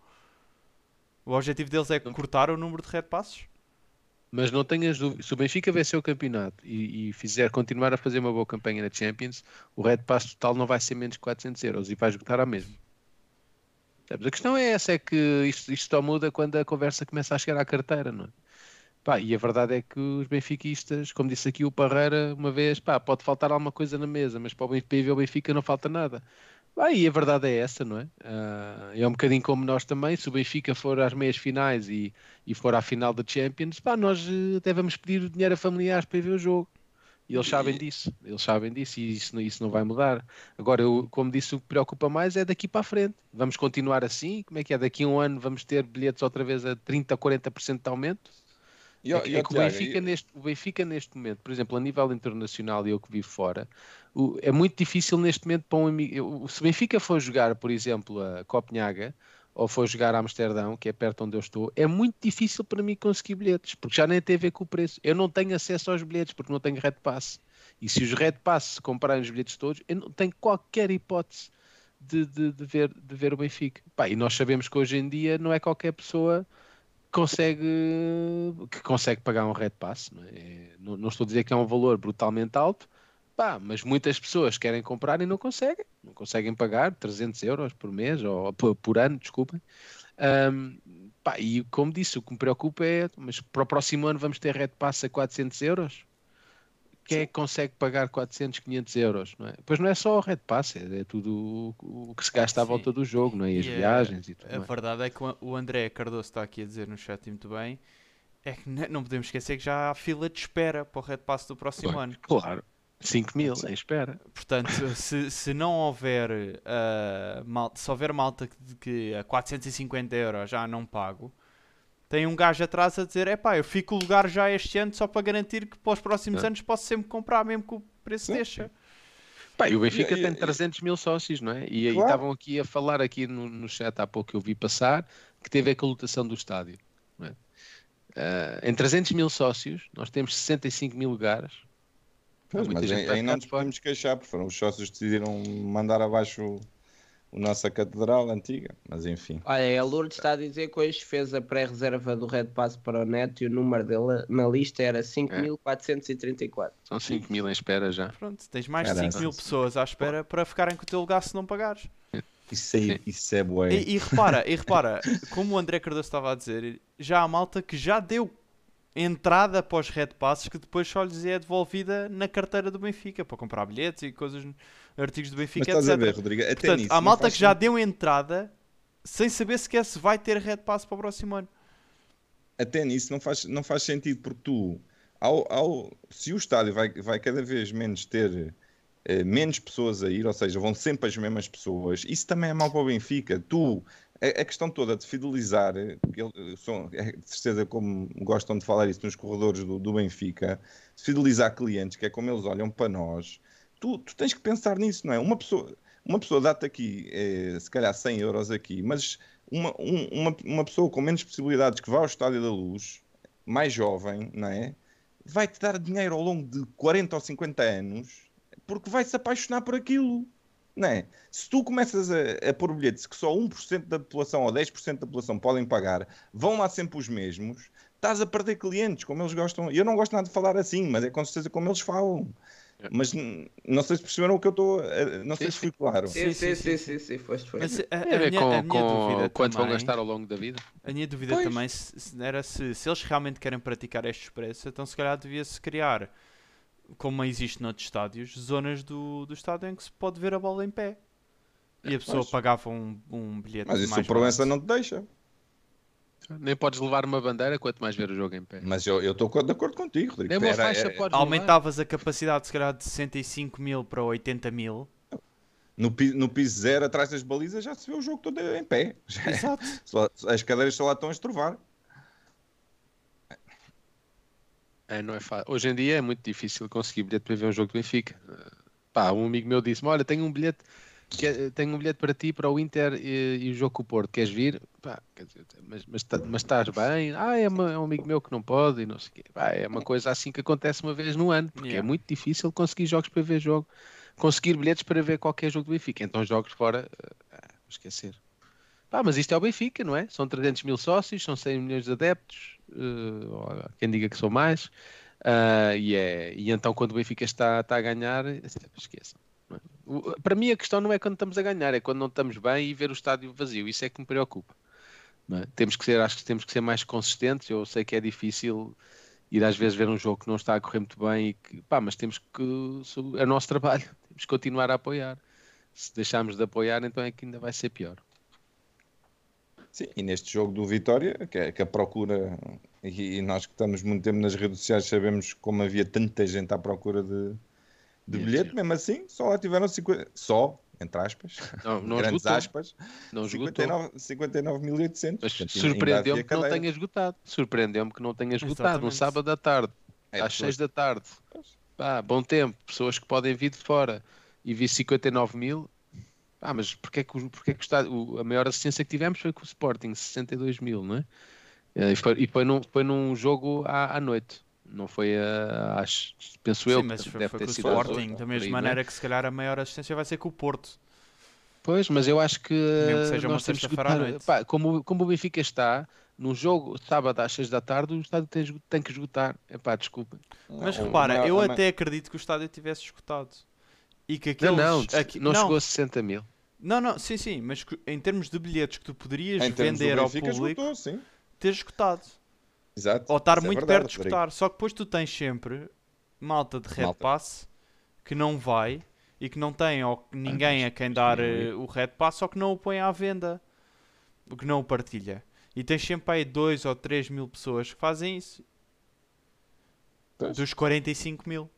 S2: O objetivo deles é cortar o número de Red Passes?
S4: Mas não tenhas dúvida. Se o Benfica vencer o campeonato e, e fizer continuar a fazer uma boa campanha na Champions, o Red Pass total não vai ser menos de quatrocentos euros e vai esgotar a mesma. Sabes? A questão é essa, é que isto, isto só muda quando a conversa começa a chegar à carteira, não é? Pá, e a verdade é que os benfiquistas, como disse aqui o Parreira uma vez, pá, pode faltar alguma coisa na mesa, mas para o Benfica, o Benfica não falta nada. Pá, e a verdade é essa, não é? Ah, é um bocadinho como nós também, se o Benfica for às meias finais e, e for à final da Champions, pá, nós eh, até vamos pedir dinheiro a familiares para ir ver o jogo. E eles sabem disso, eles sabem disso e isso, não- isso não vai mudar. Agora, eu, como disse, o que preocupa mais é daqui para a frente. Vamos continuar assim? Como é que é? Daqui a um ano vamos ter bilhetes outra vez a trinta, quarenta por cento de aumento?
S5: E,
S4: É
S5: ó-
S4: que,
S5: e,
S4: é
S5: ó,
S4: que o,
S5: Tiago,
S4: Benfica
S5: e-
S4: neste, o Benfica neste momento, por exemplo, a nível internacional e eu que vivo fora, o- é muito difícil neste momento para um amigo. eu- Se o Benfica for jogar, por exemplo, a Copenhaga ou for jogar a Amsterdão, que é perto onde eu estou, é muito difícil para mim conseguir bilhetes, porque já nem tem a ver com o preço. Eu não tenho acesso aos bilhetes porque não tenho Red Pass. E se os Red Pass se comprarem os bilhetes todos, eu não tenho qualquer hipótese de, de- de ver, de ver o Benfica. Pá, e nós sabemos que hoje em dia não é qualquer pessoa consegue, que consegue pagar um Red Pass. Não, é? É, não, não estou a dizer que é um valor brutalmente alto, pá, mas muitas pessoas querem comprar e não conseguem. Não conseguem pagar trezentos euros por mês ou por, por ano, desculpem. Ahm, Pá, e como disse, o que me preocupa é, mas para o próximo ano vamos ter Red Pass a quatrocentos euros? Quem é que consegue pagar quatrocentos, quinhentos euros? Não é? Pois não é só o Red Pass, é, é tudo o, o que se gasta à
S2: Sim.
S4: volta do jogo, não é? E as
S2: E, eh,
S4: viagens e tudo
S2: A
S4: mais.
S2: verdade é que o o André Cardoso está aqui a dizer no chat e muito bem, é que ne- não podemos esquecer que já há fila de espera para o Red Pass do próximo
S4: Pois,
S2: ano.
S4: Claro, cinco mil em espera.
S2: Portanto, se, se não houver ah, mal- se houver malta que, que a quatrocentos e cinquenta euros já não pago, tem um gajo atrás a dizer, epá, eu fico o lugar já este ano só para garantir que para os próximos
S4: É.
S2: anos posso sempre comprar, mesmo que o preço
S5: Sim,
S2: deixa.
S4: Pá, e o Benfica
S5: E- e-
S4: tem trezentos mil sócios, não é? E aí
S5: Claro.
S4: estavam aqui a falar aqui no, no chat há pouco que eu vi passar, que teve a com a lotação do estádio. Não é? Ah, em trezentos mil sócios, nós temos sessenta e cinco mil lugares.
S5: Pois,
S4: Há muita
S5: mas
S4: gente
S5: aí,
S4: que vai
S5: aí
S4: ficar
S5: não
S4: de
S5: nos
S4: fora.
S5: podemos queixar, porque foram os sócios que decidiram mandar abaixo o, o nossa catedral antiga. Mas enfim.
S3: Olha, a Lourdes está a dizer que hoje fez a pré-reserva do Red Pass para o Neto e o número dele na lista era cinco mil quatrocentos e trinta e quatro.
S4: São cinco mil em espera já.
S2: Pronto, tens mais de
S5: Caraca.
S2: cinco mil pessoas à espera para ficarem com o teu lugar se não pagares.
S5: Isso, aí,
S4: Sim.
S5: isso é bué.
S2: E, e repara, e repara, como o André Cardoso estava a dizer, já há malta que já deu entrada para os Red Passes que depois só lhes é devolvida na carteira do Benfica para comprar bilhetes e coisas, artigos do
S5: Mas
S2: Benfica,
S5: estás a ver,
S2: etcétera.
S5: Rodrigo, até
S2: Portanto,
S5: nisso
S2: há
S5: não
S2: malta
S5: faz
S2: que já
S5: sentido.
S2: deu entrada sem saber sequer se vai ter Red Pass para o próximo ano.
S5: Até nisso não faz, não faz sentido, porque tu, ao, ao, se o estádio vai, vai cada vez menos ter eh, menos pessoas a ir, ou seja, vão sempre as mesmas pessoas, isso também é mau para o Benfica. Tu, a, a questão toda de fidelizar, eh, que ele- são, é de certeza como gostam de falar isso nos corredores do, do Benfica, de fidelizar clientes, que é como eles olham para nós, tu, tu tens que pensar nisso, não é? Uma pessoa, uma pessoa dá-te aqui, eh, se calhar cem euros aqui, mas uma, um- uma, uma pessoa com menos possibilidades que vá ao Estádio da Luz, mais jovem, não é? Vai-te dar dinheiro ao longo de quarenta ou cinquenta anos porque vai-se apaixonar por aquilo, não é? Se tu começas a, a pôr bilhetes que só um por cento da população ou dez por cento da população podem pagar, vão lá sempre os mesmos, estás a perder clientes, como eles gostam. Eu não gosto nada de falar assim, mas é com certeza como eles falam. Mas n- não sei se perceberam o que eu estou. a- Não sei
S4: Sim,
S5: se fui claro.
S3: Sim,
S2: Sim,
S3: sim,
S2: sim,
S3: sim,
S2: sim,
S3: sim, sim, foste, foste.
S2: Mas a,
S4: Tem a
S2: a
S4: ver
S2: minha,
S4: com,
S2: a minha
S4: com
S2: dúvida
S4: quanto vão
S2: também,
S4: gastar ao longo da vida.
S2: a minha dúvida
S5: Pois.
S2: também se- se era se, se eles realmente querem praticar estes preços, então se calhar devia-se criar, como existe noutros estádios, zonas do, do estádio em que se pode ver a bola em pé. E a pessoa
S5: Pois.
S2: pagava um, um bilhete
S5: Mas isso
S2: mais
S5: o Proença
S2: barato.
S5: não te deixa.
S4: Nem podes levar uma bandeira, quanto mais ver o jogo em pé.
S5: Mas eu eu estou de acordo contigo, Rodrigo.
S4: Nem uma
S5: Era-
S4: faixa
S5: era-
S4: podes levar.
S2: Aumentavas a capacidade se calhar de sessenta e cinco mil para oitenta mil.
S5: no, pi- no piso zero, atrás das balizas, já se vê o jogo todo em pé. Já é-
S2: Exato.
S5: só- as cadeiras só lá estão a estrovar.
S4: É, não é fácil. Hoje em dia é muito difícil conseguir bilhete para ver um jogo do Benfica. Uh, Pá, um amigo meu disse-me: olha, tenho um bilhete, que é- tenho um bilhete para ti para o Inter e, e o jogo com o Porto. Queres vir? Pá, quer dizer, mas, mas, tá- mas estás bem? Ah, é, uma- é um amigo meu que não pode e não sei o quê. Pá, é uma coisa assim que acontece uma vez no ano, porque
S2: Yeah.
S4: é muito difícil conseguir jogos para ver jogo, conseguir bilhetes para ver qualquer jogo do Benfica. Então jogos fora, uh, ah, vou esquecer. Pá, mas isto é o Benfica, não é? São trezentos mil sócios, são cem milhões de adeptos, uh, ou há quem diga que são mais. Ah, e, é, e então quando o Benfica está, está a ganhar, esqueçam. Não é? O- Para mim a questão não é quando estamos a ganhar, é quando não estamos bem e ver o estádio vazio. Isso é que me preocupa. Não é? Temos que ser, acho que temos que ser mais consistentes. Eu sei que é difícil ir às vezes ver um jogo que não está a correr muito bem, e que, pá, mas temos que, é o nosso trabalho, temos que continuar a apoiar. Se deixarmos de apoiar, então é que ainda vai ser pior.
S5: Sim, e neste jogo do Vitória, que, é- que a procura, e, e nós que estamos muito tempo nas redes sociais sabemos como havia tanta gente à procura de, de
S4: Sim,
S5: bilhete,
S4: sim.
S5: mesmo assim, só lá tiveram cinquenta, só, entre aspas,
S4: Não, não
S5: grandes
S4: esgotou.
S5: aspas,
S4: Não esgotou.
S5: cinquenta e nove cinquenta e nove mil e oitocentos.
S4: Mas
S5: Portanto, ainda
S4: surpreendeu-me
S5: havia
S4: que não
S5: cadeiras.
S4: tenha esgotado. Surpreendeu-me que não tenha esgotado. Um
S2: Exatamente.
S4: sábado à tarde,
S5: É,
S4: às
S5: pessoas-
S4: seis da tarde. Pá, bom tempo. Pessoas que podem vir de fora e vi cinquenta e nove mil. Pá, mas porquê que, o- porquê que o estádio- o- a maior assistência que tivemos foi com o Sporting, sessenta e dois mil, não é? Eh, E foi, e foi, num, foi num jogo à, à noite. Não foi a, às, penso eu,
S2: Sim, mas
S4: que
S2: foi,
S4: deve
S2: foi
S4: ter
S2: com o
S4: sido às
S2: Sporting,
S4: oito,
S2: da
S4: por
S2: mesma
S4: aí, não é?
S2: maneira que se calhar a maior assistência vai ser com o Porto.
S4: Pois, mas eu acho que
S2: Mesmo que seja uma
S4: nós temos que
S2: sexta-feira à
S4: esgotar.
S2: noite.
S4: Pá, como, como o Benfica está, num jogo sábado às seis da tarde, o estádio tem, esgo- tem que esgotar. Epá, desculpem.
S2: Mas
S5: Não,
S2: repara,
S5: uma-
S2: eu
S5: uma-
S2: até acredito que o estádio tivesse escutado. E que
S4: Não,
S2: aqueles...
S4: não,
S2: aqui-
S4: não,
S2: não,
S4: chegou a sessenta mil.
S2: não, não, sim, sim, mas que em termos de bilhetes que tu poderias
S5: em termos do
S2: vender ao
S5: Benfica,
S2: público,
S5: esgotou, sim.
S2: ter esgotado.
S5: Exato.
S2: Ou estar
S5: Isso é
S2: muito
S5: verdade,
S2: perto de
S5: Rodrigo.
S2: esgotar. Só que depois tu tens sempre malta de Red
S5: Malta.
S2: Pass que não vai e que não tem ou ninguém a quem dar eh, o Red Pass ou que não o põe à venda. O que não o partilha. E tens sempre aí dois ou três mil pessoas que fazem isso.
S5: Pois.
S2: Dos quarenta e cinco mil.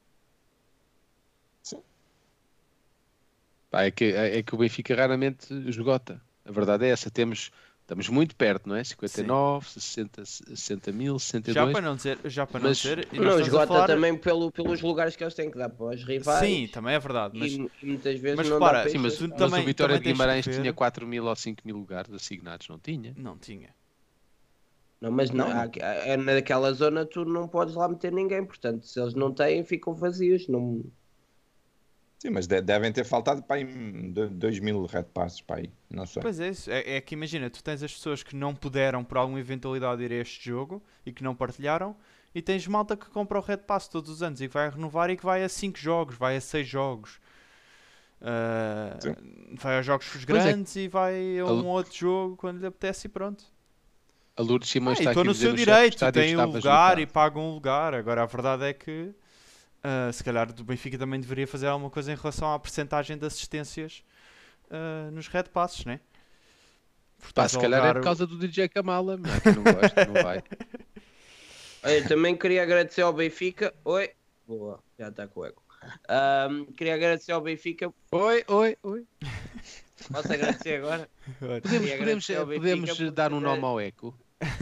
S4: Pá, é, que, é, é que o Benfica raramente esgota. A verdade é essa. Temos, estamos muito perto, não é? cinquenta e nove, sessenta, sessenta mil, sessenta e
S2: Já
S4: dois.
S2: para não dizer, já para
S4: Mas-
S2: não dizer, e nós
S3: Não,
S2: estamos a
S3: esgota
S2: falar-
S3: também pelo, pelos lugares que eles têm que dar para os rivais.
S2: Sim, também é verdade, mas
S3: E, e muitas vezes
S2: mas
S3: não
S2: repara,
S3: dá para
S2: sim,
S4: Sim, mas,
S3: encher.
S2: tu
S4: mas
S2: também-
S4: o Vitória
S2: também
S4: de
S2: tens que
S4: Guimarães
S2: ver-
S4: tinha quatro mil ou cinco mil lugares assignados, não tinha?
S2: não tinha.
S3: Não, mas não,
S5: Não,
S3: há- é naquela zona tu não podes lá meter ninguém, portanto, se eles não têm, ficam vazios. Não...
S5: Sim, mas de- devem ter faltado para aí dois mil red passes para aí. Não sei.
S2: Pois é isso, é, é que imagina, tu tens as pessoas que não puderam por alguma eventualidade ir a este jogo e que não partilharam, e tens malta que compra o Red Pass todos os anos e que vai renovar e que vai a cinco jogos, vai a seis jogos. Ah, vai aos jogos
S4: é.
S2: grandes e vai a um
S4: A-
S2: outro jogo quando lhe apetece e pronto.
S4: A Lourdes
S2: Ah,
S4: Simões
S2: e
S4: está aqui
S2: estou
S4: a
S2: no
S4: dizer
S2: seu
S4: no chat,
S2: direito,
S4: o estádio
S2: tem um
S4: estava
S2: lugar e
S4: esgotado.
S2: paga um lugar. Agora a verdade é que ah, se calhar o Benfica também deveria fazer alguma coisa em relação à percentagem de assistências ah, nos Red Passes, né?
S4: Pá,
S2: Portanto,
S4: se calhar é
S2: alugar
S4: por
S2: o-
S4: causa do D J Kamala, mas quem não gosta, não vai.
S3: Olha, também queria agradecer ao Benfica. Oi, boa, já está com o eco. Ahm, queria agradecer ao Benfica.
S4: Oi, oi, oi.
S3: Posso agradecer agora?
S4: Podemos,
S3: Queria
S4: podemos,
S3: agradecer ao Benfica
S4: podemos
S3: por
S4: dar um
S3: ter-
S4: nome ao eco?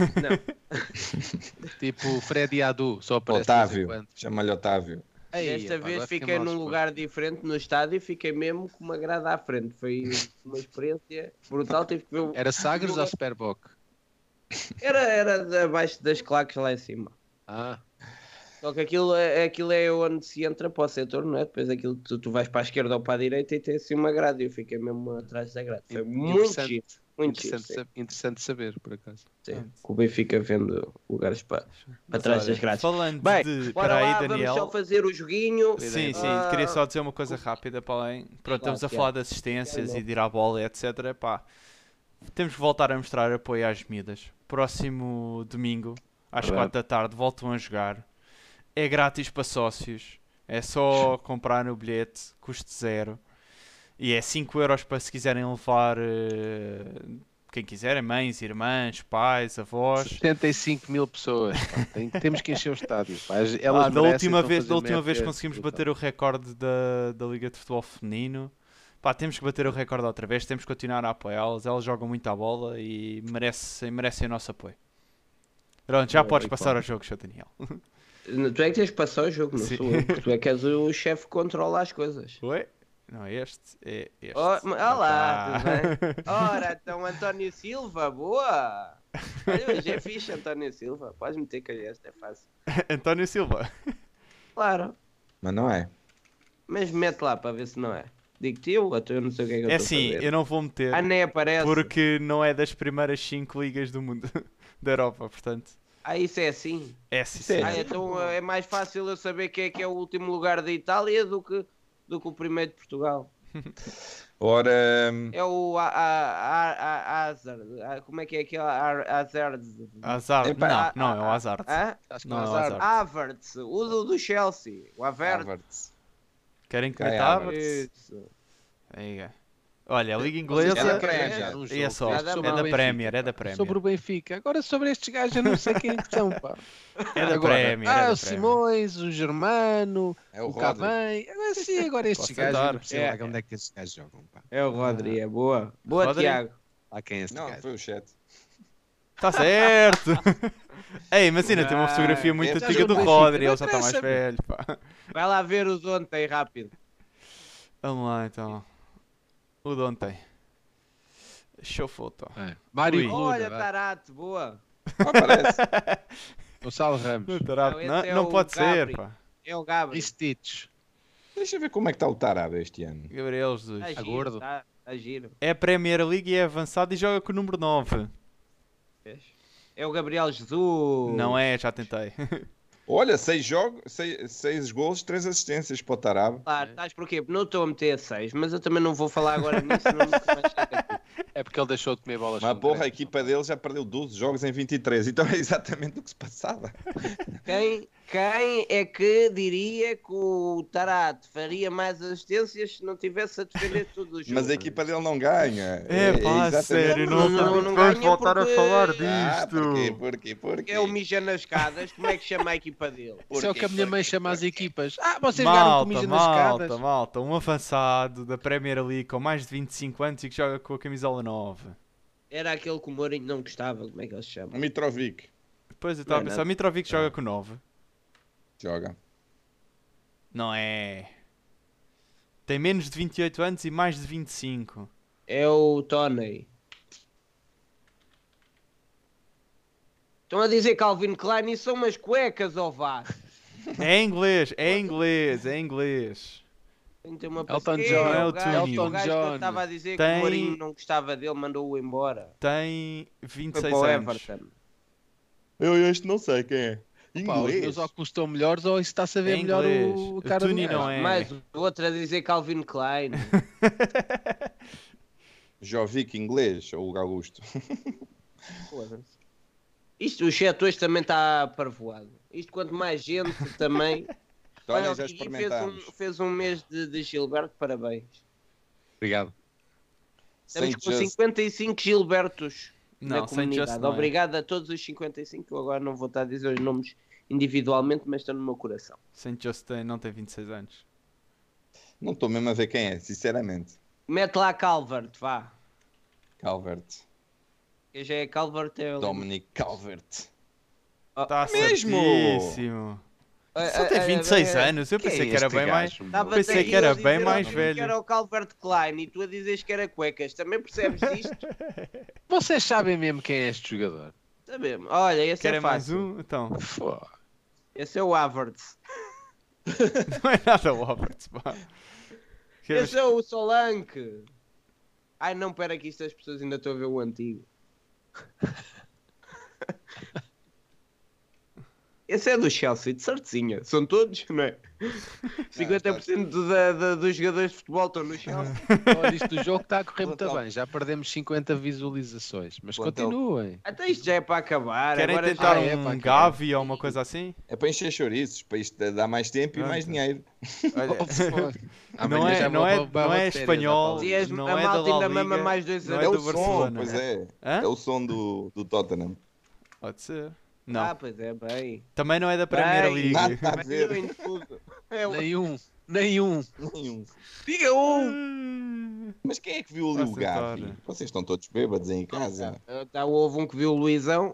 S3: Não,
S4: Tipo Freddy Adu, só aparece de vez em
S5: Otávio.
S4: quando.
S5: Chama-lhe Otávio.
S4: Ei,
S3: desta
S4: epá,
S3: vez
S4: agora
S3: fiquei
S4: mal
S3: num
S4: disposto.
S3: lugar diferente no estádio e fiquei mesmo com uma grada à frente. Foi uma experiência brutal. Tive que ver o...
S4: Era Sagres ou Superboc?
S3: Era, era abaixo das claques lá em cima.
S4: Ah,
S3: Só que aquilo é, aquilo é onde se entra para o setor, não é? Depois aquilo tu, tu vais para a esquerda ou para a direita e tem assim uma grade. Eu fiquei mesmo atrás da grade. Foi muito
S4: interessante,
S3: giro. Muito giro,
S4: interessante,
S3: sim.
S4: sa- interessante saber, por acaso.
S3: Sim. O Benfica vendo lugares para, para
S2: Mas
S3: trás
S2: olha,
S3: das grades.
S2: falando
S3: Bem,
S2: de.
S3: bora
S2: Espera aí,
S3: lá,
S2: Daniel.
S3: vamos só fazer o joguinho.
S2: Sim, sim,
S3: Ah,
S2: queria só dizer uma coisa rápida para além. Pronto,
S3: Claro,
S2: estamos a
S3: Tiago.
S2: falar de assistências
S3: Tiago,
S2: e de ir à bola, etcétera. Pá, temos que voltar a mostrar apoio às miúdas. Próximo domingo, às
S4: Verdade.
S2: quatro da tarde, voltam a jogar. É grátis para sócios. É só comprar no bilhete, custo zero. E é cinco euros para se quiserem levar eh, quem quiserem, mães, irmãs, pais, avós.
S4: setenta e cinco mil pessoas. Pá, tem- temos que encher o estádio. Pá. Elas
S2: Ah, da
S4: merecem,
S2: última
S4: estão a
S2: vez,
S4: fazer
S2: da última
S4: merda,
S2: vez
S4: é
S2: conseguimos
S4: brutal.
S2: bater o recorde da, da Liga de Futebol Feminino. Pá, temos que bater o recorde outra vez, temos que continuar a apoiá-las. Elas jogam muito à bola e merecem, merecem o nosso apoio. Pronto, já
S4: Boa,
S2: podes
S4: e
S2: passar
S4: qual?
S2: ao jogo, seu Daniel.
S3: Tu é que tens que passar o jogo, não
S2: Sim.
S3: sou eu. porque Tu é que és o chefe que controla as coisas.
S2: Oi? Não, é este, é este.
S3: Oh,
S2: Ah,
S3: olá,
S2: tá.
S3: tudo bem? Ora, então António Silva, boa! Olha, hoje é fixe, António Silva. Podes meter que esta é fácil.
S2: António Silva.
S3: Claro,
S5: Mas não é.
S3: mas mete lá para ver se não é. Digo-te eu, até eu não sei o que é que eu
S2: É
S3: estou
S2: assim,
S3: a fazer.
S2: eu não vou meter
S3: Ah, nem aparece.
S2: porque não é das primeiras cinco ligas do mundo, da Europa, portanto.
S3: Ah, isso é assim.
S2: É sim,
S5: Sim.
S2: sim.
S3: Ah, então é mais fácil eu saber quem é que é o último lugar da Itália do que, do que o primeiro de Portugal.
S5: Ora,
S3: É o A- A- A- A- Hazard. Ah, Como é que é aquele A- Hazard?
S2: Hazard.
S5: Epá,
S2: Não, não, é o Hazard.
S3: Hã?
S4: Acho que
S2: Não,
S4: não
S2: é o
S4: azar.
S2: Hazard.
S3: Havertz, o do, do Chelsea. O Havertz.
S5: Havertz.
S2: Querem que
S5: Kai
S2: meta
S5: Havertz.
S2: Havertz?
S3: Isso.
S2: Aí é. Olha, a Liga
S4: Vocês
S2: Inglesa
S4: querem
S5: é-
S4: que
S5: é-
S4: haja um
S2: e é
S4: jogo
S2: só.
S3: Nada
S2: É
S3: sobre
S2: da
S4: o Benfica,
S2: Premier, é da
S4: pá.
S2: Premier.
S4: Sobre o Benfica. Agora sobre estes gajos eu não sei quem é que são, pá.
S2: É da
S4: Agora,
S2: Premier, é
S4: ah,
S2: da
S4: o
S2: Premier.
S4: Simões, o Germano,
S5: É
S4: o,
S5: o Rodri.
S4: Cavani. Agora sim, agora estes
S2: Posso
S4: gajos eu
S2: tentar.
S4: não percebo
S3: É.
S4: lá onde é que estes gajos jogam, pá.
S3: É o Rodri, é boa. Boa,
S2: Rodri?
S3: Tiago.
S4: Lá quem é este
S5: Não,
S4: gajo?
S5: foi o chat.
S2: Está certo! Ei, mas ainda tem uma
S3: Ah,
S2: fotografia muito
S5: é,
S2: antiga
S4: já
S2: do
S4: jogou no
S2: Rodri,
S4: Benfica,
S2: ele já está
S4: não
S2: mais
S4: interessa.
S2: velho, pá.
S3: Vai lá ver os ontem, rápido.
S2: Vamos lá então. O de ontem. Show foto.
S4: É. Mário
S2: Ui.
S4: Cluda,
S3: Olha,
S4: vá.
S3: Tarate, boa.
S5: Não aparece.
S4: Gonçalo Ramos.
S3: Não, esse
S2: Não,
S3: é
S2: não
S3: o
S2: pode ser,
S3: Gabri.
S2: pá.
S3: É o Gabriel.
S4: Stitch.
S5: Deixa eu ver como é que está o Tarado este ano.
S2: Gabriel Jesus.
S3: Está
S4: a
S3: giro,
S4: gordo.
S3: Está tá giro.
S2: É a Premier League e é avançado e joga com o número nove.
S3: Vês? É o Gabriel Jesus.
S2: Não é, já tentei.
S5: Olha, seis jogos, seis, seis gols, três assistências para o Tarab.
S3: Claro, estás porquê? Não estou a meter a seis, mas eu também não vou falar agora nisso, senão nunca mais chego aqui.
S4: É porque ele deixou de comer bolas.
S5: Mas
S4: com
S5: porra, a
S4: cremes.
S5: equipa dele já perdeu doze jogos em vinte e três. Então é exatamente o que se passava.
S3: Quem, quem é que diria que o Tarat faria mais assistências se não tivesse a defender tudo o jogo?
S5: Mas a equipa dele não ganha.
S2: É pá,
S5: exatamente-
S2: sério,
S3: Não,
S2: não,
S3: não, não
S2: vamos
S3: ganha
S2: voltar
S3: porque-
S2: a falar
S5: Ah,
S2: disto.
S5: porquê, porquê, porquê?
S3: É o Mija nas escadas, como é que chama a equipa dele?
S4: Isso é o que a minha mãe
S5: Porquê,
S4: chama as
S5: porquê?
S4: equipas. Ah, vocês jogaram
S2: Malta,
S4: comida nas
S2: malta,
S4: escadas.
S2: malta, um avançado da Premier League com mais de vinte e cinco anos e que joga com a camisola nove.
S3: Era aquele que o Mourinho não gostava, como é que ele se chama?
S5: O Mitrovic
S2: Depois eu estava a
S3: Não é
S2: pensar,
S3: nada.
S2: Mitrovic joga com nove.
S5: joga.
S2: Não é? Tem menos de vinte e oito anos e mais de vinte e cinco.
S3: É o Tony. Estão a dizer Calvin Klein e são umas cuecas, ó vá.
S2: É inglês, é inglês, é inglês.
S3: Tem que ter uma
S4: Elton
S3: paciência.
S4: John,
S3: o
S2: Elton
S3: gajo,
S2: John.
S3: o gajo que eu estava a dizer que
S2: Tem-
S3: o Mourinho não gostava dele, mandou-o embora.
S2: Tem vinte e
S3: Foi
S2: seis
S3: para o
S2: anos.
S3: Everton.
S5: Eu este não sei quem é.
S4: Pá, os meus óculos estão melhores ou isso está a ver
S2: É
S4: melhor
S2: inglês.
S4: o
S2: O
S4: cara do
S2: Tuni
S4: gajo?
S2: não é.
S3: Mais outra a dizer Calvin Klein.
S5: Jovic inglês ou o Augusto.
S3: Foda-se. Isto, o chat hoje também está parvoado. Isto quanto mais gente também.
S5: Tony,
S3: Olha,
S5: já
S3: o Gui fez um,
S5: experimentámos.
S3: fez um mês de, de Gilberto, parabéns.
S4: Obrigado.
S3: Estamos
S5: Saint
S3: com
S5: Just-
S3: cinquenta e cinco Gilbertos na
S2: Não, sem
S3: comunidade.
S2: just não é.
S3: Obrigado a todos os cinquenta e cinco. Eu agora não vou estar a dizer os nomes individualmente, mas estão no meu coração.
S2: Saint Just tem- não tem vinte e seis anos.
S5: Não estou mesmo a ver quem é, sinceramente.
S3: Mete lá Calvert, vá.
S5: Calvert.
S3: Que já é Calvert. É o-
S5: Dominic Calvert.
S3: Oh,
S2: Está
S5: mesmo?
S2: certíssimo.
S3: a-
S2: Só
S3: a-
S2: tem
S3: a-
S2: vinte e seis
S3: a-
S2: anos. Eu
S4: Quem é
S2: pensei que era
S4: este
S2: bem mais.
S4: gajo, meu?
S3: Estava
S2: Pensei
S3: até
S2: que era
S3: eu a
S2: bem
S3: dizer
S2: mais
S3: ao Gui
S2: velho.
S3: Que era o Calvert Klein e tu a dizes que era cuecas. Também percebes isto?
S4: Vocês sabem mesmo quem é este jogador?
S3: Sabemos. Olha, esse
S2: Querem
S3: é
S2: mais
S3: fácil.
S2: um? Então.
S4: Fô.
S3: Esse é o Havertz.
S2: Não é nada o Roberts, pá. Queres-
S3: Esse é o Solanke. Ai não, pera que isto as pessoas ainda estão a ver o antigo. Esse é do Chelsea, de certezinha. São todos, não é? cinquenta por cento da, da, dos jogadores de futebol estão no Chelsea.
S4: Olha, isto do jogo está a correr muito
S5: Plantel.
S4: bem. Já perdemos cinquenta visualizações. Mas
S5: Plantel.
S4: continuem.
S3: Até isto já é para acabar.
S2: Querem
S3: Agora
S2: tentar
S3: já
S4: é,
S2: um
S4: pá, que
S2: Gavi ou uma coisa assim?
S5: É para encher chouriços, para isto dar mais tempo e mais
S2: Pronto.
S5: dinheiro.
S2: Olha,
S4: Oh, fô.
S2: não
S4: Amanhã
S2: é,
S4: já
S2: não
S4: vou
S2: é,
S4: para- para
S2: não é
S4: férias,
S2: espanhol,
S4: à
S3: E és-
S2: não
S3: a
S2: é da
S3: malta
S2: La
S3: ainda
S2: Liga,
S3: mama mais dois
S2: não
S3: anos.
S2: é
S5: É
S2: do
S5: o som,
S2: Barcelona.
S5: pois é.
S2: Hã?
S5: É o som do, do Tottenham.
S2: Pode ser. Não.
S3: Ah, pois é, bem.
S2: Também não é da Premier
S3: Bem,
S2: League.
S5: Nada a
S3: Mas
S5: ver.
S3: eu em tudo. É o-
S4: Nenhum. Nenhum.
S5: Nenhum.
S3: Diga um!
S5: Mas quem é que viu ali o
S2: Nossa,
S5: Gavi?
S2: Tora.
S5: Vocês estão todos bêbados aí em casa.
S3: Tá, houve um que viu o Luizão.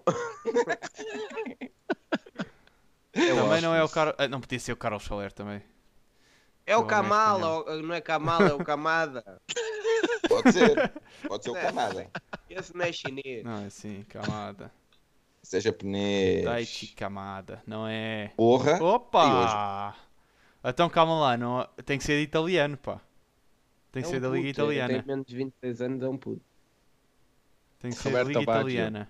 S2: Também não é o Carlos. Não podia ser o Carlos Soler também.
S3: É o
S2: João é
S3: Kamal,
S2: espanhol.
S3: ou- não é Kamal, é o Kamada.
S5: Pode ser. Pode ser o Camada.
S3: Esse não é chinês.
S2: Não, é assim, Camada.
S5: Seja
S2: Daichi
S5: japonês.
S2: Camada, não é.
S5: Porra.
S2: Opa! Então calma lá, não... tem que ser de italiano, pá. Tem que
S3: É um
S2: ser da Liga
S3: puto,
S2: Italiana.
S3: Tem menos de vinte e seis anos, é um puto.
S2: Tem que ser da
S4: Roberto
S2: Liga
S4: Baggio.
S2: Italiana.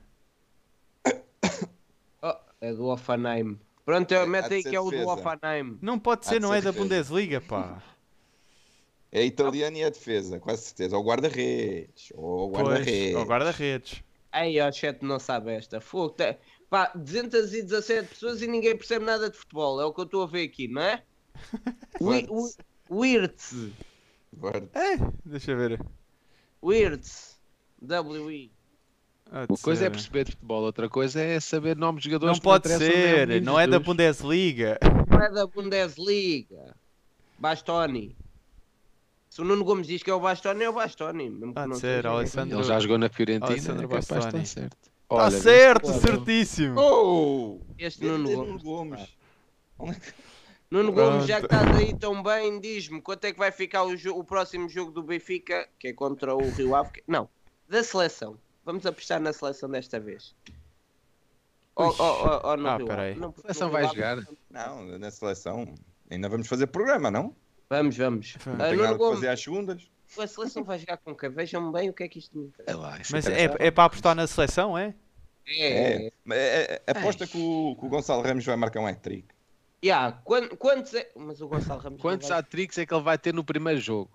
S3: Oh, é do Hoffenheim. Pronto, eu
S5: É, há
S3: mete
S5: de
S3: aí
S5: ser
S3: que é o do
S5: defesa.
S3: Hoffenheim.
S2: Não pode
S5: Há
S2: ser,
S5: de
S2: não
S5: ser
S2: é da
S5: defesa.
S2: Bundesliga, pá.
S5: É italiano e é defesa, quase certeza. Ou guarda-redes. Ou
S2: Pois,
S5: guarda-redes.
S2: ao guarda-redes.
S3: Aí, ó, chat não sabe esta. Fogo. Tá- Pá, duzentas e dezassete pessoas e ninguém percebe nada de futebol. É o que eu estou a ver aqui, não é? Wi- wi- Wirtz.
S5: Guarda-
S2: É, deixa eu ver.
S3: Wirtz. W I.
S2: Há de
S4: Uma coisa é
S2: ser.
S4: perceber de futebol, outra coisa é saber nomes de jogadores
S2: Não
S4: que
S2: pode
S4: interessam
S2: ser,
S4: nem ao
S2: não é da
S4: Jesus.
S2: Bundesliga.
S3: Não é da Bundesliga. Bastoni. Se o Nuno Gomes diz que é o Bastoni, é o Bastoni. Mesmo que
S2: Há de
S3: não
S2: ser,
S3: seja.
S2: Alessandro.
S4: Ele já jogou na Fiorentina,
S2: Alessandro
S4: é capaz de
S2: Bastoni.
S4: estar certo.
S2: Está
S4: Olha,
S2: certo,
S4: viste?
S2: certíssimo.
S5: Oh!
S3: Este
S5: Deve
S3: Nuno
S5: ter
S3: Gomes.
S5: Nuno Gomes. Onde é que-
S3: Nuno
S2: Pronto.
S3: Gomes, já que estás aí tão bem, diz-me quanto é que vai ficar o, jo- o próximo jogo do Benfica, que é contra o Rio Ave. Não, da seleção. Vamos apostar na seleção desta vez. Ou,
S2: Ui.
S3: ou, ou, ou no
S2: Ah,
S3: Rio
S2: peraí.
S3: Ave. Não,
S4: A
S3: porque
S4: seleção
S3: no
S4: vai
S3: Rio Ave-
S4: jogar.
S5: Não, na seleção. Ainda vamos fazer programa, não?
S3: Vamos, vamos.
S2: Não
S5: Não
S3: Ah,
S5: tem
S3: Nuno
S5: nada para
S3: Gomes,
S5: fazer às segundas.
S3: a seleção vai jogar com quem? Vejam bem o que é que isto me interessa.
S4: É lá, isso
S2: Mas
S4: interessa.
S2: é, é para apostar na seleção, é?
S3: É.
S5: É. É, é, aposta que o, que o Gonçalo Ramos vai marcar um hat-trick.
S3: Yeah, quan- quantos é... Mas o Gonçalo Ramos. não
S4: Quantos
S3: vai-
S4: hat-tricks é que ele vai ter no primeiro jogo?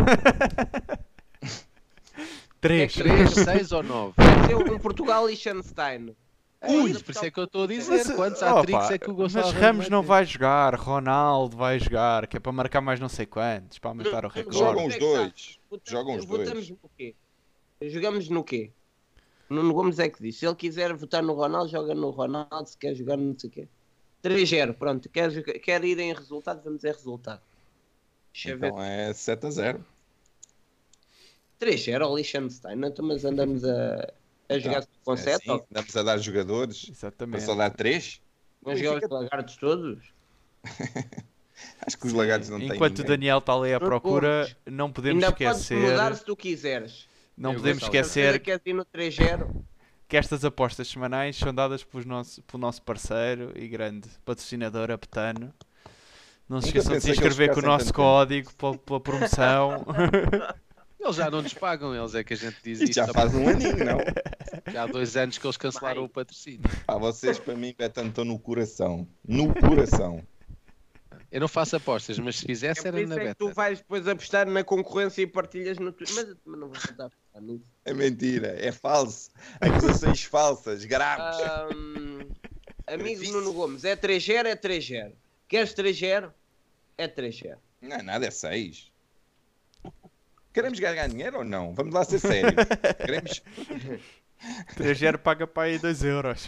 S2: Três.
S4: três, seis ou nove?
S3: Vai ser um Portugal e Liechtenstein.
S4: Ui, por isso é que eu estou a dizer.
S2: Mas,
S4: Quantos
S2: opa,
S4: hat-tricks é que o Gonçalo
S2: mas Ramos não
S4: ter?
S2: vai jogar, Ronaldo vai jogar, que é para marcar mais não sei quantos, para aumentar o recorde.
S5: Jogam os
S3: é que sabe?
S5: dois.
S3: Votamos-
S5: Jogam os dois.
S3: Votamos no quê? Jogamos no quê? Nuno Gomes é que diz. Se ele quiser votar no Ronaldo, joga no Ronaldo. Se quer jogar no não sei o quê. três zero, pronto. Quer, jogar- quer ir em resultado, vamos em resultado. Deixa eu ver.
S5: Então é sete a zero.
S3: três zero ao Liechtenstein. Então, mas andamos a, a jogar
S5: Não,
S3: com
S5: é
S3: sete.
S5: assim, Andamos a dar jogadores. Para
S2: Exatamente.
S5: só dar três.
S3: Vamos jogar os lagartos todos.
S5: Acho que os lagartos não têm
S2: Enquanto o
S5: ninguém.
S2: Daniel está ali à
S3: Não
S2: procura,
S3: Gomes.
S2: não podemos
S3: Ainda podes
S2: esquecer,
S3: mudar se tu quiseres.
S2: não
S4: Eu
S2: podemos
S4: Gonçalo.
S2: esquecer
S3: Queres ir no três zero?
S2: que estas apostas semanais são dadas pelos nosso, pelo nosso parceiro e grande patrocinador, a Petano. Não se
S5: Nunca
S2: esqueçam de se
S5: pensei que eles
S2: inscrever com o
S5: ficassem
S2: nosso
S5: tanto
S2: código pela, pela promoção.
S4: Eles já não nos pagam, eles é que a gente diz
S5: Isto
S4: isto.
S5: já
S4: há-
S5: faz um aninho, não?
S4: já há dois anos que eles cancelaram
S3: Vai.
S4: o patrocínio.
S5: Pá, vocês para mim Betano estão no coração. No coração.
S4: Eu não faço apostas, mas se
S3: É
S4: fizesse
S3: por
S4: era
S3: isso
S4: na
S3: é que
S4: beta.
S3: tu vais depois apostar na concorrência e partilhas no Twitter. Mas eu também não vou tentar apostar nisso.
S5: É mentira, é falso. Acusações falsas, graves.
S3: Ahm, amigo
S5: Gravíssimo.
S3: Nuno Gomes, é três zero, é três zero. Queres três zero? É três zero.
S5: Não é nada, é seis. Queremos ganhar dinheiro ou não? Vamos lá ser sérios. Queremos...
S2: três zero paga para aí dois euros.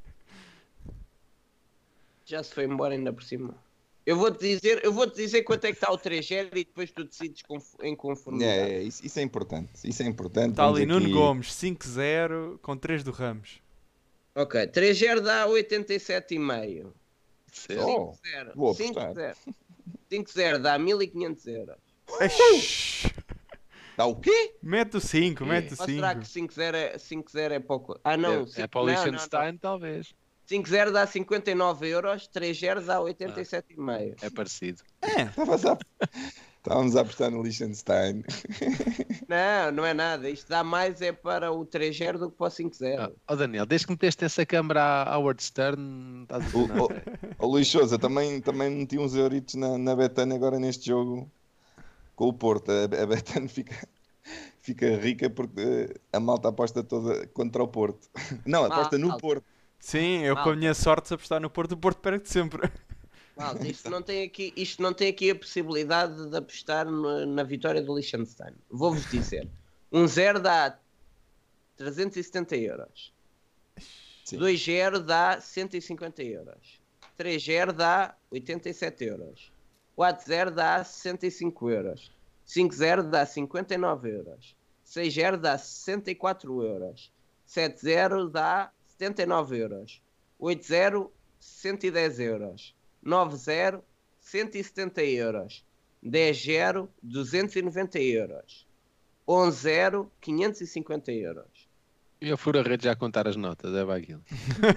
S3: Já se foi embora ainda por cima. Eu vou-te dizer, eu vou-te dizer quanto é que está o três zero e depois tu decides conf- em conformidade.
S5: É, é, isso, isso é importante. Isso é importante.
S2: Está
S5: Vamos
S2: ali Nuno
S5: aqui-
S2: Gomes, cinco zero, com três do Ramos.
S3: Ok, três zero dá oitenta e sete vírgula cinco.
S5: Oh,
S3: cinco zero.
S5: vou
S3: cinco
S5: apostar.
S3: zero. cinco zero dá mil e quinhentos euros.
S2: Eish,
S5: dá o quê?
S2: mete o cinco, mete o
S3: Ou será
S2: cinco.
S3: que cinco zero é, cinco zero é pouco? Ah não,
S4: É,
S3: cinco-
S4: é para o
S3: não, não, não.
S4: Liechtenstein, talvez.
S3: cinco zero dá cinquenta e nove euros, três zero dá oitenta e sete vírgula cinco.
S4: É parecido.
S5: Estavas a- Estávamos a apostar no Liechtenstein.
S3: Não, não é nada. Isto dá mais é para o três zero do que para o cinco zero.
S4: Ah, oh Daniel, desde que meteste essa câmara a Howard Stern, estás a
S5: O,
S4: dizer nada.
S5: o, o Luís Sousa também, também meti uns euritos na, na Betano agora neste jogo com o Porto. A, a Betano fica, fica rica porque eh, a malta aposta toda contra o Porto. Não, aposta no
S3: Malta.
S5: Porto.
S2: Sim, eu com a
S3: Malta.
S2: minha sorte, se apostar no Porto, o Porto perde sempre.
S3: Malta, isto não tem aqui, isto não tem aqui a possibilidade de apostar no- na vitória do Liechtenstein. Vou-vos dizer. Um zero dá trezentos e setenta euros.
S5: Sim.
S3: dois zero dá cento e cinquenta euros. três zero dá oitenta e sete euros. quatro zero dá sessenta e cinco euros. cinco zero dá cinquenta e nove euros. seis zero dá sessenta e quatro euros. sete zero dá setenta e nove euros. oito zero, cento e dez euros. nove zero, cento e setenta euros. dez zero, duzentos e noventa euros. onze zero, quinhentos e cinquenta euros.
S4: E eu furo a rede já a contar as notas, é para aquilo.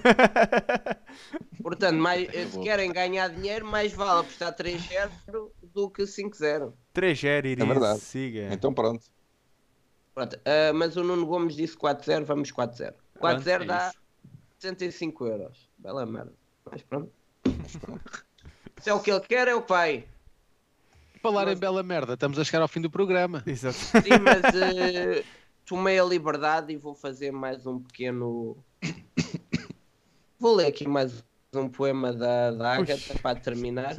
S3: Portanto, mais,
S4: Eu
S3: se
S4: vou
S3: querem ganhar dinheiro, mais vale apostar três zero do que cinco zero.
S2: três zero, Iris,
S5: verdade.
S2: siga.
S5: Então pronto.
S3: Pronto, ah, mas o Nuno Gomes disse quatro zero, vamos quatro zero. quatro zero
S2: Pronto, é
S3: dá
S2: isso.
S3: sessenta e cinco euros. Bela merda. Mas pronto. Se é o que ele quer, é o pai.
S4: Falar
S3: Mas-
S4: em bela merda, estamos a chegar ao fim do programa.
S2: Exato.
S3: Sim, mas eh, tomei a liberdade e vou fazer mais um pequeno. Vou ler aqui mais um poema da, da Agatha para terminar.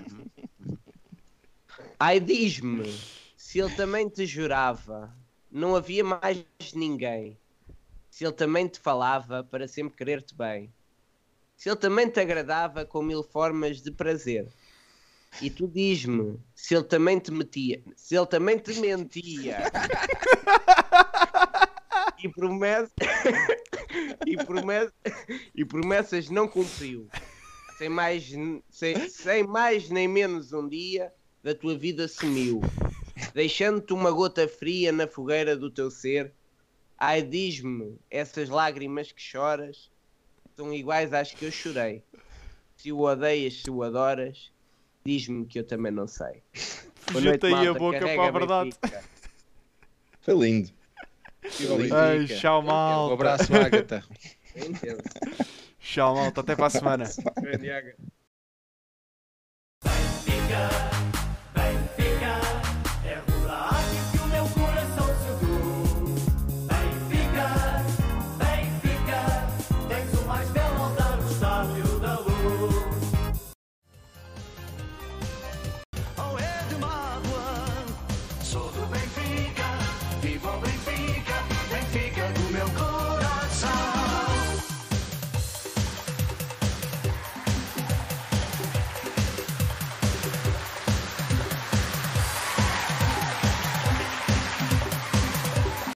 S3: Ai, diz-me, se ele também te jurava, não havia mais ninguém. Se ele também te falava para sempre querer-te bem. Se ele também te agradava com mil formas de prazer. E tu diz-me, se ele também te metia, se ele também te mentia. e promessa e promessa e promessas não cumpriu. Sem mais sem, sem mais nem menos um dia da tua vida sumiu, deixando-te uma gota fria na fogueira do teu ser. Ai, diz-me, essas lágrimas que choras são iguais às que eu chorei. Se o odeias, se o adoras, diz-me que eu também não sei. Boa noite,
S2: Fugiu-te aí a
S3: malta.
S2: boca
S3: Carrega,
S2: para a verdade.
S3: Benfica.
S5: Foi lindo.
S4: Viva o
S2: Ai,
S4: Benfica.
S2: tchau,
S4: Um
S2: malta.
S4: abraço, Agatha.
S3: É intenso.
S2: Tchau, malta. Até para a semana.
S3: Grande Iaga.
S1: Benfica,